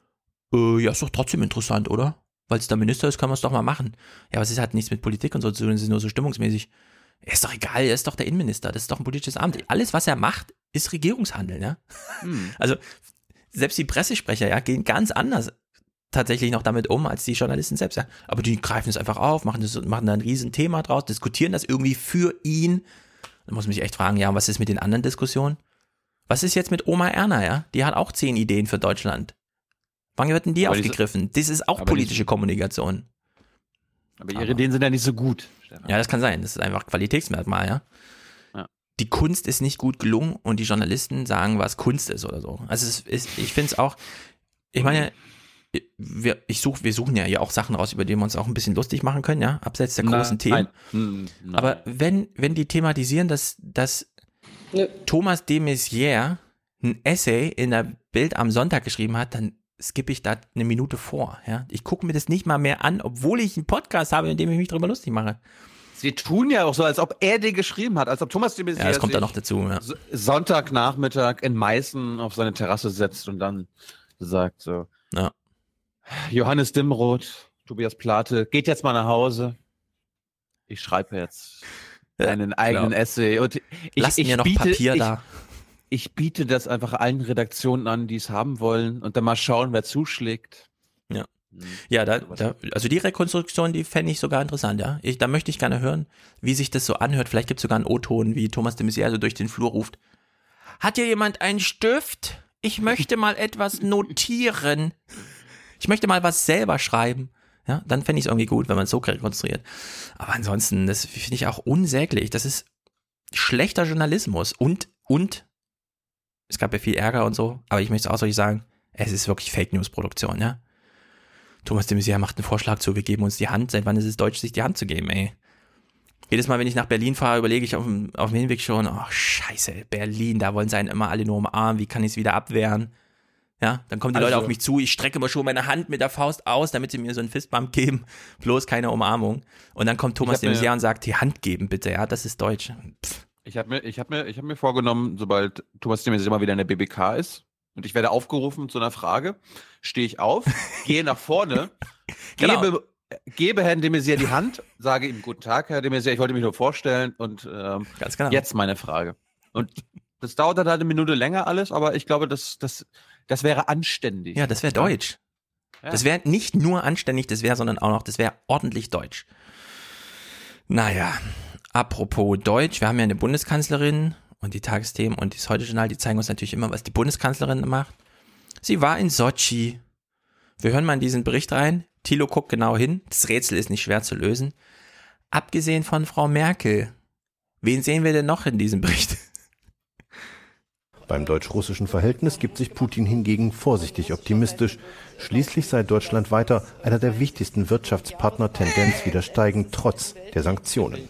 ja, ist doch trotzdem interessant, oder? Weil es der Minister ist, kann man es doch mal machen. Ja, aber es hat nichts mit Politik und so zu tun, es ist nur so stimmungsmäßig. Ist doch egal, er ist doch der Innenminister, das ist doch ein politisches Amt. Alles, was er macht, ist Regierungshandeln, ja. Also, selbst die Pressesprecher, ja, gehen ganz anders tatsächlich noch damit um, als die Journalisten selbst, ja. Aber die greifen es einfach auf, machen da ein Riesenthema draus, diskutieren das irgendwie für ihn. Da muss man sich echt fragen, ja, was ist mit den anderen Diskussionen? Was ist jetzt mit Oma Erna, ja? Die hat auch 10 Ideen für Deutschland. Wann wird denn die aufgegriffen? Das ist auch politische Kommunikation. Aber ihre Ideen sind ja nicht so gut. Stefan. Ja, das kann sein. Das ist einfach Qualitätsmerkmal, ja. Die Kunst ist nicht gut gelungen und die Journalisten sagen, was Kunst ist oder so. Also ich finde es auch, ich meine, wir suchen ja hier auch Sachen raus, über die wir uns auch ein bisschen lustig machen können, ja, abseits der großen Themen. Nein. Aber wenn die thematisieren, dass Thomas de Maizière ein Essay in der Bild am Sonntag geschrieben hat, dann skippe ich da eine Minute vor, ja. Ich gucke mir das nicht mal mehr an, obwohl ich einen Podcast habe, in dem ich mich drüber lustig mache. Sie tun ja auch so, als ob er den geschrieben hat, als ob Thomas de Maizière das kommt da noch dazu, ja. Sonntagnachmittag in Meißen auf seine Terrasse setzt und dann sagt so, ja. Johannes Dimroth, Tobias Plate, geht jetzt mal nach Hause. Ich schreibe jetzt einen eigenen Essay. Und Lass mir noch Papier da. Ich biete das einfach allen Redaktionen an, die es haben wollen und dann mal schauen, wer zuschlägt. Ja. Ja, also die Rekonstruktion, die fände ich sogar interessant, ja. Da möchte ich gerne hören, wie sich das so anhört. Vielleicht gibt es sogar einen O-Ton, wie Thomas de Maizière so durch den Flur ruft. Hat hier jemand einen Stift? Ich möchte mal etwas notieren. Ich möchte mal was selber schreiben. Ja, dann fände ich es irgendwie gut, wenn man es so rekonstruiert. Aber ansonsten, das finde ich auch unsäglich. Das ist schlechter Journalismus und es gab ja viel Ärger und so, aber ich möchte auch so sagen, es ist wirklich Fake-News-Produktion, ja. Thomas de Maizière macht einen Vorschlag zu, wir geben uns die Hand. Seit wann ist es deutsch, sich die Hand zu geben, ey? Jedes Mal, wenn ich nach Berlin fahre, überlege ich auf dem Hinweg schon, oh scheiße, Berlin, da wollen sie einen immer alle nur umarmen, wie kann ich es wieder abwehren? Ja, dann kommen die Leute auf mich zu, ich strecke immer schon meine Hand mit der Faust aus, damit sie mir so einen Fistbump geben, bloß keine Umarmung. Und dann kommt Thomas de Maizière und sagt, die Hand geben bitte, ja, das ist deutsch. Pff. Ich hab mir vorgenommen, sobald Thomas de Maizière mal wieder in der BBK ist und ich werde aufgerufen zu einer Frage, stehe ich auf, gehe nach vorne, gebe Herrn de Maizière die Hand, sage ihm guten Tag, Herr de Maizière, ich wollte mich nur vorstellen und ganz genau. Jetzt meine Frage. Und das dauert dann halt eine Minute länger alles, aber ich glaube, das wäre anständig. Ja, das wäre deutsch. Ja. Das wäre nicht nur anständig, das wäre ordentlich deutsch. Naja, apropos Deutsch, wir haben ja eine Bundeskanzlerin und die Tagesthemen und das Heute-Journal, die zeigen uns natürlich immer, was die Bundeskanzlerin macht. Sie war in Sotschi. Wir hören mal in diesen Bericht rein. Thilo guckt genau hin. Das Rätsel ist nicht schwer zu lösen. Abgesehen von Frau Merkel. Wen sehen wir denn noch in diesem Bericht? Beim deutsch-russischen Verhältnis gibt sich Putin hingegen vorsichtig optimistisch. Schließlich sei Deutschland weiter einer der wichtigsten Wirtschaftspartner, Tendenz wieder steigend, trotz der Sanktionen.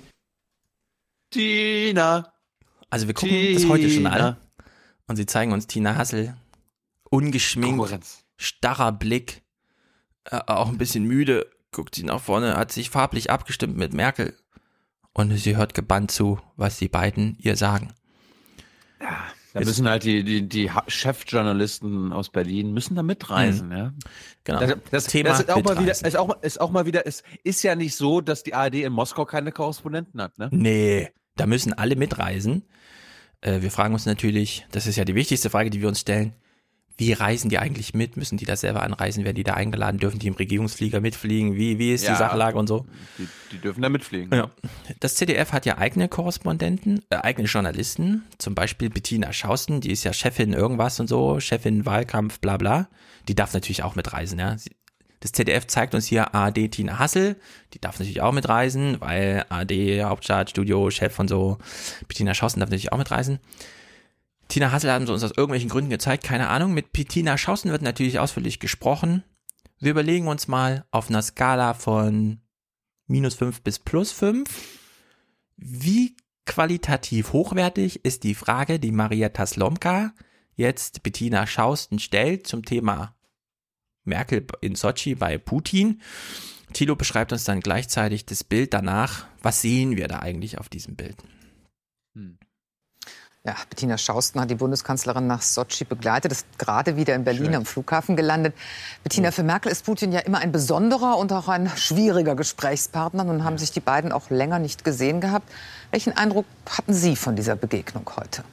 Tina. Also wir gucken das Heute-Journal und sie zeigen uns Tina Hassel. Ungeschminkt, starrer Blick, auch ein bisschen müde, guckt sie nach vorne, hat sich farblich abgestimmt mit Merkel. Und sie hört gebannt zu, was die beiden ihr sagen. Ja. Da müssen halt die Chefjournalisten aus Berlin müssen da mitreisen, ja. Genau. Das Thema das ist auch mal wieder, es ist ja nicht so, dass die ARD in Moskau keine Korrespondenten hat, ne? Nee, da müssen alle mitreisen. Wir fragen uns natürlich, das ist ja die wichtigste Frage, die wir uns stellen, wie reisen die eigentlich mit? Müssen die da selber anreisen? Werden die da eingeladen? Dürfen die im Regierungsflieger mitfliegen? Wie ist die Sachlage und so? Die dürfen da mitfliegen. Ja. Das ZDF hat ja eigene Korrespondenten, eigene Journalisten. Zum Beispiel Bettina Schausten, die ist ja Chefin irgendwas und so, Chefin Wahlkampf, bla bla. Die darf natürlich auch mitreisen, ja. Das ZDF zeigt uns hier ARD Tina Hassel. Die darf natürlich auch mitreisen, weil ARD, Hauptstadt, Studio, Chef und so. Bettina Schausten darf natürlich auch mitreisen. Tina Hassel hat uns aus irgendwelchen Gründen gezeigt, keine Ahnung. Mit Bettina Schausten wird natürlich ausführlich gesprochen. Wir überlegen uns mal auf einer Skala von -5 bis +5, wie qualitativ hochwertig ist die Frage, die Marietta Slomka jetzt Bettina Schausten stellt zum Thema Merkel in Sotschi bei Putin. Thilo beschreibt uns dann gleichzeitig das Bild danach. Was sehen wir da eigentlich auf diesem Bild? Ja, Bettina Schausten hat die Bundeskanzlerin nach Sotschi begleitet, ist gerade wieder in Berlin am Flughafen gelandet. Bettina, für Merkel ist Putin ja immer ein besonderer und auch ein schwieriger Gesprächspartner. Nun haben sich die beiden auch länger nicht gesehen gehabt. Welchen Eindruck hatten Sie von dieser Begegnung heute?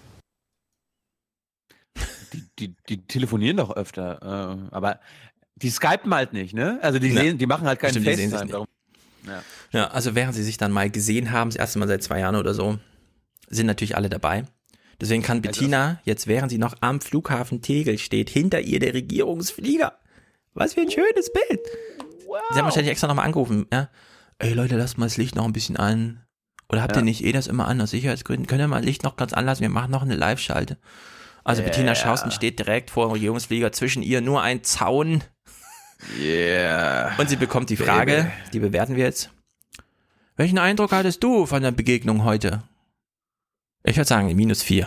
Die telefonieren doch öfter, aber die skypen halt nicht, ne? Also die machen halt keinen FaceTime. Ja, also während sie sich dann mal gesehen haben, das erste Mal seit 2 Jahren oder so, sind natürlich alle dabei. Deswegen kann Bettina jetzt, während sie noch am Flughafen Tegel steht, hinter ihr der Regierungsflieger. Was für ein schönes Bild. Wow. Sie haben wahrscheinlich extra nochmal angerufen. Ja? Ey Leute, lasst mal das Licht noch ein bisschen an. Oder habt ihr nicht das immer an, aus Sicherheitsgründen? Könnt ihr mal das Licht noch ganz anlassen? Wir machen noch eine Live-Schalte. Also Bettina Schausten steht direkt vor dem Regierungsflieger. Zwischen ihr nur ein Zaun. Und sie bekommt die Frage, die bewerten wir jetzt. Welchen Eindruck hattest du von der Begegnung heute? Ich würde sagen, -4.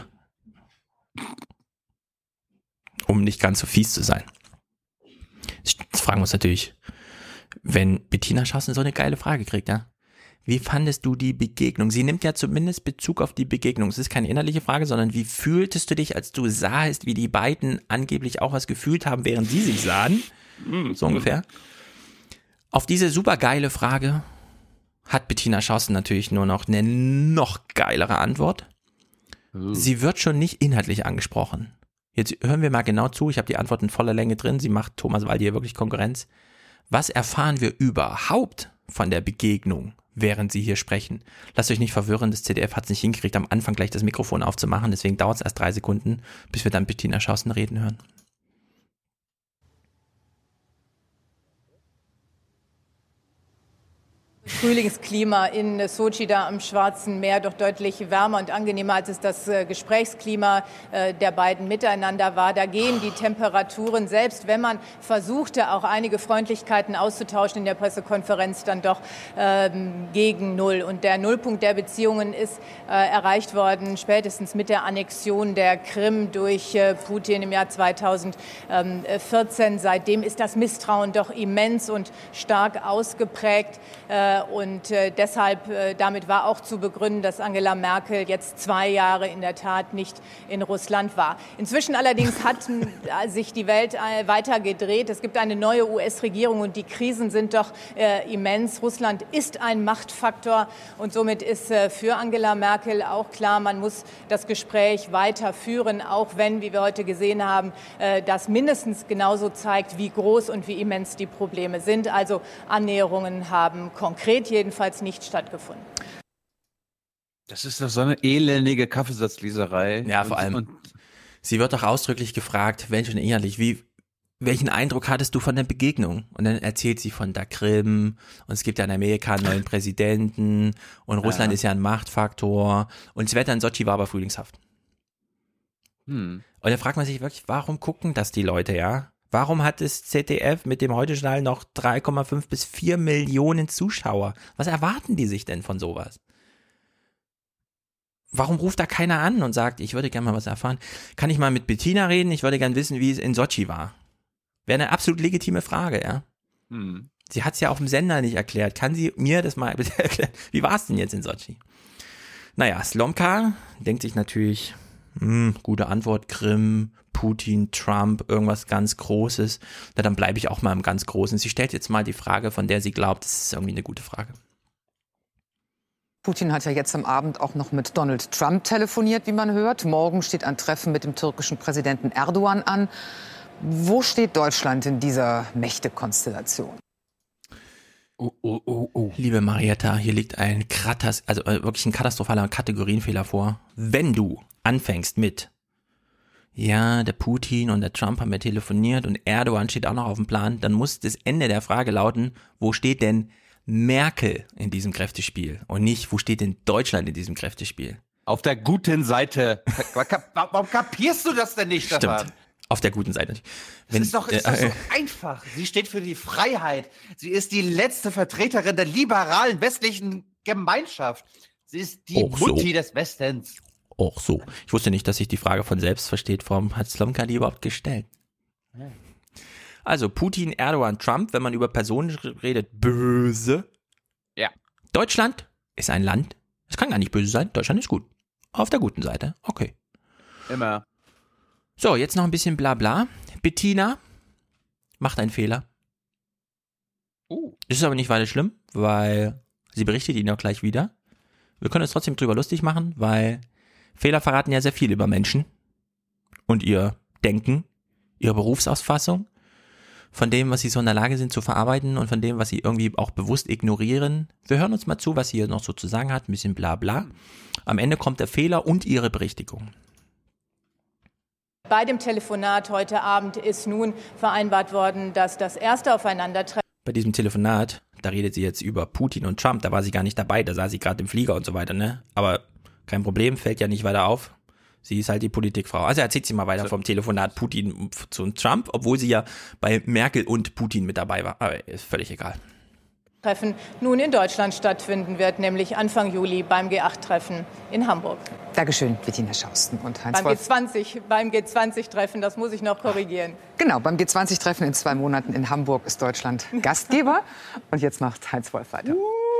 Um nicht ganz so fies zu sein. Jetzt fragen wir uns natürlich, wenn Bettina Schausten so eine geile Frage kriegt, ja? Wie fandest du die Begegnung? Sie nimmt ja zumindest Bezug auf die Begegnung. Es ist keine innerliche Frage, sondern wie fühltest du dich, als du sahst, wie die beiden angeblich auch was gefühlt haben, während sie sich sahen? So ungefähr. Auf diese super geile Frage hat Bettina Schausten natürlich nur noch eine noch geilere Antwort. Sie wird schon nicht inhaltlich angesprochen. Jetzt hören wir mal genau zu. Ich habe die Antwort in voller Länge drin. Sie macht Thomas Waldier wirklich Konkurrenz. Was erfahren wir überhaupt von der Begegnung, während Sie hier sprechen? Lasst euch nicht verwirren, das ZDF hat es nicht hingekriegt, am Anfang gleich das Mikrofon aufzumachen. Deswegen dauert es erst 3 Sekunden, bis wir dann Bettina Schausten reden hören. Frühlingsklima in Sotschi, da am Schwarzen Meer, doch deutlich wärmer und angenehmer, als es das Gesprächsklima der beiden miteinander war. Da gehen die Temperaturen, selbst wenn man versuchte, auch einige Freundlichkeiten auszutauschen in der Pressekonferenz, dann doch gegen Null. Und der Nullpunkt der Beziehungen ist erreicht worden, spätestens mit der Annexion der Krim durch Putin im Jahr 2014. Seitdem ist das Misstrauen doch immens und stark ausgeprägt. Und deshalb, damit war auch zu begründen, dass Angela Merkel jetzt 2 Jahre in der Tat nicht in Russland war. Inzwischen allerdings hat sich die Welt weiter gedreht. Es gibt eine neue US-Regierung und die Krisen sind doch immens. Russland ist ein Machtfaktor und somit ist für Angela Merkel auch klar, man muss das Gespräch weiterführen, auch wenn, wie wir heute gesehen haben, das mindestens genauso zeigt, wie groß und wie immens die Probleme sind. Also Annäherungen haben konkret jedenfalls nicht stattgefunden. Das ist doch so eine elendige Kaffeesatzleserei. Ja, vor allem. Sie wird doch ausdrücklich gefragt, welchen Eindruck hattest du von der Begegnung? Und dann erzählt sie von der Krim und es gibt ja in Amerika einen neuen Präsidenten und Russland ist ja ein Machtfaktor und das Wetter in Sochi war aber frühlingshaft. Und da fragt man sich wirklich, warum gucken das die Leute, ja? Warum hat das ZDF mit dem Heute-Journal noch 3,5 bis 4 Millionen Zuschauer? Was erwarten die sich denn von sowas? Warum ruft da keiner an und sagt, ich würde gerne mal was erfahren? Kann ich mal mit Bettina reden? Ich würde gerne wissen, wie es in Sochi war. Wäre eine absolut legitime Frage, ja. Sie hat es ja auf dem Sender nicht erklärt. Kann sie mir das mal bitte erklären? Wie war es denn jetzt in Sochi? Naja, Slomka denkt sich natürlich, gute Antwort, Krim, Putin, Trump, irgendwas ganz Großes. Na, dann bleibe ich auch mal im ganz Großen. Sie stellt jetzt mal die Frage, von der sie glaubt, das ist irgendwie eine gute Frage. Putin hat ja jetzt am Abend auch noch mit Donald Trump telefoniert, wie man hört. Morgen steht ein Treffen mit dem türkischen Präsidenten Erdogan an. Wo steht Deutschland in dieser Mächtekonstellation? Liebe Marietta, hier liegt ein wirklich ein katastrophaler Kategorienfehler vor. Wenn du anfängst mit, ja, der Putin und der Trump haben ja telefoniert und Erdogan steht auch noch auf dem Plan, dann muss das Ende der Frage lauten, wo steht denn Merkel in diesem Kräftespiel und nicht, wo steht denn Deutschland in diesem Kräftespiel? Auf der guten Seite. Warum kapierst du das denn nicht, Stefan? Stimmt. Auf der guten Seite. Es ist doch so einfach. Sie steht für die Freiheit. Sie ist die letzte Vertreterin der liberalen westlichen Gemeinschaft. Sie ist die Mutti des Westens. Auch so. Ich wusste nicht, dass sich die Frage von selbst versteht. Warum hat Slomka die überhaupt gestellt? Ja. Also Putin, Erdogan, Trump, wenn man über Personen redet, böse. Ja. Deutschland ist ein Land, es kann gar nicht böse sein, Deutschland ist gut. Auf der guten Seite, okay. Immer. So, jetzt noch ein bisschen Blabla. Bettina macht einen Fehler. Das ist aber nicht weiter schlimm, weil sie berichtet ihn auch gleich wieder. Wir können uns trotzdem drüber lustig machen, weil Fehler verraten ja sehr viel über Menschen und ihr Denken, ihre Berufsauffassung, von dem, was sie so in der Lage sind zu verarbeiten und von dem, was sie irgendwie auch bewusst ignorieren. Wir hören uns mal zu, was sie hier noch so zu sagen hat, ein bisschen Blabla. Am Ende kommt der Fehler und ihre Berichtigung. Bei dem Telefonat heute Abend ist nun vereinbart worden, dass das erste Aufeinandertreffen. Bei diesem Telefonat, da redet sie jetzt über Putin und Trump, da war sie gar nicht dabei, da saß sie gerade im Flieger und so weiter, ne? Aber kein Problem, fällt ja nicht weiter auf. Sie ist halt die Politikfrau. Also erzählt sie mal weiter vom Telefonat Putin zu Trump, obwohl sie ja bei Merkel und Putin mit dabei war. Aber ist völlig egal. Treffen nun in Deutschland stattfinden wird, nämlich Anfang Juli beim G8-Treffen in Hamburg. Dankeschön, Bettina Schausten und Heinz beim Wolf. Beim G20-Treffen, das muss ich noch korrigieren. Genau, beim G20-Treffen in 2 Monaten in Hamburg ist Deutschland Gastgeber. Und jetzt macht Heinz Wolf weiter.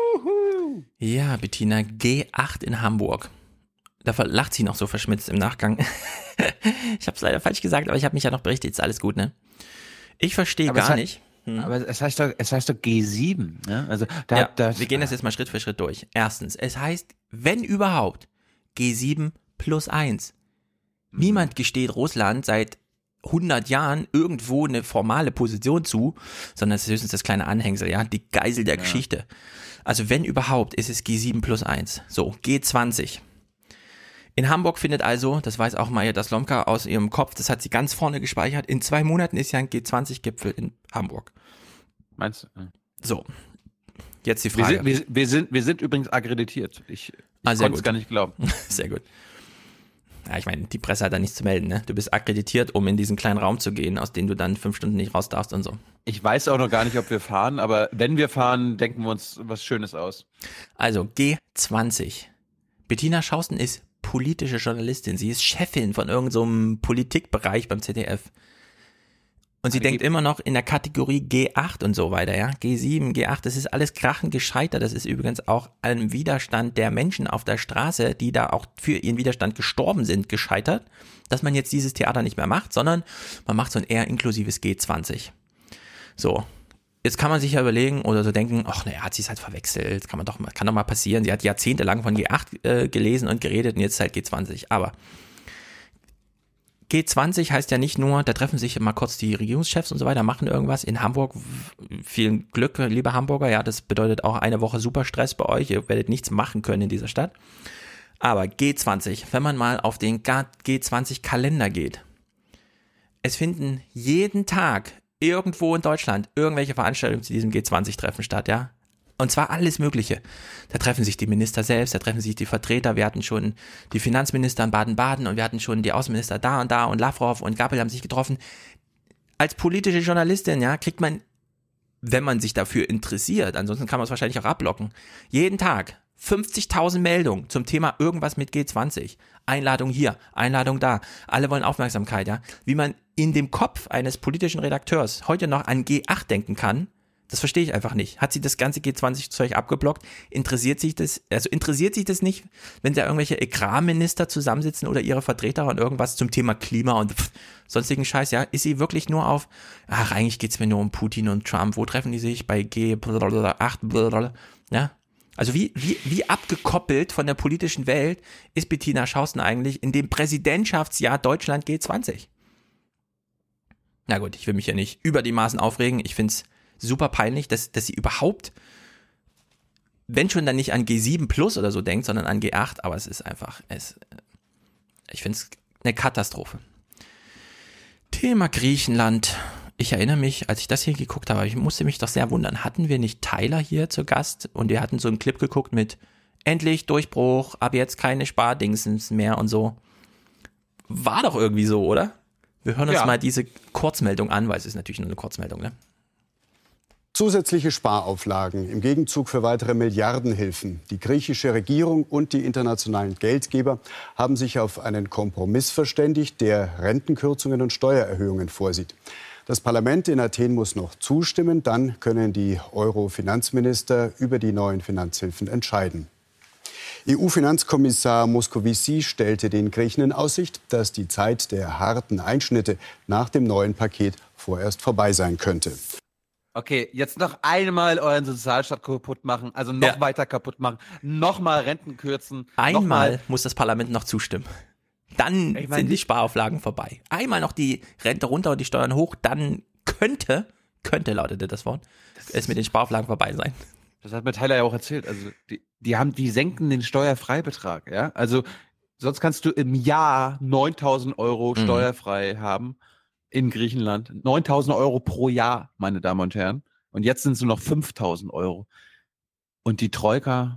Ja, Bettina, G8 in Hamburg. Da lacht sie noch so verschmitzt im Nachgang. Ich habe es leider falsch gesagt, aber ich habe mich ja noch berichtet. Ist alles gut, ne? Ich verstehe gar nicht. Aber es heißt doch G7. Ne? Also wir gehen das jetzt mal Schritt für Schritt durch. Erstens, es heißt, wenn überhaupt, G7 plus 1. Niemand gesteht Russland seit 100 Jahren irgendwo eine formale Position zu, sondern es ist höchstens das kleine Anhängsel, ja, die Geisel der Geschichte. Also wenn überhaupt, ist es G7 plus 1. So, G20. In Hamburg findet also, das weiß auch Marietta Slomka aus ihrem Kopf, das hat sie ganz vorne gespeichert, in 2 Monaten ist ja ein G20-Gipfel in Hamburg. Meinst du? So, jetzt die Frage. Wir sind übrigens akkreditiert. Ich konnte es gar nicht glauben. Sehr gut. Ja, ich meine, die Presse hat da nichts zu melden, ne? Du bist akkreditiert, um in diesen kleinen Raum zu gehen, aus dem du dann 5 Stunden nicht raus darfst und so. Ich weiß auch noch gar nicht, ob wir fahren, aber wenn wir fahren, denken wir uns was Schönes aus. Also G20. Bettina Schausten ist politische Journalistin. Sie ist Chefin von irgendeinem Politikbereich beim ZDF. Und sie denkt immer noch in der Kategorie G8 und so weiter, ja. G7, G8, das ist alles krachend gescheitert. Das ist übrigens auch ein Widerstand der Menschen auf der Straße, die da auch für ihren Widerstand gestorben sind, gescheitert. Dass man jetzt dieses Theater nicht mehr macht, sondern man macht so ein eher inklusives G20. So. Jetzt kann man sich ja überlegen oder so denken, ach naja, hat sie es halt verwechselt, kann doch mal passieren. Sie hat jahrzehntelang von G8 gelesen und geredet und jetzt halt G20. Aber G20 heißt ja nicht nur, da treffen sich mal kurz die Regierungschefs und so weiter, machen irgendwas. In Hamburg, viel Glück, liebe Hamburger, ja, das bedeutet auch eine Woche Superstress bei euch. Ihr werdet nichts machen können in dieser Stadt. Aber G20, wenn man mal auf den G20-Kalender geht, es finden jeden Tag irgendwo in Deutschland irgendwelche Veranstaltungen zu diesem G20-Treffen statt, ja. Und zwar alles Mögliche. Da treffen sich die Minister selbst, da treffen sich die Vertreter. Wir hatten schon die Finanzminister in Baden-Baden und wir hatten schon die Außenminister da und Lavrov und Gabriel haben sich getroffen. Als politische Journalistin, ja, kriegt man, wenn man sich dafür interessiert, ansonsten kann man es wahrscheinlich auch abblocken, jeden Tag 50.000 Meldungen zum Thema irgendwas mit G20. Einladung hier, Einladung da. Alle wollen Aufmerksamkeit, ja. Wie man in dem Kopf eines politischen Redakteurs heute noch an G8 denken kann, das verstehe ich einfach nicht. Hat sie das ganze G20-Zeug abgeblockt? Interessiert sich das nicht, wenn da irgendwelche Agrarminister zusammensitzen oder ihre Vertreter und irgendwas zum Thema Klima und sonstigen Scheiß, ja? Ist sie wirklich nur auf, eigentlich geht's mir nur um Putin und Trump. Wo treffen die sich? Bei G8, ja? Also wie abgekoppelt von der politischen Welt ist Bettina Schausten eigentlich in dem Präsidentschaftsjahr Deutschland G20? Na gut, ich will mich ja nicht über die Maßen aufregen. Ich finde es super peinlich, dass sie überhaupt, wenn schon dann nicht an G7 Plus oder so denkt, sondern an G8, aber es ist einfach, ich finde es eine Katastrophe. Thema Griechenland. Ich erinnere mich, als ich das hier geguckt habe, ich musste mich doch sehr wundern, hatten wir nicht Tyler hier zu Gast und wir hatten so einen Clip geguckt mit endlich Durchbruch, ab jetzt keine Spardingsens mehr und so. War doch irgendwie so, oder? Wir hören uns mal diese Kurzmeldung an, weil es ist natürlich nur eine Kurzmeldung, ne? Zusätzliche Sparauflagen im Gegenzug für weitere Milliardenhilfen. Die griechische Regierung und die internationalen Geldgeber haben sich auf einen Kompromiss verständigt, der Rentenkürzungen und Steuererhöhungen vorsieht. Das Parlament in Athen muss noch zustimmen, dann können die Euro-Finanzminister über die neuen Finanzhilfen entscheiden. EU-Finanzkommissar Moscovici stellte den Griechen in Aussicht, dass die Zeit der harten Einschnitte nach dem neuen Paket vorerst vorbei sein könnte. Okay, jetzt noch einmal euren Sozialstaat kaputt machen, also noch weiter kaputt machen, nochmal Renten kürzen. Einmal muss das Parlament noch zustimmen. Dann sind die Sparauflagen vorbei. Einmal noch die Rente runter und die Steuern hoch, dann könnte lautete das Wort, es mit den Sparauflagen vorbei sein. Das hat mir Tyler ja auch erzählt. Also die senken den Steuerfreibetrag, ja. Also sonst kannst du im Jahr 9.000 Euro steuerfrei haben in Griechenland. 9.000 Euro pro Jahr, meine Damen und Herren. Und jetzt sind es nur noch 5.000 Euro. Und die Troika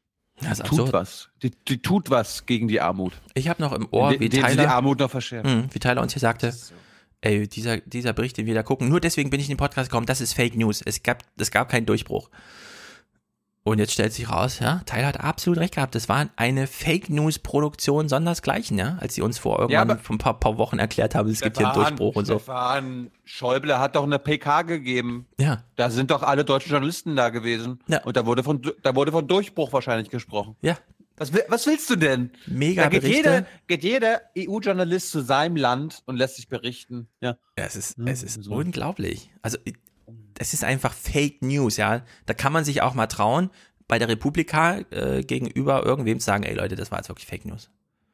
tut was. Die tut was gegen die Armut. Ich habe noch im Ohr, wie Tyler die Armut noch verschärft. Wie Tyler uns hier sagte, ey, dieser Bericht, den wir da gucken, nur deswegen bin ich in den Podcast gekommen, das ist Fake News. Es gab keinen Durchbruch. Und jetzt stellt sich raus, ja, Tyler hat absolut recht gehabt. Das war eine Fake-News-Produktion sondersgleichen, ja, als sie uns vor ein paar Wochen erklärt haben, es gibt hier einen Durchbruch und so. Schäuble hat doch eine PK gegeben. Ja. Da sind doch alle deutschen Journalisten da gewesen. Ja. Und da wurde von Durchbruch wahrscheinlich gesprochen. Ja. Was willst du denn? Mega da geht jeder EU-Journalist zu seinem Land und lässt sich berichten. Ja. Es ist unglaublich. Also es ist einfach Fake News, ja. Da kann man sich auch mal trauen, bei der Republika gegenüber irgendwem zu sagen, ey Leute, das war jetzt wirklich Fake News.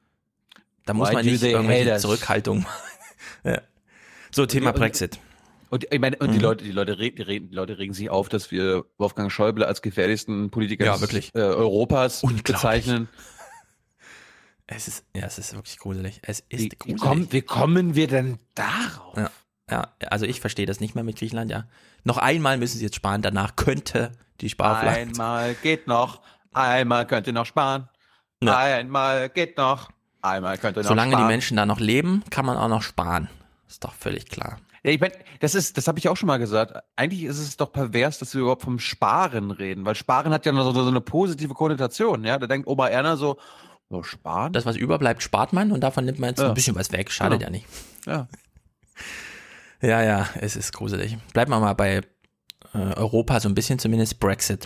Da muss man nicht irgendwelche Zurückhaltung machen. Ja. So, Thema Brexit. Und ich meine, die Leute regen sich auf, dass wir Wolfgang Schäuble als gefährlichsten Politiker Europas bezeichnen. Es ist wirklich gruselig. Es ist gruselig. Wie kommen wir denn darauf? Ja, also ich verstehe das nicht mehr mit Griechenland, ja. Noch einmal müssen sie jetzt sparen, danach könnte die Sparauflage. Einmal geht noch, einmal könnt ihr noch sparen. Ja. Einmal geht noch, einmal könnt ihr noch Solange sparen. die Menschen da noch leben, kann man auch noch sparen. Ist doch völlig klar. Ja, ich meine, das habe ich auch schon mal gesagt. Eigentlich ist es doch pervers, dass wir überhaupt vom Sparen reden, weil Sparen hat ja noch so eine positive Konnotation, ja. Da denkt Oma Erna so sparen? Das, was überbleibt, spart man und davon nimmt man jetzt ein bisschen was weg. Schadet ja nicht. Ja. Ja, es ist gruselig. Bleiben wir mal bei Europa, so ein bisschen zumindest Brexit.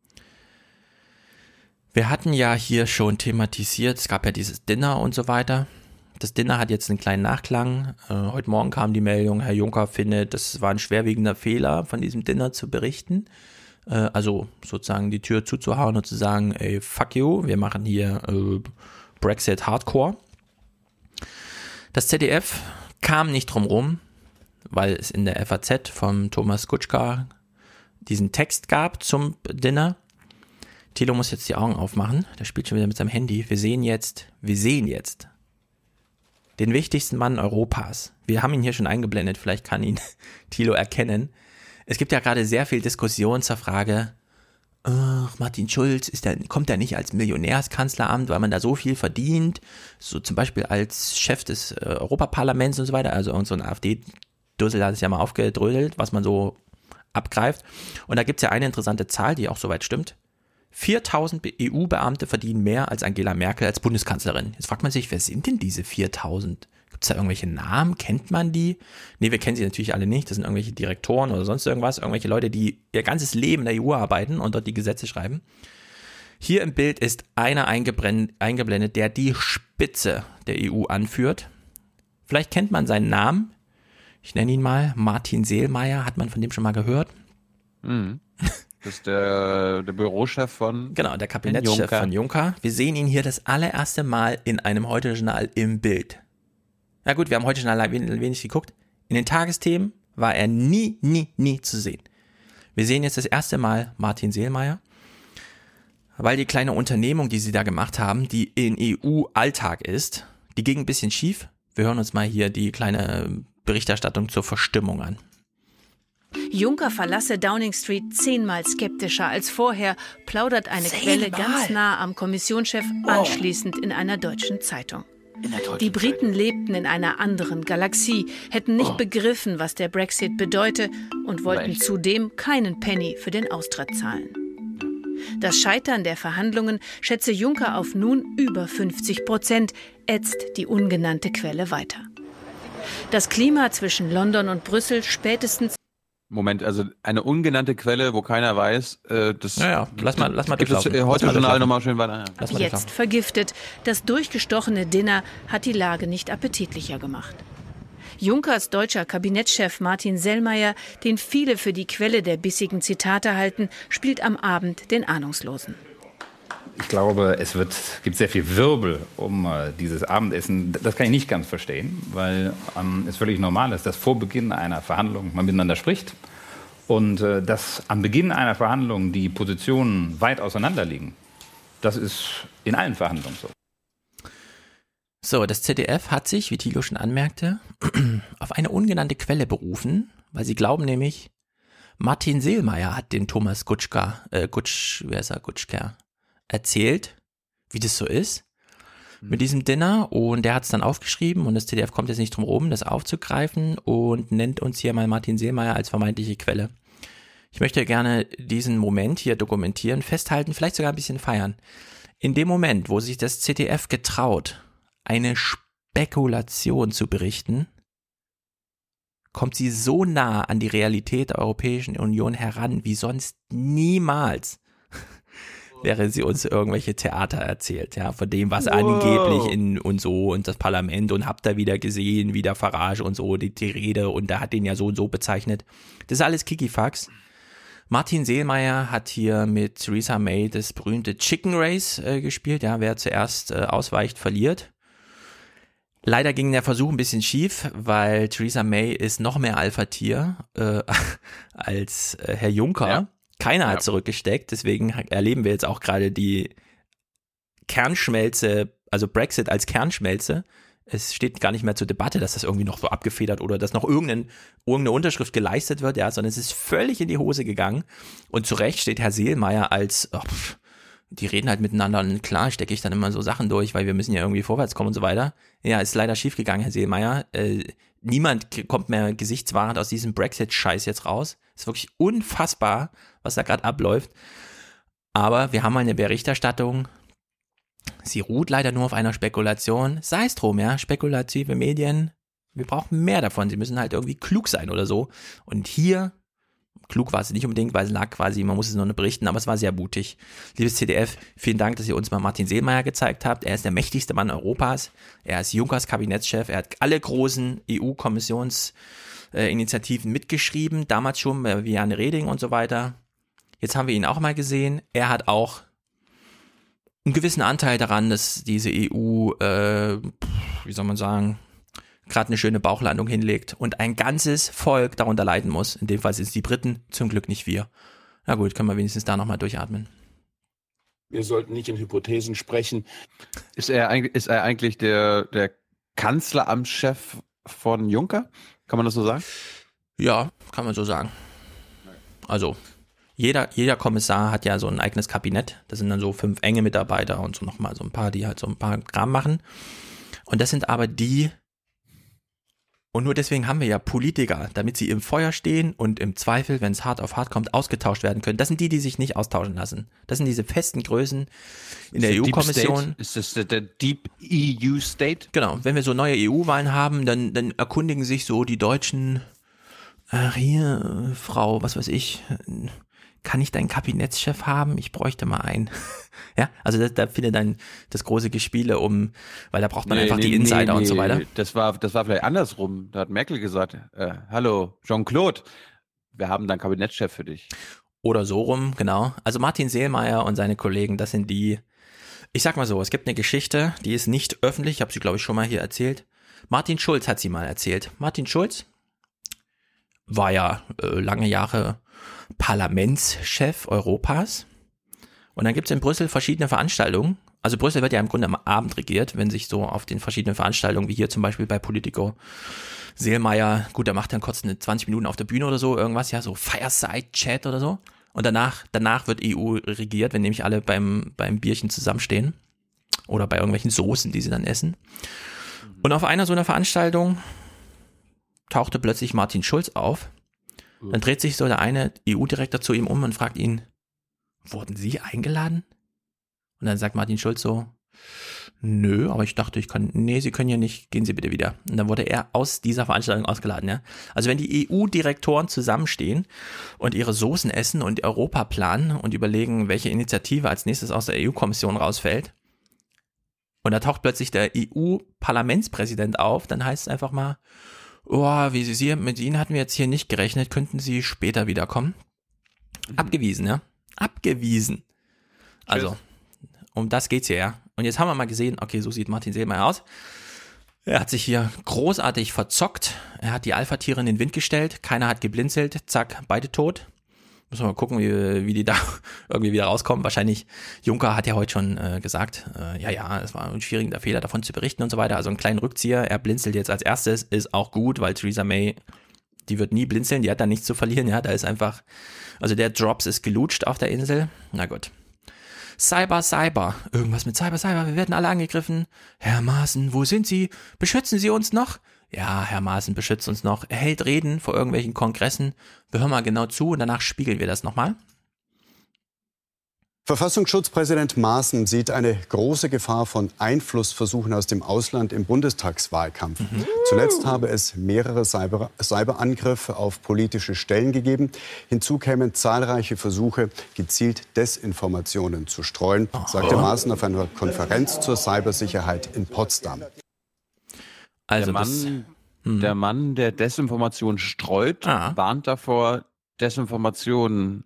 Wir hatten ja hier schon thematisiert, es gab ja dieses Dinner und so weiter. Das Dinner hat jetzt einen kleinen Nachklang. Heute Morgen kam die Meldung, Herr Juncker findet, das war ein schwerwiegender Fehler, von diesem Dinner zu berichten. Also sozusagen die Tür zuzuhauen und zu sagen, ey, fuck you, wir machen hier Brexit Hardcore. Das ZDF kam nicht drum rum, weil es in der FAZ vom Thomas Kutschka diesen Text gab zum Dinner. Thilo muss jetzt die Augen aufmachen. Der spielt schon wieder mit seinem Handy. Wir sehen jetzt den wichtigsten Mann Europas. Wir haben ihn hier schon eingeblendet. Vielleicht kann ihn Thilo erkennen. Es gibt ja gerade sehr viel Diskussion zur Frage, Martin Schulz, kommt er nicht als Millionärskanzleramt, weil man da so viel verdient, so zum Beispiel als Chef des Europaparlaments und so weiter, also irgend so ein AfD-Dussel hat es ja mal aufgedrödelt, was man so abgreift. Und da gibt es ja eine interessante Zahl, die auch soweit stimmt. 4.000 EU-Beamte verdienen mehr als Angela Merkel als Bundeskanzlerin. Jetzt fragt man sich, wer sind denn diese 4.000? Gibt es da irgendwelche Namen? Kennt man die? Nee, wir kennen sie natürlich alle nicht. Das sind irgendwelche Direktoren oder sonst irgendwas. Irgendwelche Leute, die ihr ganzes Leben in der EU arbeiten und dort die Gesetze schreiben. Hier im Bild ist einer eingeblendet, der die Spitze der EU anführt. Vielleicht kennt man seinen Namen. Ich nenne ihn mal Martin Selmayr. Hat man von dem schon mal gehört? Mhm. Das ist der Bürochef von Genau, der Kabinettschef von Juncker. Wir sehen ihn hier das allererste Mal in einem Heute-Journal im Bild. Na gut, wir haben heute Journal wenig geguckt. In den Tagesthemen war er nie zu sehen. Wir sehen jetzt das erste Mal Martin Selmayr, weil die kleine Unternehmung, die sie da gemacht haben, die in EU-Alltag ist, die ging ein bisschen schief. Wir hören uns mal hier die kleine Berichterstattung zur Verstimmung an. Juncker verlasse Downing Street 10-mal skeptischer als vorher, plaudert eine Quelle ganz nah am Kommissionschef anschließend in einer deutschen Zeitung. Die Briten lebten in einer anderen Galaxie, hätten nicht begriffen, was der Brexit bedeute und wollten zudem keinen Penny für den Austritt zahlen. Das Scheitern der Verhandlungen schätze Juncker auf nun über 50%, ätzt die ungenannte Quelle weiter. Das Klima zwischen London und Brüssel spätestens... Moment, also eine ungenannte Quelle, wo keiner weiß, das... Ja, lass mal durchlaufen. Heute Journal nochmal schön weiter. Jetzt vergiftet. Das durchgestochene Dinner hat die Lage nicht appetitlicher gemacht. Junckers deutscher Kabinettschef Martin Selmayr, den viele für die Quelle der bissigen Zitate halten, spielt am Abend den Ahnungslosen. Ich glaube, es gibt sehr viel Wirbel um dieses Abendessen. Das kann ich nicht ganz verstehen, weil es völlig normal ist, dass vor Beginn einer Verhandlung man miteinander spricht und dass am Beginn einer Verhandlung die Positionen weit auseinander liegen. Das ist in allen Verhandlungen so. So, das ZDF hat sich, wie Thilo schon anmerkte, auf eine ungenannte Quelle berufen, weil sie glauben nämlich, Martin Selmayr hat den Thomas Kutschker erzählt, wie das so ist mit diesem Dinner, und der hat es dann aufgeschrieben und das ZDF kommt jetzt nicht drum rum, das aufzugreifen und nennt uns hier mal Martin Selmayr als vermeintliche Quelle. Ich möchte gerne diesen Moment hier dokumentieren, festhalten, vielleicht sogar ein bisschen feiern. In dem Moment, wo sich das ZDF getraut, eine Spekulation zu berichten, kommt sie so nah an die Realität der Europäischen Union heran, wie sonst niemals. Während sie uns irgendwelche Theater erzählt, ja, von dem, was angeblich in und so und das Parlament und habt ihr wieder gesehen, wie der Farage und so, die Rede und der hat den ja so und so bezeichnet. Das ist alles Kikifax. Martin Selmayr hat hier mit Theresa May das berühmte Chicken Race gespielt, ja, wer zuerst ausweicht, verliert. Leider ging der Versuch ein bisschen schief, weil Theresa May ist noch mehr Alpha-Tier als Herr Juncker. Ja. Keiner hat zurückgesteckt, deswegen erleben wir jetzt auch gerade die Kernschmelze, also Brexit als Kernschmelze. Es steht gar nicht mehr zur Debatte, dass das irgendwie noch so abgefedert oder dass noch irgendeine Unterschrift geleistet wird, ja, sondern es ist völlig in die Hose gegangen. Und zu Recht steht Herr Selmayr als, die reden halt miteinander und klar stecke ich dann immer so Sachen durch, weil wir müssen ja irgendwie vorwärts kommen und so weiter. Ja, ist leider schief gegangen, Herr Selmayr. Niemand kommt mehr gesichtswahrend aus diesem Brexit-Scheiß jetzt raus. Ist wirklich unfassbar, was da gerade abläuft. Aber wir haben mal eine Berichterstattung. Sie ruht leider nur auf einer Spekulation. Sei es drum, ja, spekulative Medien. Wir brauchen mehr davon. Sie müssen halt irgendwie klug sein oder so. Und hier, klug war es nicht unbedingt, weil es lag quasi, man muss es nur berichten, aber es war sehr mutig. Liebes ZDF, vielen Dank, dass ihr uns mal Martin Selmayr gezeigt habt. Er ist der mächtigste Mann Europas. Er ist Junckers Kabinettschef. Er hat alle großen EU-Kommissionsinitiativen mitgeschrieben. Damals schon bei Viviane Reding und so weiter. Jetzt haben wir ihn auch mal gesehen. Er hat auch einen gewissen Anteil daran, dass diese EU, wie soll man sagen, gerade eine schöne Bauchlandung hinlegt und ein ganzes Volk darunter leiden muss. In dem Fall sind es die Briten, zum Glück nicht wir. Na gut, können wir wenigstens da nochmal durchatmen. Wir sollten nicht in Hypothesen sprechen. Ist er eigentlich der Kanzleramtschef von Juncker? Kann man das so sagen? Ja, kann man so sagen. Also jeder Kommissar hat ja so ein eigenes Kabinett. Das sind dann so 5 enge Mitarbeiter und so nochmal so ein paar, die halt so ein paar Kram machen. Und das sind aber die, und nur deswegen haben wir ja Politiker, damit sie im Feuer stehen und im Zweifel, wenn es hart auf hart kommt, ausgetauscht werden können. Das sind die sich nicht austauschen lassen. Das sind diese festen Größen in der EU-Kommission. Ist das der Deep EU State? Genau, wenn wir so neue EU-Wahlen haben, dann erkundigen sich so die Deutschen, hier, Frau, was weiß ich, kann ich deinen Kabinettschef haben? Ich bräuchte mal einen. Ja, also da findet dann das große Gespiele weil da braucht man einfach die Insider und so weiter. Das war vielleicht andersrum. Da hat Merkel gesagt, hallo Jean-Claude, wir haben deinen Kabinettschef für dich. Oder so rum, genau. Also Martin Selmayr und seine Kollegen, das sind die, ich sag mal so, es gibt eine Geschichte, die ist nicht öffentlich, ich habe sie glaube ich schon mal hier erzählt. Martin Schulz hat sie mal erzählt. Martin Schulz war ja lange Jahre Parlamentschef Europas. Und dann gibt es in Brüssel verschiedene Veranstaltungen. Also Brüssel wird ja im Grunde am Abend regiert, wenn sich so auf den verschiedenen Veranstaltungen, wie hier zum Beispiel bei Politico Selmayr, gut, der macht dann kurz 20 Minuten auf der Bühne oder so, irgendwas, ja, so Fireside-Chat oder so. Und danach wird EU regiert, wenn nämlich alle beim Bierchen zusammenstehen. Oder bei irgendwelchen Soßen, die sie dann essen. Und auf einer so einer Veranstaltung tauchte plötzlich Martin Schulz auf. Dann dreht sich so der eine EU-Direktor zu ihm um und fragt ihn, wurden Sie eingeladen? Und dann sagt Martin Schulz so, nö, aber ich dachte, Sie können ja nicht, gehen Sie bitte wieder. Und dann wurde er aus dieser Veranstaltung ausgeladen, ja. Also wenn die EU-Direktoren zusammenstehen und ihre Soßen essen und Europa planen und überlegen, welche Initiative als nächstes aus der EU-Kommission rausfällt, und da taucht plötzlich der EU-Parlamentspräsident auf, dann heißt es einfach mal, mit Ihnen hatten wir jetzt hier nicht gerechnet, könnten Sie später wiederkommen? Abgewiesen, ja. Abgewiesen. Also, um das geht's hier, ja. Und jetzt haben wir mal gesehen, okay, so sieht Martin Selmayr aus. Er hat sich hier großartig verzockt. Er hat die Alpha-Tiere in den Wind gestellt. Keiner hat geblinzelt. Zack, beide tot. Müssen wir mal gucken, wie die da irgendwie wieder rauskommen. Wahrscheinlich, Juncker hat ja heute schon gesagt, es war ein schwieriger Fehler, davon zu berichten und so weiter. Also einen kleinen Rückzieher. Er blinzelt jetzt als erstes, ist auch gut, weil Theresa May, die wird nie blinzeln, die hat da nichts zu verlieren. Ja, da ist einfach, also der Drops ist gelutscht auf der Insel. Na gut. Cyber. Irgendwas mit Cyber. Wir werden alle angegriffen. Herr Maaßen, wo sind Sie? Beschützen Sie uns noch? Ja, Herr Maaßen beschützt uns noch. Er hält Reden vor irgendwelchen Kongressen. Wir hören mal genau zu und danach spiegeln wir das nochmal. Verfassungsschutzpräsident Maaßen sieht eine große Gefahr von Einflussversuchen aus dem Ausland im Bundestagswahlkampf. Zuletzt habe es mehrere Cyberangriffe auf politische Stellen gegeben. Hinzu kämen zahlreiche Versuche, gezielt Desinformationen zu streuen, sagte Maaßen auf einer Konferenz zur Cybersicherheit in Potsdam. Also der Mann, der Desinformation streut, warnt davor, Desinformation,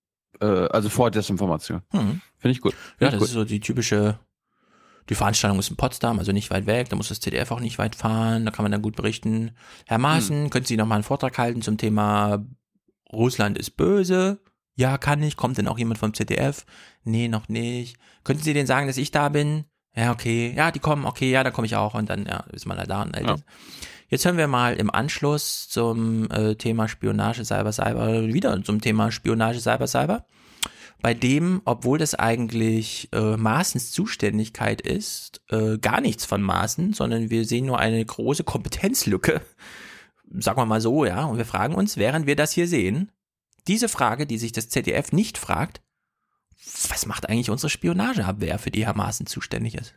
vor Desinformation. Finde ich gut. Ja, das ist so die Veranstaltung ist in Potsdam, also nicht weit weg, da muss das ZDF auch nicht weit fahren, da kann man dann gut berichten. Herr Maaßen, können Sie noch mal einen Vortrag halten zum Thema Russland ist böse? Ja, kann ich. Kommt denn auch jemand vom ZDF? Nee, noch nicht. Könnten Sie denen sagen, dass ich da bin? Ja, okay. Ja, die kommen. Okay, ja, dann komme ich auch. Und dann, ja, ist man da und meldet. Ja. Jetzt hören wir mal im Anschluss zum Thema Spionage, Cyber, wieder zum Thema Spionage, Cyber, bei dem, obwohl das eigentlich Maaßens Zuständigkeit ist, gar nichts von Maaßen, sondern wir sehen nur eine große Kompetenzlücke, sagen wir mal so, ja, und wir fragen uns, während wir das hier sehen, diese Frage, die sich das ZDF nicht fragt, was macht eigentlich unsere Spionageabwehr, für die Herr Maaßen zuständig ist?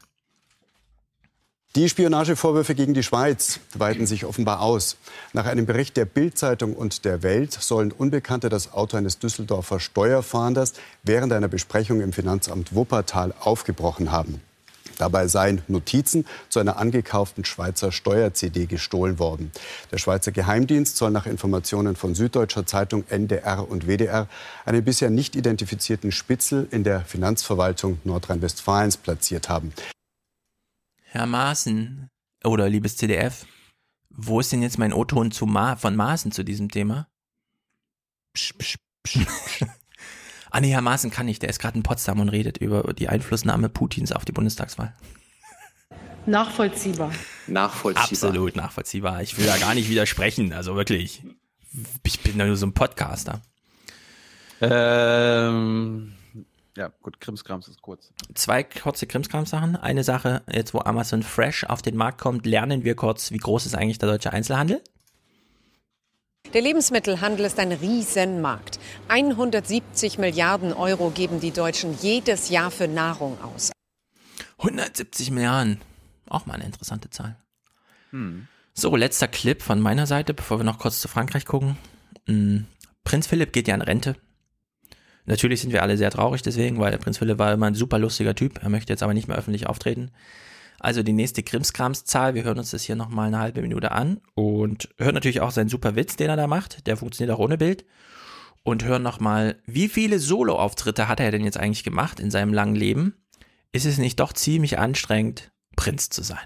Die Spionagevorwürfe gegen die Schweiz weiten sich offenbar aus. Nach einem Bericht der Bild-Zeitung und der Welt sollen Unbekannte das Auto eines Düsseldorfer Steuerfahnders während einer Besprechung im Finanzamt Wuppertal aufgebrochen haben. Dabei seien Notizen zu einer angekauften Schweizer Steuer-CD gestohlen worden. Der Schweizer Geheimdienst soll nach Informationen von Süddeutscher Zeitung, NDR und WDR einen bisher nicht identifizierten Spitzel in der Finanzverwaltung Nordrhein-Westfalens platziert haben. Herr Maaßen oder liebes ZDF, wo ist denn jetzt mein O-Ton von Maaßen zu diesem Thema? Herr Maaßen kann nicht, der ist gerade in Potsdam und redet über die Einflussnahme Putins auf die Bundestagswahl. Nachvollziehbar. Absolut nachvollziehbar. Ich will da gar nicht widersprechen, also wirklich. Ich bin nur so ein Podcaster. Ja, gut, Krimskrams ist kurz. 2 kurze Krimskrams-Sachen. Eine Sache, jetzt wo Amazon Fresh auf den Markt kommt, lernen wir kurz, wie groß ist eigentlich der deutsche Einzelhandel? Der Lebensmittelhandel ist ein Riesenmarkt. 170 Milliarden Euro geben die Deutschen jedes Jahr für Nahrung aus. 170 Milliarden. Auch mal eine interessante Zahl. So, letzter Clip von meiner Seite, bevor wir noch kurz zu Frankreich gucken. Prinz Philipp geht ja in Rente. Natürlich sind wir alle sehr traurig deswegen, weil der Prinz Philipp war immer ein super lustiger Typ. Er möchte jetzt aber nicht mehr öffentlich auftreten. Also die nächste Krimskrams-Zahl, wir hören uns das hier nochmal eine halbe Minute an und hören natürlich auch seinen super Witz, den er da macht. Der funktioniert auch ohne Bild. Und hören nochmal, wie viele Solo-Auftritte hat er denn jetzt eigentlich gemacht in seinem langen Leben? Ist es nicht doch ziemlich anstrengend, Prinz zu sein?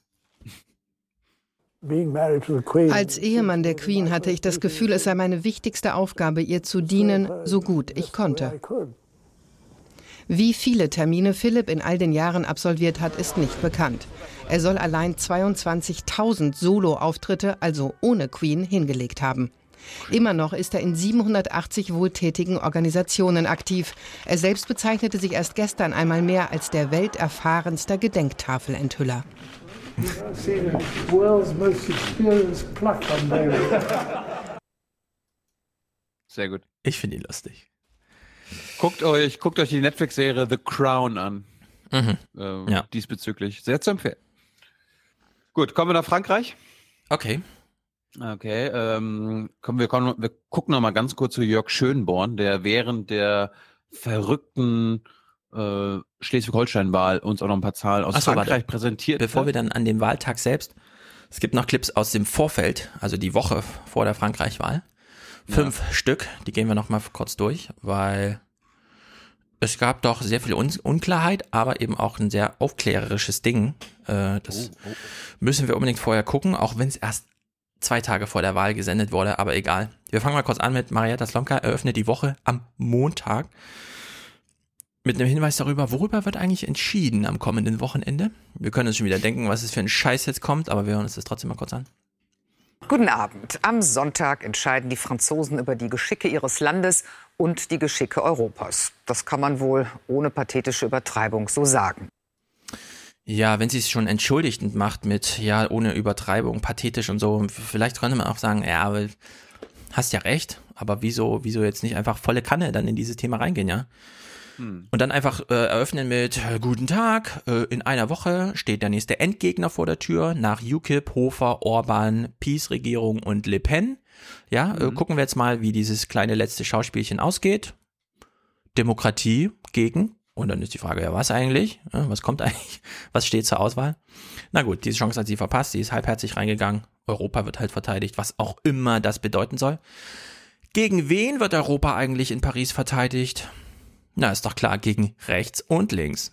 Als Ehemann der Queen hatte ich das Gefühl, es sei meine wichtigste Aufgabe, ihr zu dienen, so gut ich konnte. Wie viele Termine Philipp in all den Jahren absolviert hat, ist nicht bekannt. Er soll allein 22.000 Solo-Auftritte, also ohne Queen, hingelegt haben. Immer noch ist er in 780 wohltätigen Organisationen aktiv. Er selbst bezeichnete sich erst gestern einmal mehr als der welterfahrenste Gedenktafelenthüller. Sehr gut. Ich finde ihn lustig. Guckt euch die Netflix-Serie The Crown an. Ja. Diesbezüglich. Sehr zu empfehlen. Gut, kommen wir nach Frankreich? Okay. Wir gucken noch mal ganz kurz zu Jörg Schönborn, der während der verrückten Schleswig-Holstein-Wahl uns auch noch ein paar Zahlen aus Frankreich präsentiert. Bevor wir dann an dem Wahltag selbst, es gibt noch Clips aus dem Vorfeld, also die Woche vor der Frankreich-Wahl. 5 Stück, die gehen wir noch mal kurz durch, weil es gab doch sehr viel Unklarheit, aber eben auch ein sehr aufklärerisches Ding. Das müssen wir unbedingt vorher gucken, auch wenn es erst 2 Tage vor der Wahl gesendet wurde, aber egal. Wir fangen mal kurz an mit Marietta Slomka, eröffnet die Woche am Montag mit einem Hinweis darüber, worüber wird eigentlich entschieden am kommenden Wochenende. Wir können uns schon wieder denken, was es für ein Scheiß jetzt kommt, aber wir hören uns das trotzdem mal kurz an. Guten Abend. Am Sonntag entscheiden die Franzosen über die Geschicke ihres Landes und die Geschicke Europas. Das kann man wohl ohne pathetische Übertreibung so sagen. Ja, wenn sie es schon entschuldigend macht mit, ja, ohne Übertreibung, pathetisch und so, vielleicht könnte man auch sagen, ja, aber hast ja recht, aber wieso jetzt nicht einfach volle Kanne dann in dieses Thema reingehen, ja? Und dann einfach eröffnen mit guten Tag, in einer Woche steht der nächste Endgegner vor der Tür, nach UKIP, Hofer, Orban, PiS-Regierung und Le Pen. Ja, gucken wir jetzt mal, wie dieses kleine letzte Schauspielchen ausgeht. Demokratie gegen, und dann ist die Frage, ja, was eigentlich? Ja, was kommt eigentlich? Was steht zur Auswahl? Na gut, diese Chance hat sie verpasst, sie ist halbherzig reingegangen. Europa wird halt verteidigt, was auch immer das bedeuten soll. Gegen wen wird Europa eigentlich in Paris verteidigt? Na, ist doch klar, gegen rechts und links.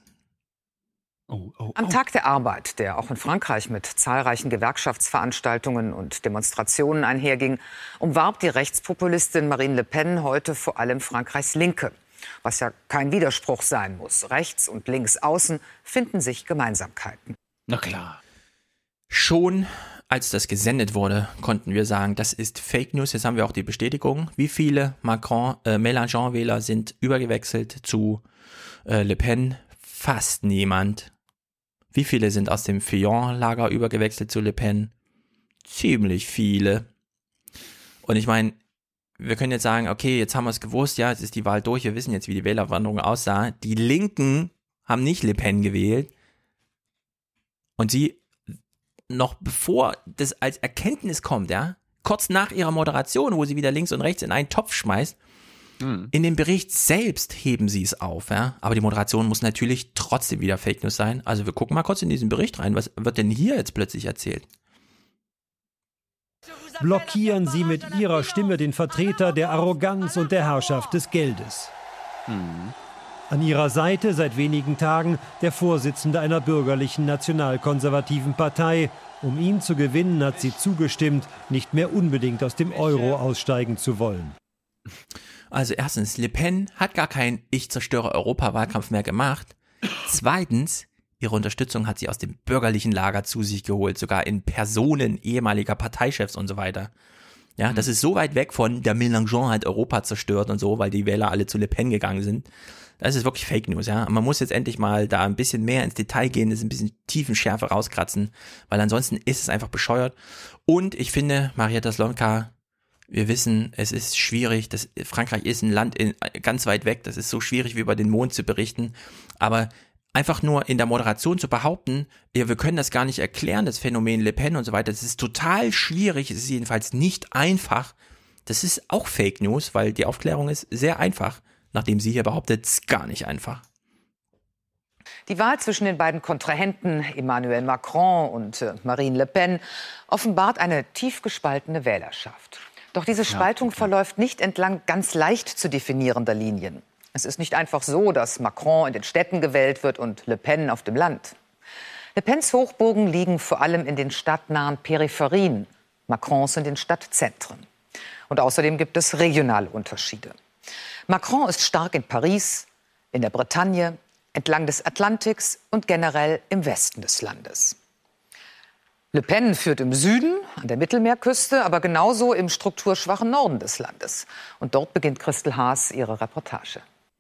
Am Tag der Arbeit, der auch in Frankreich mit zahlreichen Gewerkschaftsveranstaltungen und Demonstrationen einherging, umwarb die Rechtspopulistin Marine Le Pen heute vor allem Frankreichs Linke. Was ja kein Widerspruch sein muss. Rechts und links außen finden sich Gemeinsamkeiten. Na klar. Schon als das gesendet wurde, konnten wir sagen, das ist Fake News. Jetzt haben wir auch die Bestätigung. Wie viele Mélenchon-Wähler sind übergewechselt zu Le Pen? Fast niemand. Wie viele sind aus dem Fillon-Lager übergewechselt zu Le Pen? Ziemlich viele. Und ich meine, wir können jetzt sagen, okay, jetzt haben wir es gewusst, ja, jetzt ist die Wahl durch, wir wissen jetzt, wie die Wählerwanderung aussah. Die Linken haben nicht Le Pen gewählt. Und sie, noch bevor das als Erkenntnis kommt, ja, kurz nach ihrer Moderation, wo sie wieder links und rechts in einen Topf schmeißt, in dem Bericht selbst heben sie es auf, ja. Aber die Moderation muss natürlich trotzdem wieder Fake News sein. Also wir gucken mal kurz in diesen Bericht rein. Was wird denn hier jetzt plötzlich erzählt? Blockieren Sie mit Ihrer Stimme den Vertreter der Arroganz und der Herrschaft des Geldes. An ihrer Seite seit wenigen Tagen der Vorsitzende einer bürgerlichen nationalkonservativen Partei. Um ihn zu gewinnen, hat sie zugestimmt, nicht mehr unbedingt aus dem Euro aussteigen zu wollen. Also erstens, Le Pen hat gar keinen Ich zerstöre Europa-Wahlkampf mehr gemacht. Zweitens, ihre Unterstützung hat sie aus dem bürgerlichen Lager zu sich geholt, sogar in Personen ehemaliger Parteichefs und so weiter. Ja, das ist so weit weg von der Mélenchon hat Europa zerstört und so, weil die Wähler alle zu Le Pen gegangen sind. Das ist wirklich Fake News, ja. Man muss jetzt endlich mal da ein bisschen mehr ins Detail gehen, das ein bisschen Tiefenschärfe rauskratzen, weil ansonsten ist es einfach bescheuert. Und ich finde, Marietta Slomka, wir wissen, es ist schwierig, Frankreich ist ein Land ganz weit weg, das ist so schwierig wie über den Mond zu berichten, aber einfach nur in der Moderation zu behaupten, ja, wir können das gar nicht erklären, das Phänomen Le Pen und so weiter, das ist total schwierig, es ist jedenfalls nicht einfach, das ist auch Fake News, weil die Aufklärung ist sehr einfach, nachdem sie hier behauptet, es ist gar nicht einfach. Die Wahl zwischen den beiden Kontrahenten Emmanuel Macron und Marine Le Pen offenbart eine tief gespaltene Wählerschaft. Doch diese Spaltung verläuft nicht entlang ganz leicht zu definierender Linien. Es ist nicht einfach so, dass Macron in den Städten gewählt wird und Le Pen auf dem Land. Le Pens Hochburgen liegen vor allem in den stadtnahen Peripherien, Macrons in den Stadtzentren. Und außerdem gibt es regionale Unterschiede. Macron ist stark in Paris, in der Bretagne, entlang des Atlantiks und generell im Westen des Landes. Le Pen führt im Süden, an der Mittelmeerküste, aber genauso im strukturschwachen Norden des Landes. Und dort beginnt Christel Haas ihre Reportage.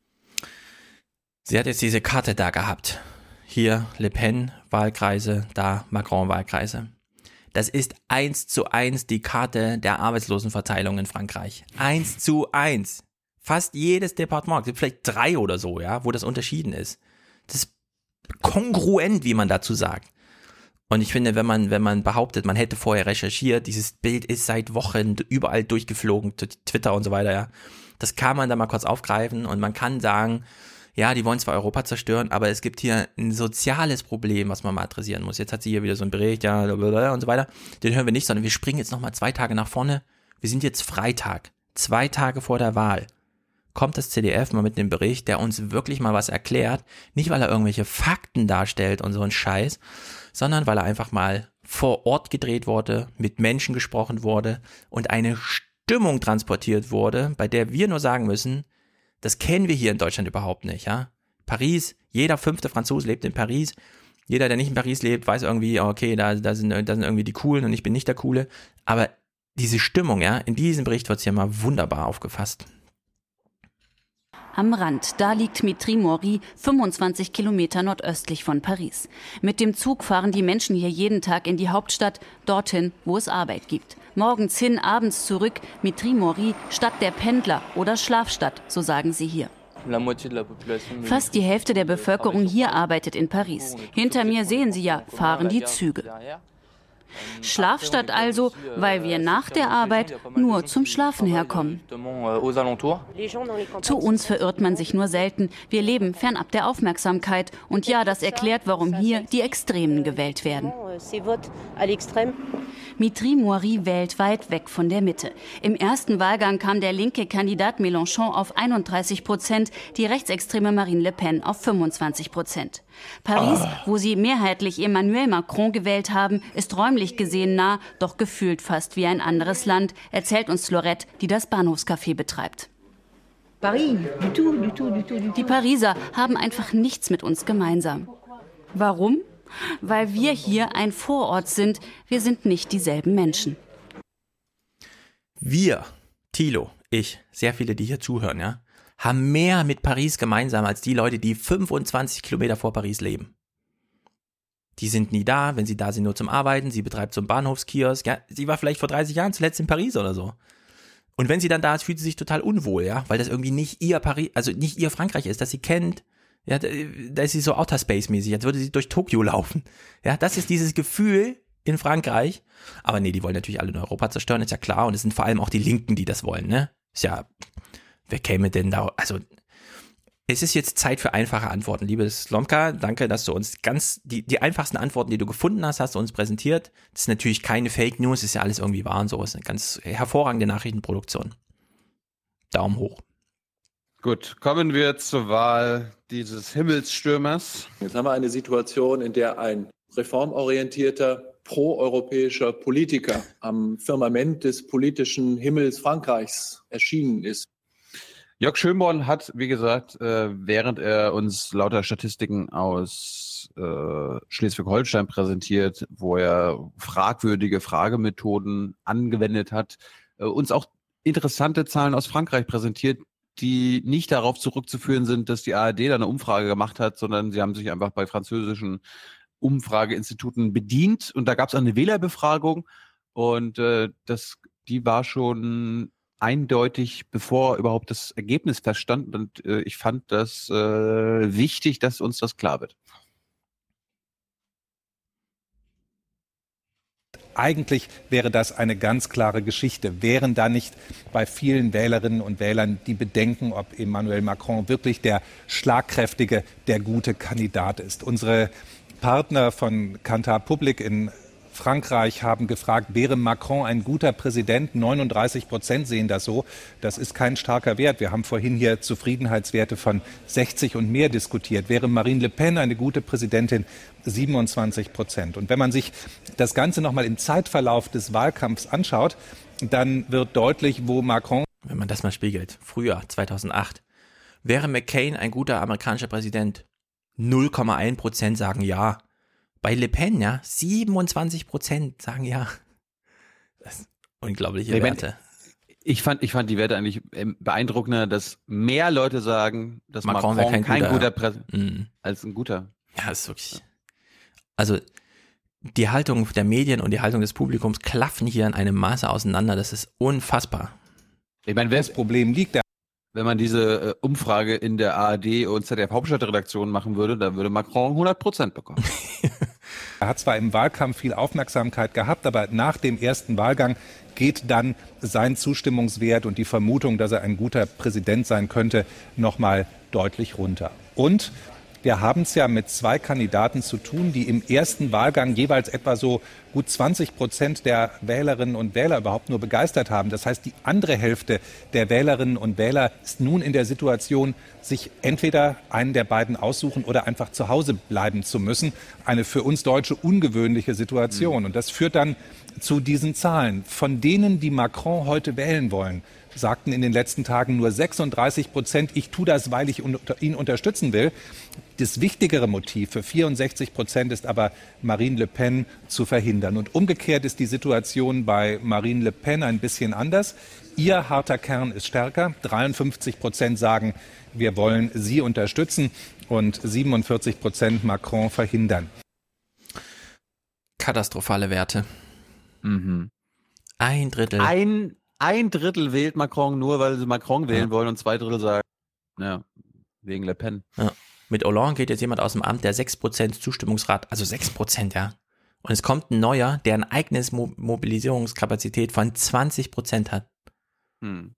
Sie hat jetzt diese Karte da gehabt. Hier Le Pen Wahlkreise, da Macron Wahlkreise. Das ist 1:1 die Karte der Arbeitslosenverteilung in Frankreich. 1:1. Fast jedes Departement, es gibt vielleicht 3 oder so, ja, wo das unterschieden ist. Das ist kongruent, wie man dazu sagt. Und ich finde, wenn man behauptet, man hätte vorher recherchiert, dieses Bild ist seit Wochen überall durchgeflogen, Twitter und so weiter, ja. Das kann man da mal kurz aufgreifen und man kann sagen, ja, die wollen zwar Europa zerstören, aber es gibt hier ein soziales Problem, was man mal adressieren muss. Jetzt hat sie hier wieder so einen Bericht, ja, und so weiter. Den hören wir nicht, sondern wir springen jetzt nochmal 2 Tage nach vorne. Wir sind jetzt Freitag, 2 Tage vor der Wahl. Kommt das ZDF mal mit einem Bericht, der uns wirklich mal was erklärt, nicht weil er irgendwelche Fakten darstellt und so ein Scheiß, sondern weil er einfach mal vor Ort gedreht wurde, mit Menschen gesprochen wurde und eine Stimmung transportiert wurde, bei der wir nur sagen müssen, das kennen wir hier in Deutschland überhaupt nicht, ja. Paris, jeder 5. Franzose lebt in Paris, jeder, der nicht in Paris lebt, weiß irgendwie, okay, da sind irgendwie die Coolen und ich bin nicht der Coole, aber diese Stimmung, ja, in diesem Bericht wird es hier mal wunderbar aufgefasst. Am Rand, da liegt Mitry-Mory, 25 Kilometer nordöstlich von Paris. Mit dem Zug fahren die Menschen hier jeden Tag in die Hauptstadt, dorthin, wo es Arbeit gibt. Morgens hin, abends zurück, Mitry-Mory, Stadt der Pendler oder Schlafstadt, so sagen sie hier. Fast die Hälfte der Bevölkerung hier arbeitet in Paris. Hinter mir sehen Sie ja, fahren die Züge. Schlafstadt also, weil wir nach der Arbeit nur zum Schlafen herkommen. Zu uns verirrt man sich nur selten. Wir leben fernab der Aufmerksamkeit. Und ja, das erklärt, warum hier die Extremen gewählt werden. Mitry-Mory wählt weit weg von der Mitte. Im ersten Wahlgang kam der linke Kandidat Mélenchon auf 31%, die rechtsextreme Marine Le Pen auf 25%. Paris, wo sie mehrheitlich Emmanuel Macron gewählt haben, ist räumlich gesehen nah, doch gefühlt fast wie ein anderes Land, erzählt uns Lorette, die das Bahnhofscafé betreibt. Die Pariser haben einfach nichts mit uns gemeinsam. Warum? Weil wir hier ein Vorort sind. Wir sind nicht dieselben Menschen. Wir, Thilo, ich, sehr viele, die hier zuhören, ja, haben mehr mit Paris gemeinsam als die Leute, die 25 Kilometer vor Paris leben. Die sind nie da, wenn sie da sind, nur zum Arbeiten. Sie betreibt so einen Bahnhofskiosk. Ja, sie war vielleicht vor 30 Jahren zuletzt in Paris oder so. Und wenn sie dann da ist, fühlt sie sich total unwohl, ja, weil das irgendwie nicht ihr Paris, also nicht ihr Frankreich ist, das sie kennt. Ja, da ist sie so Outer Space-mäßig, als würde sie durch Tokio laufen. Ja, das ist dieses Gefühl in Frankreich. Aber nee, die wollen natürlich alle in Europa zerstören, ist ja klar. Und es sind vor allem auch die Linken, die das wollen, ne? Ist ja, wer käme denn da, also, es ist jetzt Zeit für einfache Antworten. Liebe Slomka, danke, dass du uns die einfachsten Antworten, die du gefunden hast, hast du uns präsentiert. Das ist natürlich keine Fake News, ist ja alles irgendwie wahr und so. Ist eine ganz hervorragende Nachrichtenproduktion. Daumen hoch. Gut, kommen wir zur Wahl dieses Himmelsstürmers. Jetzt haben wir eine Situation, in der ein reformorientierter, proeuropäischer Politiker am Firmament des politischen Himmels Frankreichs erschienen ist. Jörg Schönborn hat, wie gesagt, während er uns lauter Statistiken aus Schleswig-Holstein präsentiert, wo er fragwürdige Fragemethoden angewendet hat, uns auch interessante Zahlen aus Frankreich präsentiert, die nicht darauf zurückzuführen sind, dass die ARD da eine Umfrage gemacht hat, sondern sie haben sich einfach bei französischen Umfrageinstituten bedient. Und da gab es eine Wählerbefragung und die war schon eindeutig, bevor überhaupt das Ergebnis feststand. Und ich fand das wichtig, dass uns das klar wird. Eigentlich wäre das eine ganz klare Geschichte. Wären da nicht bei vielen Wählerinnen und Wählern die Bedenken, ob Emmanuel Macron wirklich der schlagkräftige, der gute Kandidat ist? Unsere Partner von Kantar Public in Frankreich haben gefragt, wäre Macron ein guter Präsident? 39% sehen das so. Das ist kein starker Wert. Wir haben vorhin hier Zufriedenheitswerte von 60 und mehr diskutiert. Wäre Marine Le Pen eine gute Präsidentin? 27%. Und wenn man sich das Ganze nochmal im Zeitverlauf des Wahlkampfs anschaut, dann wird deutlich, wo Macron... Wenn man das mal spiegelt, früher, 2008, wäre McCain ein guter amerikanischer Präsident? 0,1% sagen ja. Bei Le Pen, ja, 27% sagen ja. Das ist unglaubliche Werte. Ich fand die Werte eigentlich beeindruckender, dass mehr Leute sagen, dass Macron kein guter Präsident als ein guter. Ja, das ist wirklich... Also die Haltung der Medien und die Haltung des Publikums klaffen hier in einem Maße auseinander. Das ist unfassbar. Ich meine, das Problem liegt da. Wenn man diese Umfrage in der ARD und ZDF-Hauptstadtredaktion machen würde, dann würde Macron 100% bekommen. Er hat zwar im Wahlkampf viel Aufmerksamkeit gehabt, aber nach dem ersten Wahlgang geht dann sein Zustimmungswert und die Vermutung, dass er ein guter Präsident sein könnte, nochmal deutlich runter. Und wir haben es ja mit zwei Kandidaten zu tun, die im ersten Wahlgang jeweils etwa so gut 20% der Wählerinnen und Wähler überhaupt nur begeistert haben. Das heißt, die andere Hälfte der Wählerinnen und Wähler ist nun in der Situation, sich entweder einen der beiden aussuchen oder einfach zu Hause bleiben zu müssen. Eine für uns Deutsche ungewöhnliche Situation. Und das führt dann zu diesen Zahlen. Von denen, die Macron heute wählen wollen, sagten in den letzten Tagen nur 36%, ich tue das, weil ich ihn unterstützen will. Das wichtigere Motiv für 64% ist aber, Marine Le Pen zu verhindern. Und umgekehrt ist die Situation bei Marine Le Pen ein bisschen anders. Ihr harter Kern ist stärker. 53% sagen, wir wollen sie unterstützen und 47% Macron verhindern. Katastrophale Werte. Mhm. Ein Drittel. Ein Drittel wählt Macron nur, weil sie Macron wählen wollen und 2 Drittel sagen, ja, wegen Le Pen. Ja. Mit Hollande geht jetzt jemand aus dem Amt, der 6% Zustimmungsrat, also 6%, ja. Und es kommt ein neuer, der eine eigene Mobilisierungskapazität von 20% hat. Und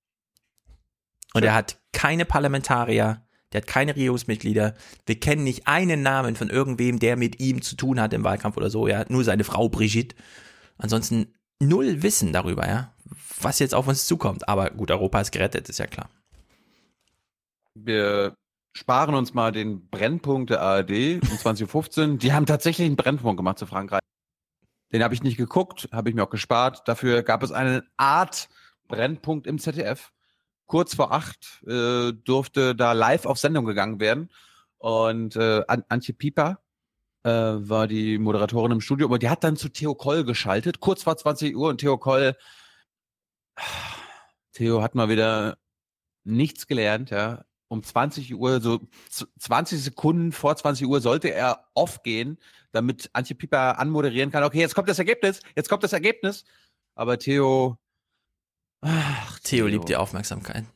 er hat keine Parlamentarier, der hat keine Regierungsmitglieder. Wir kennen nicht einen Namen von irgendwem, der mit ihm zu tun hat im Wahlkampf oder so, ja. Nur seine Frau Brigitte. Ansonsten null Wissen darüber, ja, was jetzt auf uns zukommt. Aber gut, Europa ist gerettet, ist ja klar. Wir sparen uns mal den Brennpunkt der ARD um 20.15 Uhr. Die haben tatsächlich einen Brennpunkt gemacht zu Frankreich. Den habe ich nicht geguckt, habe ich mir auch gespart. Dafür gab es eine Art Brennpunkt im ZDF. Kurz vor 8 durfte da live auf Sendung gegangen werden. Und Antje Pieper war die Moderatorin im Studio, aber die hat dann zu Theo Koll geschaltet, kurz vor 20 Uhr. Und Theo hat mal wieder nichts gelernt, ja. Um 20 Uhr, so 20 Sekunden vor 20 Uhr sollte er off gehen, damit Antje Pieper anmoderieren kann. Okay, jetzt kommt das Ergebnis. Aber Theo liebt die Aufmerksamkeit.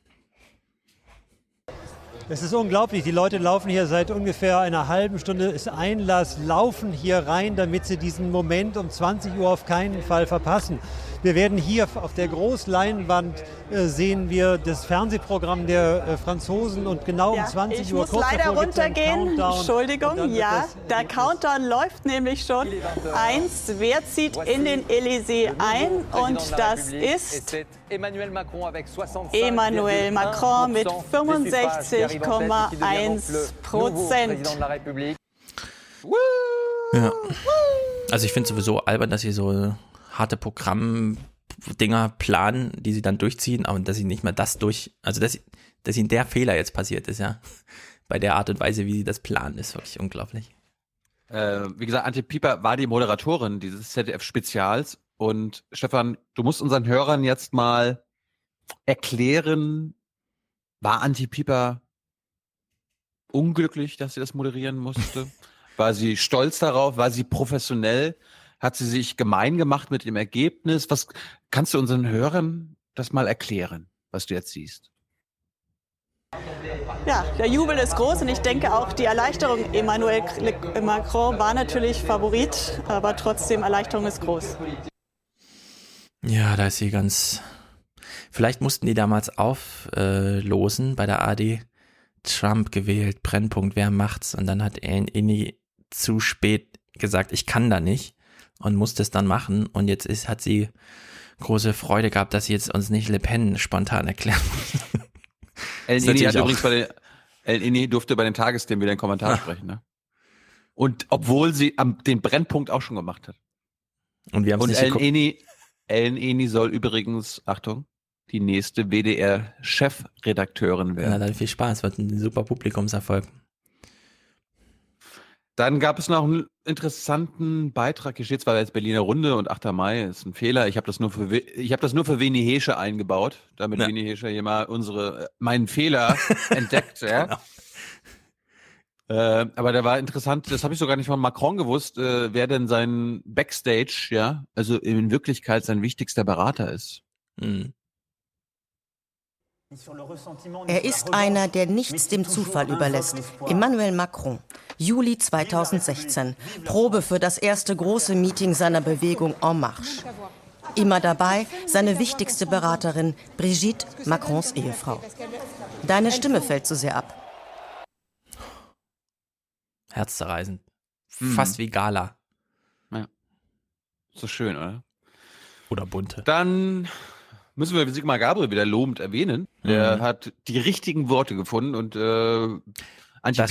Es ist unglaublich, die Leute laufen hier seit ungefähr einer halben Stunde, ist Einlass, laufen hier rein, damit sie diesen Moment um 20 Uhr auf keinen Fall verpassen. Wir werden hier auf der Großleinwand sehen wir das Fernsehprogramm der Franzosen und genau um 20 Uhr. Ich muss leider runtergehen. Entschuldigung, ja, der Countdown läuft nämlich schon. 1, wer zieht in den Élysée ein? Und das ist Emmanuel Macron mit 65,1%. Ja. Also ich finde sowieso albern, dass sie so harte Programmdinger planen, die sie dann durchziehen, aber dass sie nicht mal das dass ihnen der Fehler jetzt passiert ist, ja. Bei der Art und Weise, wie sie das planen, ist wirklich unglaublich. Wie gesagt, Antje Pieper war die Moderatorin dieses ZDF-Spezials. Und Stefan, du musst unseren Hörern jetzt mal erklären, war Antje Pieper unglücklich, dass sie das moderieren musste? War sie stolz darauf? War sie professionell? Hat sie sich gemein gemacht mit dem Ergebnis? Was kannst du unseren Hörern das mal erklären, was du jetzt siehst? Ja, der Jubel ist groß und ich denke auch die Erleichterung. Emmanuel Macron war natürlich Favorit, aber trotzdem Erleichterung ist groß. Ja, da ist sie ganz... Vielleicht mussten die damals auflosen bei der AD. Trump gewählt, Brennpunkt, wer macht's? Und dann hat Inni zu spät gesagt, ich kann da nicht und musste es dann machen. Und jetzt hat sie große Freude gehabt, dass sie jetzt uns nicht Le Pen spontan erklärt. Inni durfte bei den Tagesthemen wieder einen Kommentar sprechen, ne? Und obwohl sie den Brennpunkt auch schon gemacht hat. Und wir haben es nicht geguckt. Ellen Inni soll übrigens, Achtung, die nächste WDR-Chefredakteurin werden. Ja, dann viel Spaß, wird ein super Publikumserfolg. Dann gab es noch einen interessanten Beitrag. Hier steht zwar jetzt Berliner Runde und 8. Mai, ist ein Fehler. Ich habe das nur für Winnie Hesche eingebaut, damit Winnie Hesche hier mal meinen Fehler entdeckt. Ja. Genau. Aber der war interessant, das habe ich sogar nicht von Macron gewusst, wer denn sein Backstage, ja, also in Wirklichkeit sein wichtigster Berater ist. Mhm. Er ist einer, der nichts dem Zufall überlässt. Emmanuel Macron, Juli 2016, Probe für das erste große Meeting seiner Bewegung En Marche. Immer dabei seine wichtigste Beraterin, Brigitte, Macrons Ehefrau. Deine Stimme fällt so sehr ab. Herzzerreißend. Fast wie Gala. Ja. So schön, oder? Oder bunte. Dann müssen wir Sigmar Gabriel wieder lobend erwähnen. Der hat die richtigen Worte gefunden und Antje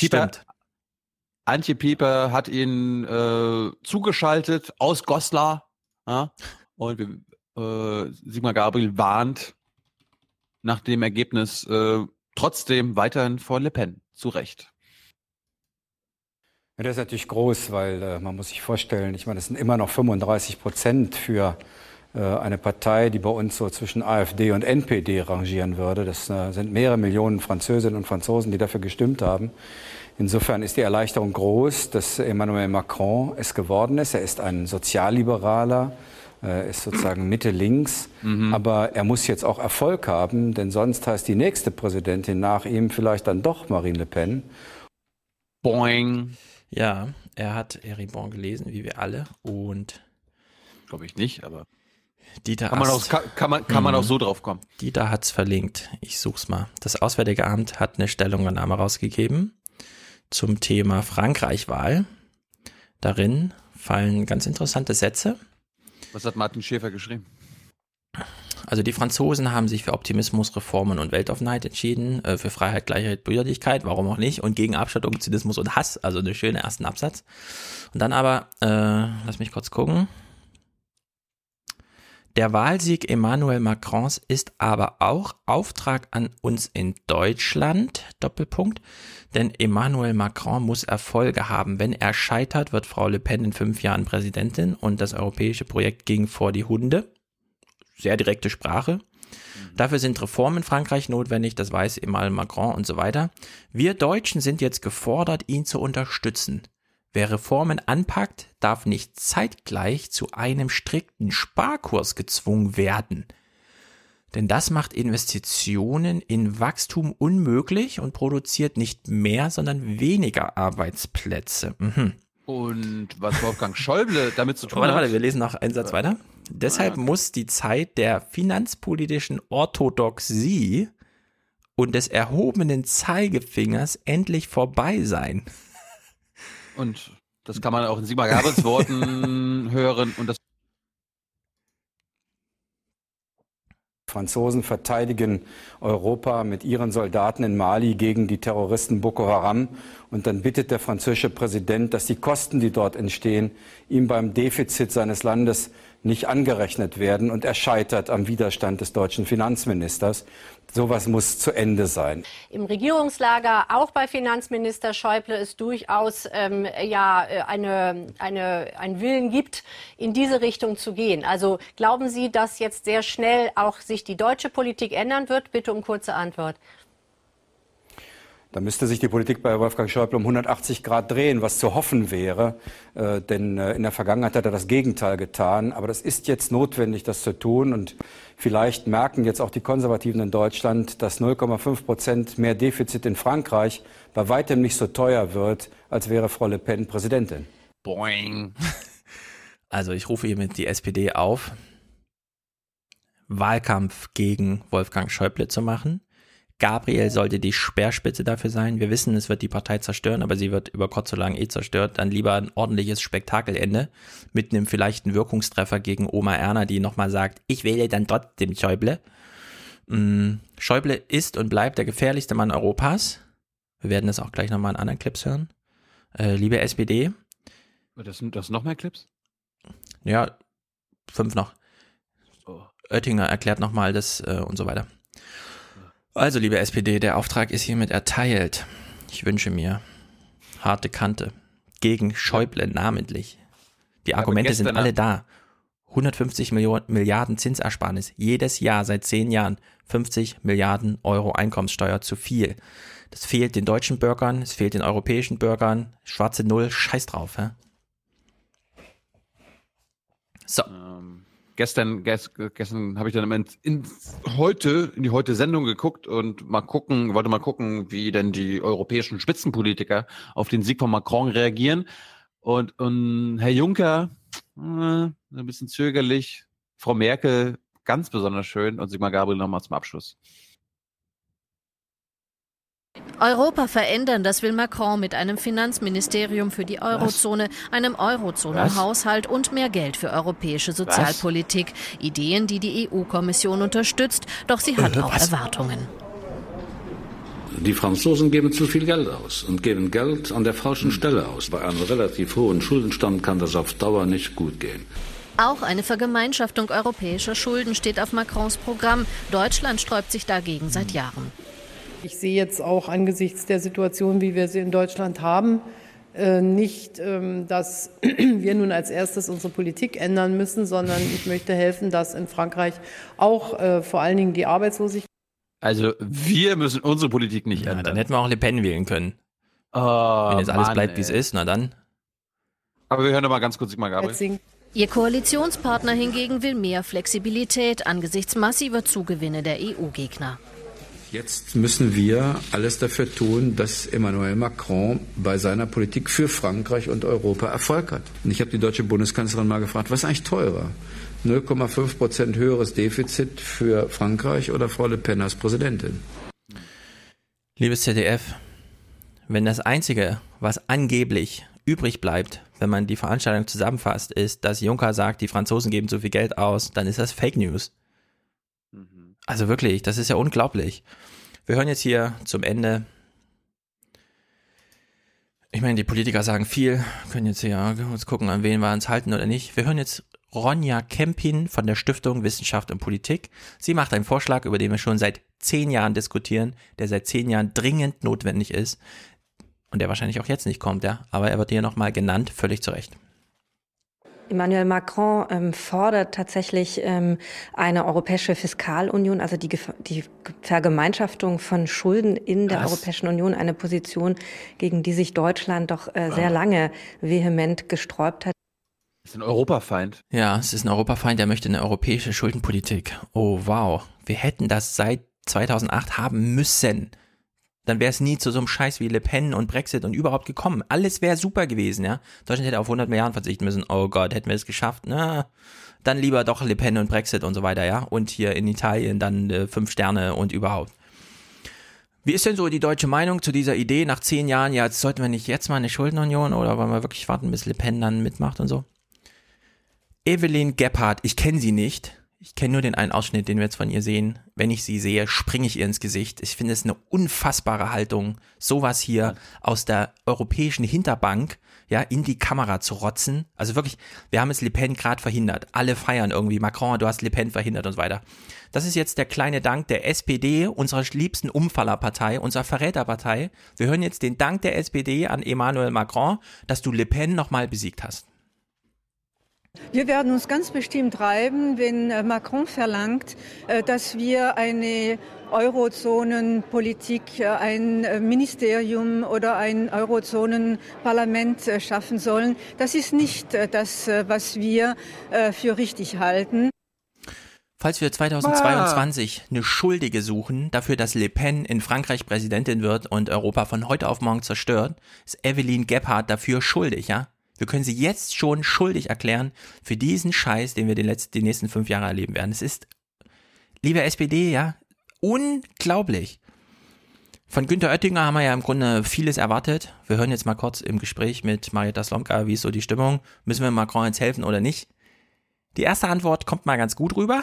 Pieper hat ihn zugeschaltet aus Goslar. Ja? Und Sigmar Gabriel warnt nach dem Ergebnis trotzdem weiterhin vor Le Pen. Zu Recht. Ja, das ist natürlich groß, weil man muss sich vorstellen, ich meine, das sind immer noch 35% für eine Partei, die bei uns so zwischen AfD und NPD rangieren würde. Das sind mehrere Millionen Französinnen und Franzosen, die dafür gestimmt haben. Insofern ist die Erleichterung groß, dass Emmanuel Macron es geworden ist. Er ist ein Sozialliberaler, ist sozusagen Mitte-links, aber er muss jetzt auch Erfolg haben, denn sonst heißt die nächste Präsidentin nach ihm vielleicht dann doch Marine Le Pen. Boing. Ja, er hat Eribon gelesen, wie wir alle, und glaube ich nicht, aber Dieter kann man auch so drauf kommen. Dieter hat's verlinkt. Ich such's mal. Das Auswärtige Amt hat eine Stellungnahme rausgegeben zum Thema Frankreich-Wahl. Darin fallen ganz interessante Sätze. Was hat Martin Schäfer geschrieben? Also die Franzosen haben sich für Optimismus, Reformen und Weltoffenheit entschieden, für Freiheit, Gleichheit, Brüderlichkeit, warum auch nicht, und gegen Abschottung, Zynismus und Hass, also eine schöne ersten Absatz. Und dann aber, lass mich kurz gucken. Der Wahlsieg Emmanuel Macrons ist aber auch Auftrag an uns in Deutschland, Doppelpunkt, denn Emmanuel Macron muss Erfolge haben. Wenn er scheitert, wird Frau Le Pen in 5 Jahren Präsidentin und das europäische Projekt ging vor die Hunde. Sehr direkte Sprache. Dafür sind Reformen in Frankreich notwendig, das weiß Emmanuel Macron und so weiter. Wir Deutschen sind jetzt gefordert, ihn zu unterstützen. Wer Reformen anpackt, darf nicht zeitgleich zu einem strikten Sparkurs gezwungen werden. Denn das macht Investitionen in Wachstum unmöglich und produziert nicht mehr, sondern weniger Arbeitsplätze. Und was Wolfgang Schäuble damit zu tun hat... Warte, wir lesen noch einen Satz weiter. Deshalb muss die Zeit der finanzpolitischen Orthodoxie und des erhobenen Zeigefingers endlich vorbei sein. Und das kann man auch in Sigmar Gabriels Worten hören. Und das Franzosen verteidigen Europa mit ihren Soldaten in Mali gegen die Terroristen Boko Haram. Und dann bittet der französische Präsident, dass die Kosten, die dort entstehen, ihm beim Defizit seines Landes nicht angerechnet werden und er scheitert am Widerstand des deutschen Finanzministers. Sowas muss zu Ende sein. Im Regierungslager, auch bei Finanzminister Schäuble, es durchaus einen Willen gibt, in diese Richtung zu gehen. Also glauben Sie, dass jetzt sehr schnell auch sich die deutsche Politik ändern wird? Bitte um kurze Antwort. Da müsste sich die Politik bei Wolfgang Schäuble um 180 Grad drehen, was zu hoffen wäre. Denn in der Vergangenheit hat er das Gegenteil getan. Aber das ist jetzt notwendig, das zu tun. Und vielleicht merken jetzt auch die Konservativen in Deutschland, dass 0,5% mehr Defizit in Frankreich bei weitem nicht so teuer wird, als wäre Frau Le Pen Präsidentin. Boing. Also ich rufe hiermit die SPD auf, Wahlkampf gegen Wolfgang Schäuble zu machen. Gabriel sollte die Speerspitze dafür sein. Wir wissen, es wird die Partei zerstören, aber sie wird über kurz oder lang zerstört. Dann lieber ein ordentliches Spektakelende mit einem vielleicht einen Wirkungstreffer gegen Oma Erna, die nochmal sagt, ich wähle dann trotzdem Schäuble. Schäuble ist und bleibt der gefährlichste Mann Europas. Wir werden das auch gleich nochmal in anderen Clips hören. Liebe SPD. Das noch mehr Clips? Ja, 5 noch. Oettinger erklärt nochmal das und so weiter. Also, liebe SPD, der Auftrag ist hiermit erteilt. Ich wünsche mir harte Kante. Gegen Schäuble namentlich. Die Argumente sind alle da. 150 Milliarden Zinsersparnis. Jedes Jahr seit 10 Jahren. 50 Milliarden Euro Einkommenssteuer zu viel. Das fehlt den deutschen Bürgern, es fehlt den europäischen Bürgern. Schwarze Null, scheiß drauf. Hä? So. Gestern habe ich dann in die Heute-Sendung geguckt und wollte mal gucken, wie denn die europäischen Spitzenpolitiker auf den Sieg von Macron reagieren. Und Herr Juncker, ein bisschen zögerlich, Frau Merkel ganz besonders schön und Sigmar Gabriel nochmal zum Abschluss. Europa verändern, das will Macron mit einem Finanzministerium für die Eurozone, einem Eurozonenhaushalt und mehr Geld für europäische Sozialpolitik. Ideen, die die EU-Kommission unterstützt, doch sie hat auch Erwartungen. Die Franzosen geben zu viel Geld aus und geben Geld an der falschen Stelle aus. Bei einem relativ hohen Schuldenstand kann das auf Dauer nicht gut gehen. Auch eine Vergemeinschaftung europäischer Schulden steht auf Macrons Programm. Deutschland sträubt sich dagegen seit Jahren. Ich sehe jetzt auch angesichts der Situation, wie wir sie in Deutschland haben, nicht, dass wir nun als erstes unsere Politik ändern müssen, sondern ich möchte helfen, dass in Frankreich auch vor allen Dingen die Arbeitslosigkeit. Also wir müssen unsere Politik nicht ändern. Dann hätten wir auch Le Pen wählen können. Wenn jetzt alles bleibt, wie es ist, na dann. Aber wir hören doch mal ganz kurz Sigmar Gabriel. Ihr Koalitionspartner hingegen will mehr Flexibilität angesichts massiver Zugewinne der EU-Gegner. Jetzt müssen wir alles dafür tun, dass Emmanuel Macron bei seiner Politik für Frankreich und Europa Erfolg hat. Und ich habe die deutsche Bundeskanzlerin mal gefragt, was ist eigentlich teurer? 0,5% höheres Defizit für Frankreich oder Frau Le Pen als Präsidentin? Liebes ZDF, wenn das Einzige, was angeblich übrig bleibt, wenn man die Veranstaltung zusammenfasst, ist, dass Juncker sagt, die Franzosen geben zu viel Geld aus, dann ist das Fake News. Also wirklich, das ist ja unglaublich. Wir hören jetzt hier zum Ende, ich meine, die Politiker sagen viel, können jetzt hier uns gucken, an wen wir uns halten oder nicht. Wir hören jetzt Ronja Kempin von der Stiftung Wissenschaft und Politik. Sie macht einen Vorschlag, über den wir schon seit 10 Jahren diskutieren, der seit 10 Jahren dringend notwendig ist und der wahrscheinlich auch jetzt nicht kommt, ja. Aber er wird hier nochmal genannt, völlig zu Recht. Emmanuel Macron fordert tatsächlich eine europäische Fiskalunion, also die Vergemeinschaftung von Schulden in der Europäischen Union, eine Position, gegen die sich Deutschland doch sehr lange vehement gesträubt hat. Das ist ein Europafeind. Ja, es ist ein Europafeind, der möchte eine europäische Schuldenpolitik. Oh wow, wir hätten das seit 2008 haben müssen. Dann wäre es nie zu so einem Scheiß wie Le Pen und Brexit und überhaupt gekommen. Alles wäre super gewesen, ja. Deutschland hätte auf 100 Milliarden verzichten müssen. Oh Gott, hätten wir es geschafft? Na, dann lieber doch Le Pen und Brexit und so weiter, ja. Und hier in Italien dann 5 Sterne und überhaupt. Wie ist denn so die deutsche Meinung zu dieser Idee nach 10 Jahren? Ja, jetzt sollten wir nicht jetzt mal eine Schuldenunion oder wollen wir wirklich warten, bis Le Pen dann mitmacht und so? Evelyn Gebhardt, ich kenne sie nicht. Ich kenne nur den einen Ausschnitt, den wir jetzt von ihr sehen. Wenn ich sie sehe, springe ich ihr ins Gesicht. Ich finde es eine unfassbare Haltung, sowas hier aus der europäischen Hinterbank in die Kamera zu rotzen. Also wirklich, wir haben es Le Pen gerade verhindert. Alle feiern irgendwie. Macron, du hast Le Pen verhindert und so weiter. Das ist jetzt der kleine Dank der SPD, unserer liebsten Umfallerpartei, unserer Verräterpartei. Wir hören jetzt den Dank der SPD an Emmanuel Macron, dass du Le Pen nochmal besiegt hast. Wir werden uns ganz bestimmt reiben, wenn Macron verlangt, dass wir eine Eurozonenpolitik, ein Ministerium oder ein Eurozonenparlament schaffen sollen. Das ist nicht das, was wir für richtig halten. Falls wir 2022 eine Schuldige suchen dafür, dass Le Pen in Frankreich Präsidentin wird und Europa von heute auf morgen zerstört, ist Evelyn Gebhardt dafür schuldig, ja? Wir können sie jetzt schon schuldig erklären für diesen Scheiß, den wir die nächsten 5 Jahre erleben werden. Es ist, liebe SPD, unglaublich. Von Günther Oettinger haben wir ja im Grunde vieles erwartet. Wir hören jetzt mal kurz im Gespräch mit Marietta Slomka, wie ist so die Stimmung? Müssen wir Macron jetzt helfen oder nicht? Die erste Antwort kommt mal ganz gut rüber.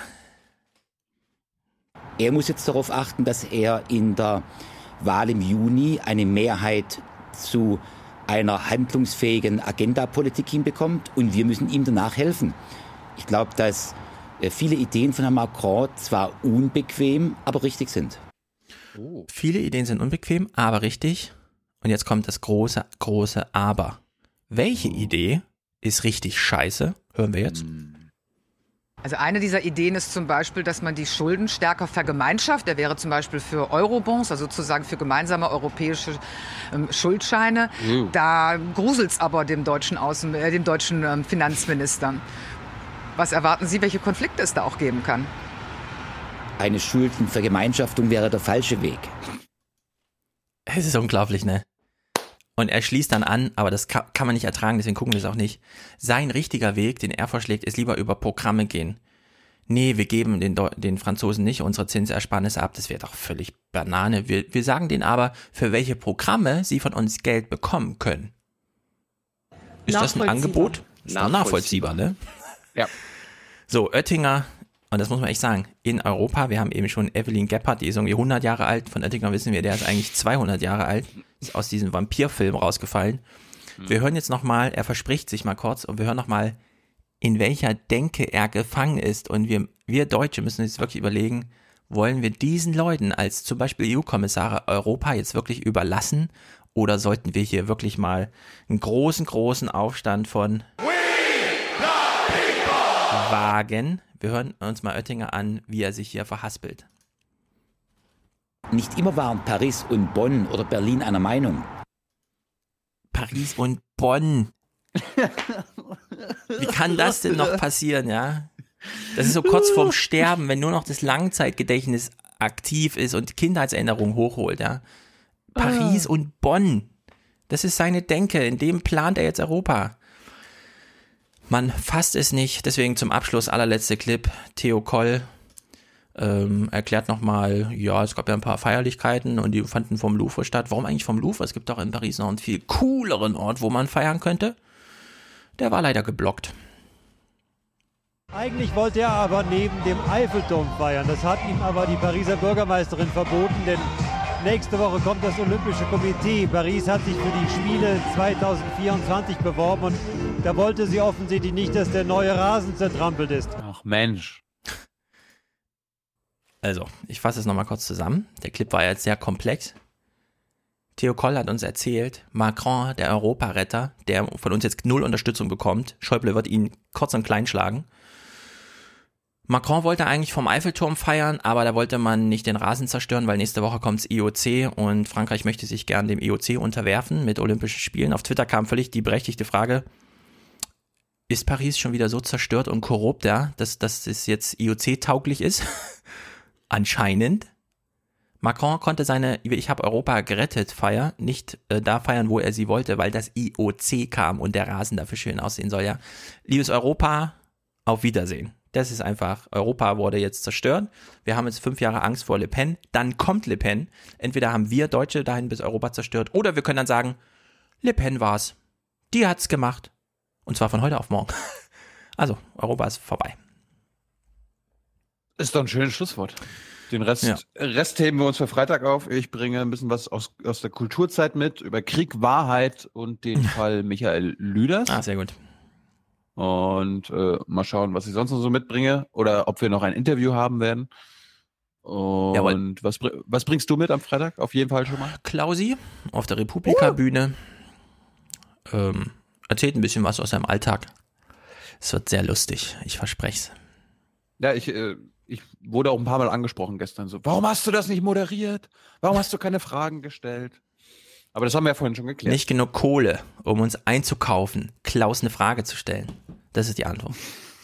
Er muss jetzt darauf achten, dass er in der Wahl im Juni eine Mehrheit zu einer handlungsfähigen Agendapolitik hinbekommt und wir müssen ihm danach helfen. Ich glaube, dass viele Ideen von Herrn Macron zwar unbequem, aber richtig sind. Viele Ideen sind unbequem, aber richtig. Und jetzt kommt das große, große Aber. Welche Idee ist richtig scheiße? Hören wir jetzt. Also eine dieser Ideen ist zum Beispiel, dass man die Schulden stärker vergemeinschaftet. Der wäre zum Beispiel für Eurobonds, also sozusagen für gemeinsame europäische Schuldscheine. Da gruselt es aber dem deutschen Finanzminister. Was erwarten Sie, welche Konflikte es da auch geben kann? Eine Schuldenvergemeinschaftung wäre der falsche Weg. Es ist unglaublich, ne? Und er schließt dann an, aber das kann man nicht ertragen, deswegen gucken wir es auch nicht. Sein richtiger Weg, den er vorschlägt, ist lieber über Programme gehen. Nee, wir geben den Franzosen nicht unsere Zinsersparnisse ab, das wäre doch völlig Banane. Wir sagen denen aber, für welche Programme sie von uns Geld bekommen können. Ist das ein Angebot? Ist doch nachvollziehbar, ne? Ja. So, Oettinger, und das muss man echt sagen, in Europa, wir haben eben schon Evelyn Gebhardt, die ist irgendwie 100 Jahre alt, von Oettinger wissen wir, der ist eigentlich 200 Jahre alt, ist aus diesem Vampirfilm rausgefallen. Wir hören jetzt nochmal, er verspricht sich mal kurz und wir hören nochmal, in welcher Denke er gefangen ist und wir Deutsche müssen uns wirklich überlegen, wollen wir diesen Leuten als zum Beispiel EU-Kommissare Europa jetzt wirklich überlassen oder sollten wir hier wirklich mal einen großen, großen Aufstand von wagen? Wir hören uns mal Oettinger an, wie er sich hier verhaspelt. Nicht immer waren Paris und Bonn oder Berlin einer Meinung. Paris und Bonn. Wie kann das denn noch passieren, ja? Das ist so kurz vorm Sterben, wenn nur noch das Langzeitgedächtnis aktiv ist und Kindheitserinnerungen hochholt, ja? Paris und Bonn. Das ist seine Denke, in dem plant er jetzt Europa. Man fasst es nicht, deswegen zum Abschluss allerletzte Clip, Theo Koll erklärt nochmal, ja, es gab ja ein paar Feierlichkeiten und die fanden vom Louvre statt. Warum eigentlich vom Louvre? Es gibt doch in Paris noch einen viel cooleren Ort, wo man feiern könnte. Der war leider geblockt. Eigentlich wollte er aber neben dem Eiffelturm feiern. Das hat ihm aber die Pariser Bürgermeisterin verboten, denn nächste Woche kommt das Olympische Komitee. Paris hat sich für die Spiele 2024 beworben und da wollte sie offensichtlich nicht, dass der neue Rasen zertrampelt ist. Ach Mensch. Also, ich fasse es nochmal kurz zusammen. Der Clip war jetzt sehr komplex. Theo Koll hat uns erzählt, Macron, der Europaretter, der von uns jetzt 0 Unterstützung bekommt. Schäuble wird ihn kurz und klein schlagen. Macron wollte eigentlich vom Eiffelturm feiern, aber da wollte man nicht den Rasen zerstören, weil nächste Woche kommt's IOC und Frankreich möchte sich gern dem IOC unterwerfen mit Olympischen Spielen. Auf Twitter kam völlig die berechtigte Frage, ist Paris schon wieder so zerstört und korrupt, ja, dass es jetzt IOC-tauglich ist? Anscheinend. Macron konnte seine Ich habe Europa gerettet Feier nicht da feiern, wo er sie wollte, weil das IOC kam und der Rasen dafür schön aussehen soll, ja. Liebes Europa, auf Wiedersehen. Das ist einfach, Europa wurde jetzt zerstört. Wir haben jetzt 5 Jahre Angst vor Le Pen. Dann kommt Le Pen. Entweder haben wir Deutsche dahin bis Europa zerstört oder wir können dann sagen, Le Pen war's. Die hat's gemacht. Und zwar von heute auf morgen. Also, Europa ist vorbei. Ist doch ein schönes Schlusswort. Den Rest heben wir uns für Freitag auf. Ich bringe ein bisschen was aus der Kulturzeit mit, über Krieg, Wahrheit und den Fall Michael Lüders. Ah, sehr gut. Und mal schauen, was ich sonst noch so mitbringe oder ob wir noch ein Interview haben werden. Und was bringst du mit am Freitag? Auf jeden Fall schon mal. Klausi auf der Republika-Bühne. Erzählt ein bisschen was aus seinem Alltag. Es wird sehr lustig, ich verspreche es. Ja, ich wurde auch ein paar Mal angesprochen gestern so, warum hast du das nicht moderiert? Warum hast du keine Fragen gestellt? Aber das haben wir ja vorhin schon geklärt. Nicht genug Kohle, um uns einzukaufen, Klaus eine Frage zu stellen. Das ist die Antwort.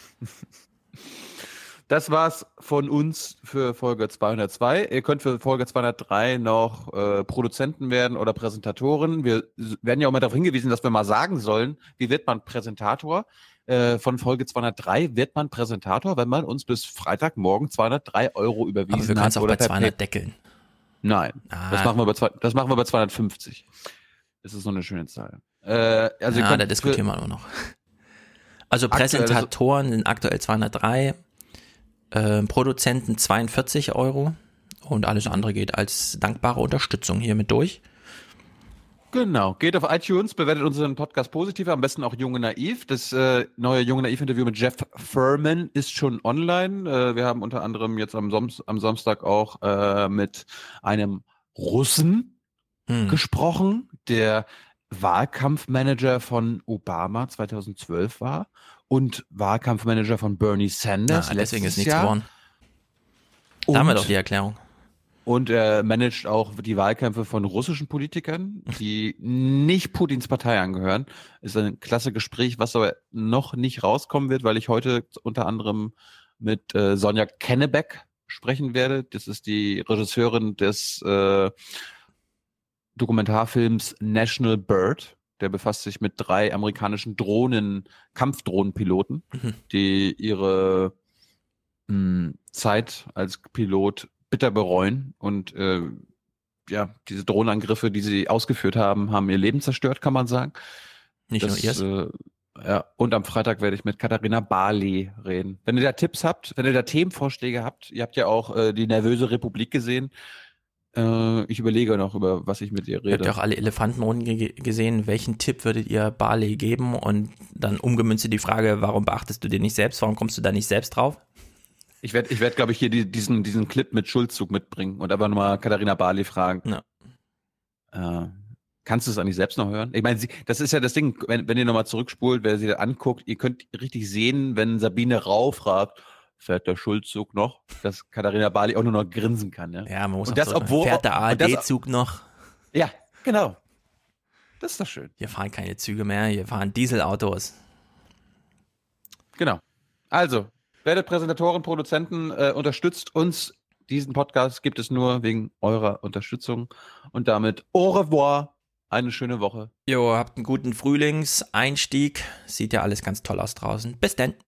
Das war's von uns für Folge 202. Ihr könnt für Folge 203 noch Produzenten werden oder Präsentatoren. Wir werden ja auch mal darauf hingewiesen, dass wir mal sagen sollen, wie wird man Präsentator? Von Folge 203 wird man Präsentator, wenn man uns bis Freitagmorgen 203 € überwiesen hat. Aber wir können es auch bei 200 deckeln. Nein, das machen wir bei 250. Das ist so eine schöne Zahl. Da diskutieren wir auch noch. Also Präsentatoren sind aktuell 203, Produzenten 42 € und alles andere geht als dankbare Unterstützung hier mit durch. Genau, geht auf iTunes, bewertet unseren Podcast positiv, am besten auch Junge Naiv. Das neue Junge Naiv-Interview mit Jeff Furman ist schon online. Wir haben unter anderem jetzt am Samstag auch mit einem Russen gesprochen, der Wahlkampfmanager von Obama 2012 war und Wahlkampfmanager von Bernie Sanders. Deswegen ist nichts geworden. Da haben wir doch die Erklärung. Und er managt auch die Wahlkämpfe von russischen Politikern, die nicht Putins Partei angehören. Ist ein klasse Gespräch, was aber noch nicht rauskommen wird, weil ich heute unter anderem mit Sonja Kennebeck sprechen werde. Das ist die Regisseurin des Dokumentarfilms National Bird. Der befasst sich mit 3 amerikanischen Kampfdrohnenpiloten, die ihre Zeit als Pilot bitter bereuen und diese Drohnenangriffe, die sie ausgeführt haben, haben ihr Leben zerstört, kann man sagen. Nicht nur ihrs. Und am Freitag werde ich mit Katharina Barley reden. Wenn ihr da Tipps habt, wenn ihr da Themenvorschläge habt, ihr habt ja auch die nervöse Republik gesehen. Ich überlege noch, über was ich mit ihr rede. Ihr habt ja auch alle Elefantenrunden gesehen. Welchen Tipp würdet ihr Barley geben? Und dann umgemünzt die Frage, warum beachtest du den nicht selbst? Warum kommst du da nicht selbst drauf? Ich werd, glaube ich, hier diesen Clip mit Schuldzug mitbringen und aber nochmal Katharina Barley fragen. Ja. Kannst du es eigentlich selbst noch hören? Ich meine, das ist ja das Ding, wenn ihr nochmal zurückspult, wer sie da anguckt, ihr könnt richtig sehen, wenn Sabine Rau fragt, fährt der Schuldzug noch, dass Katharina Barley auch nur noch grinsen kann. Ja, man muss fährt der ARD-Zug noch? Ja, genau. Das ist doch schön. Hier fahren keine Züge mehr, hier fahren Dieselautos. Genau. Also, werdet Präsentatoren, Produzenten, unterstützt uns. Diesen Podcast gibt es nur wegen eurer Unterstützung. Und damit au revoir. Eine schöne Woche. Jo, habt einen guten Frühlingseinstieg. Sieht ja alles ganz toll aus draußen. Bis dann.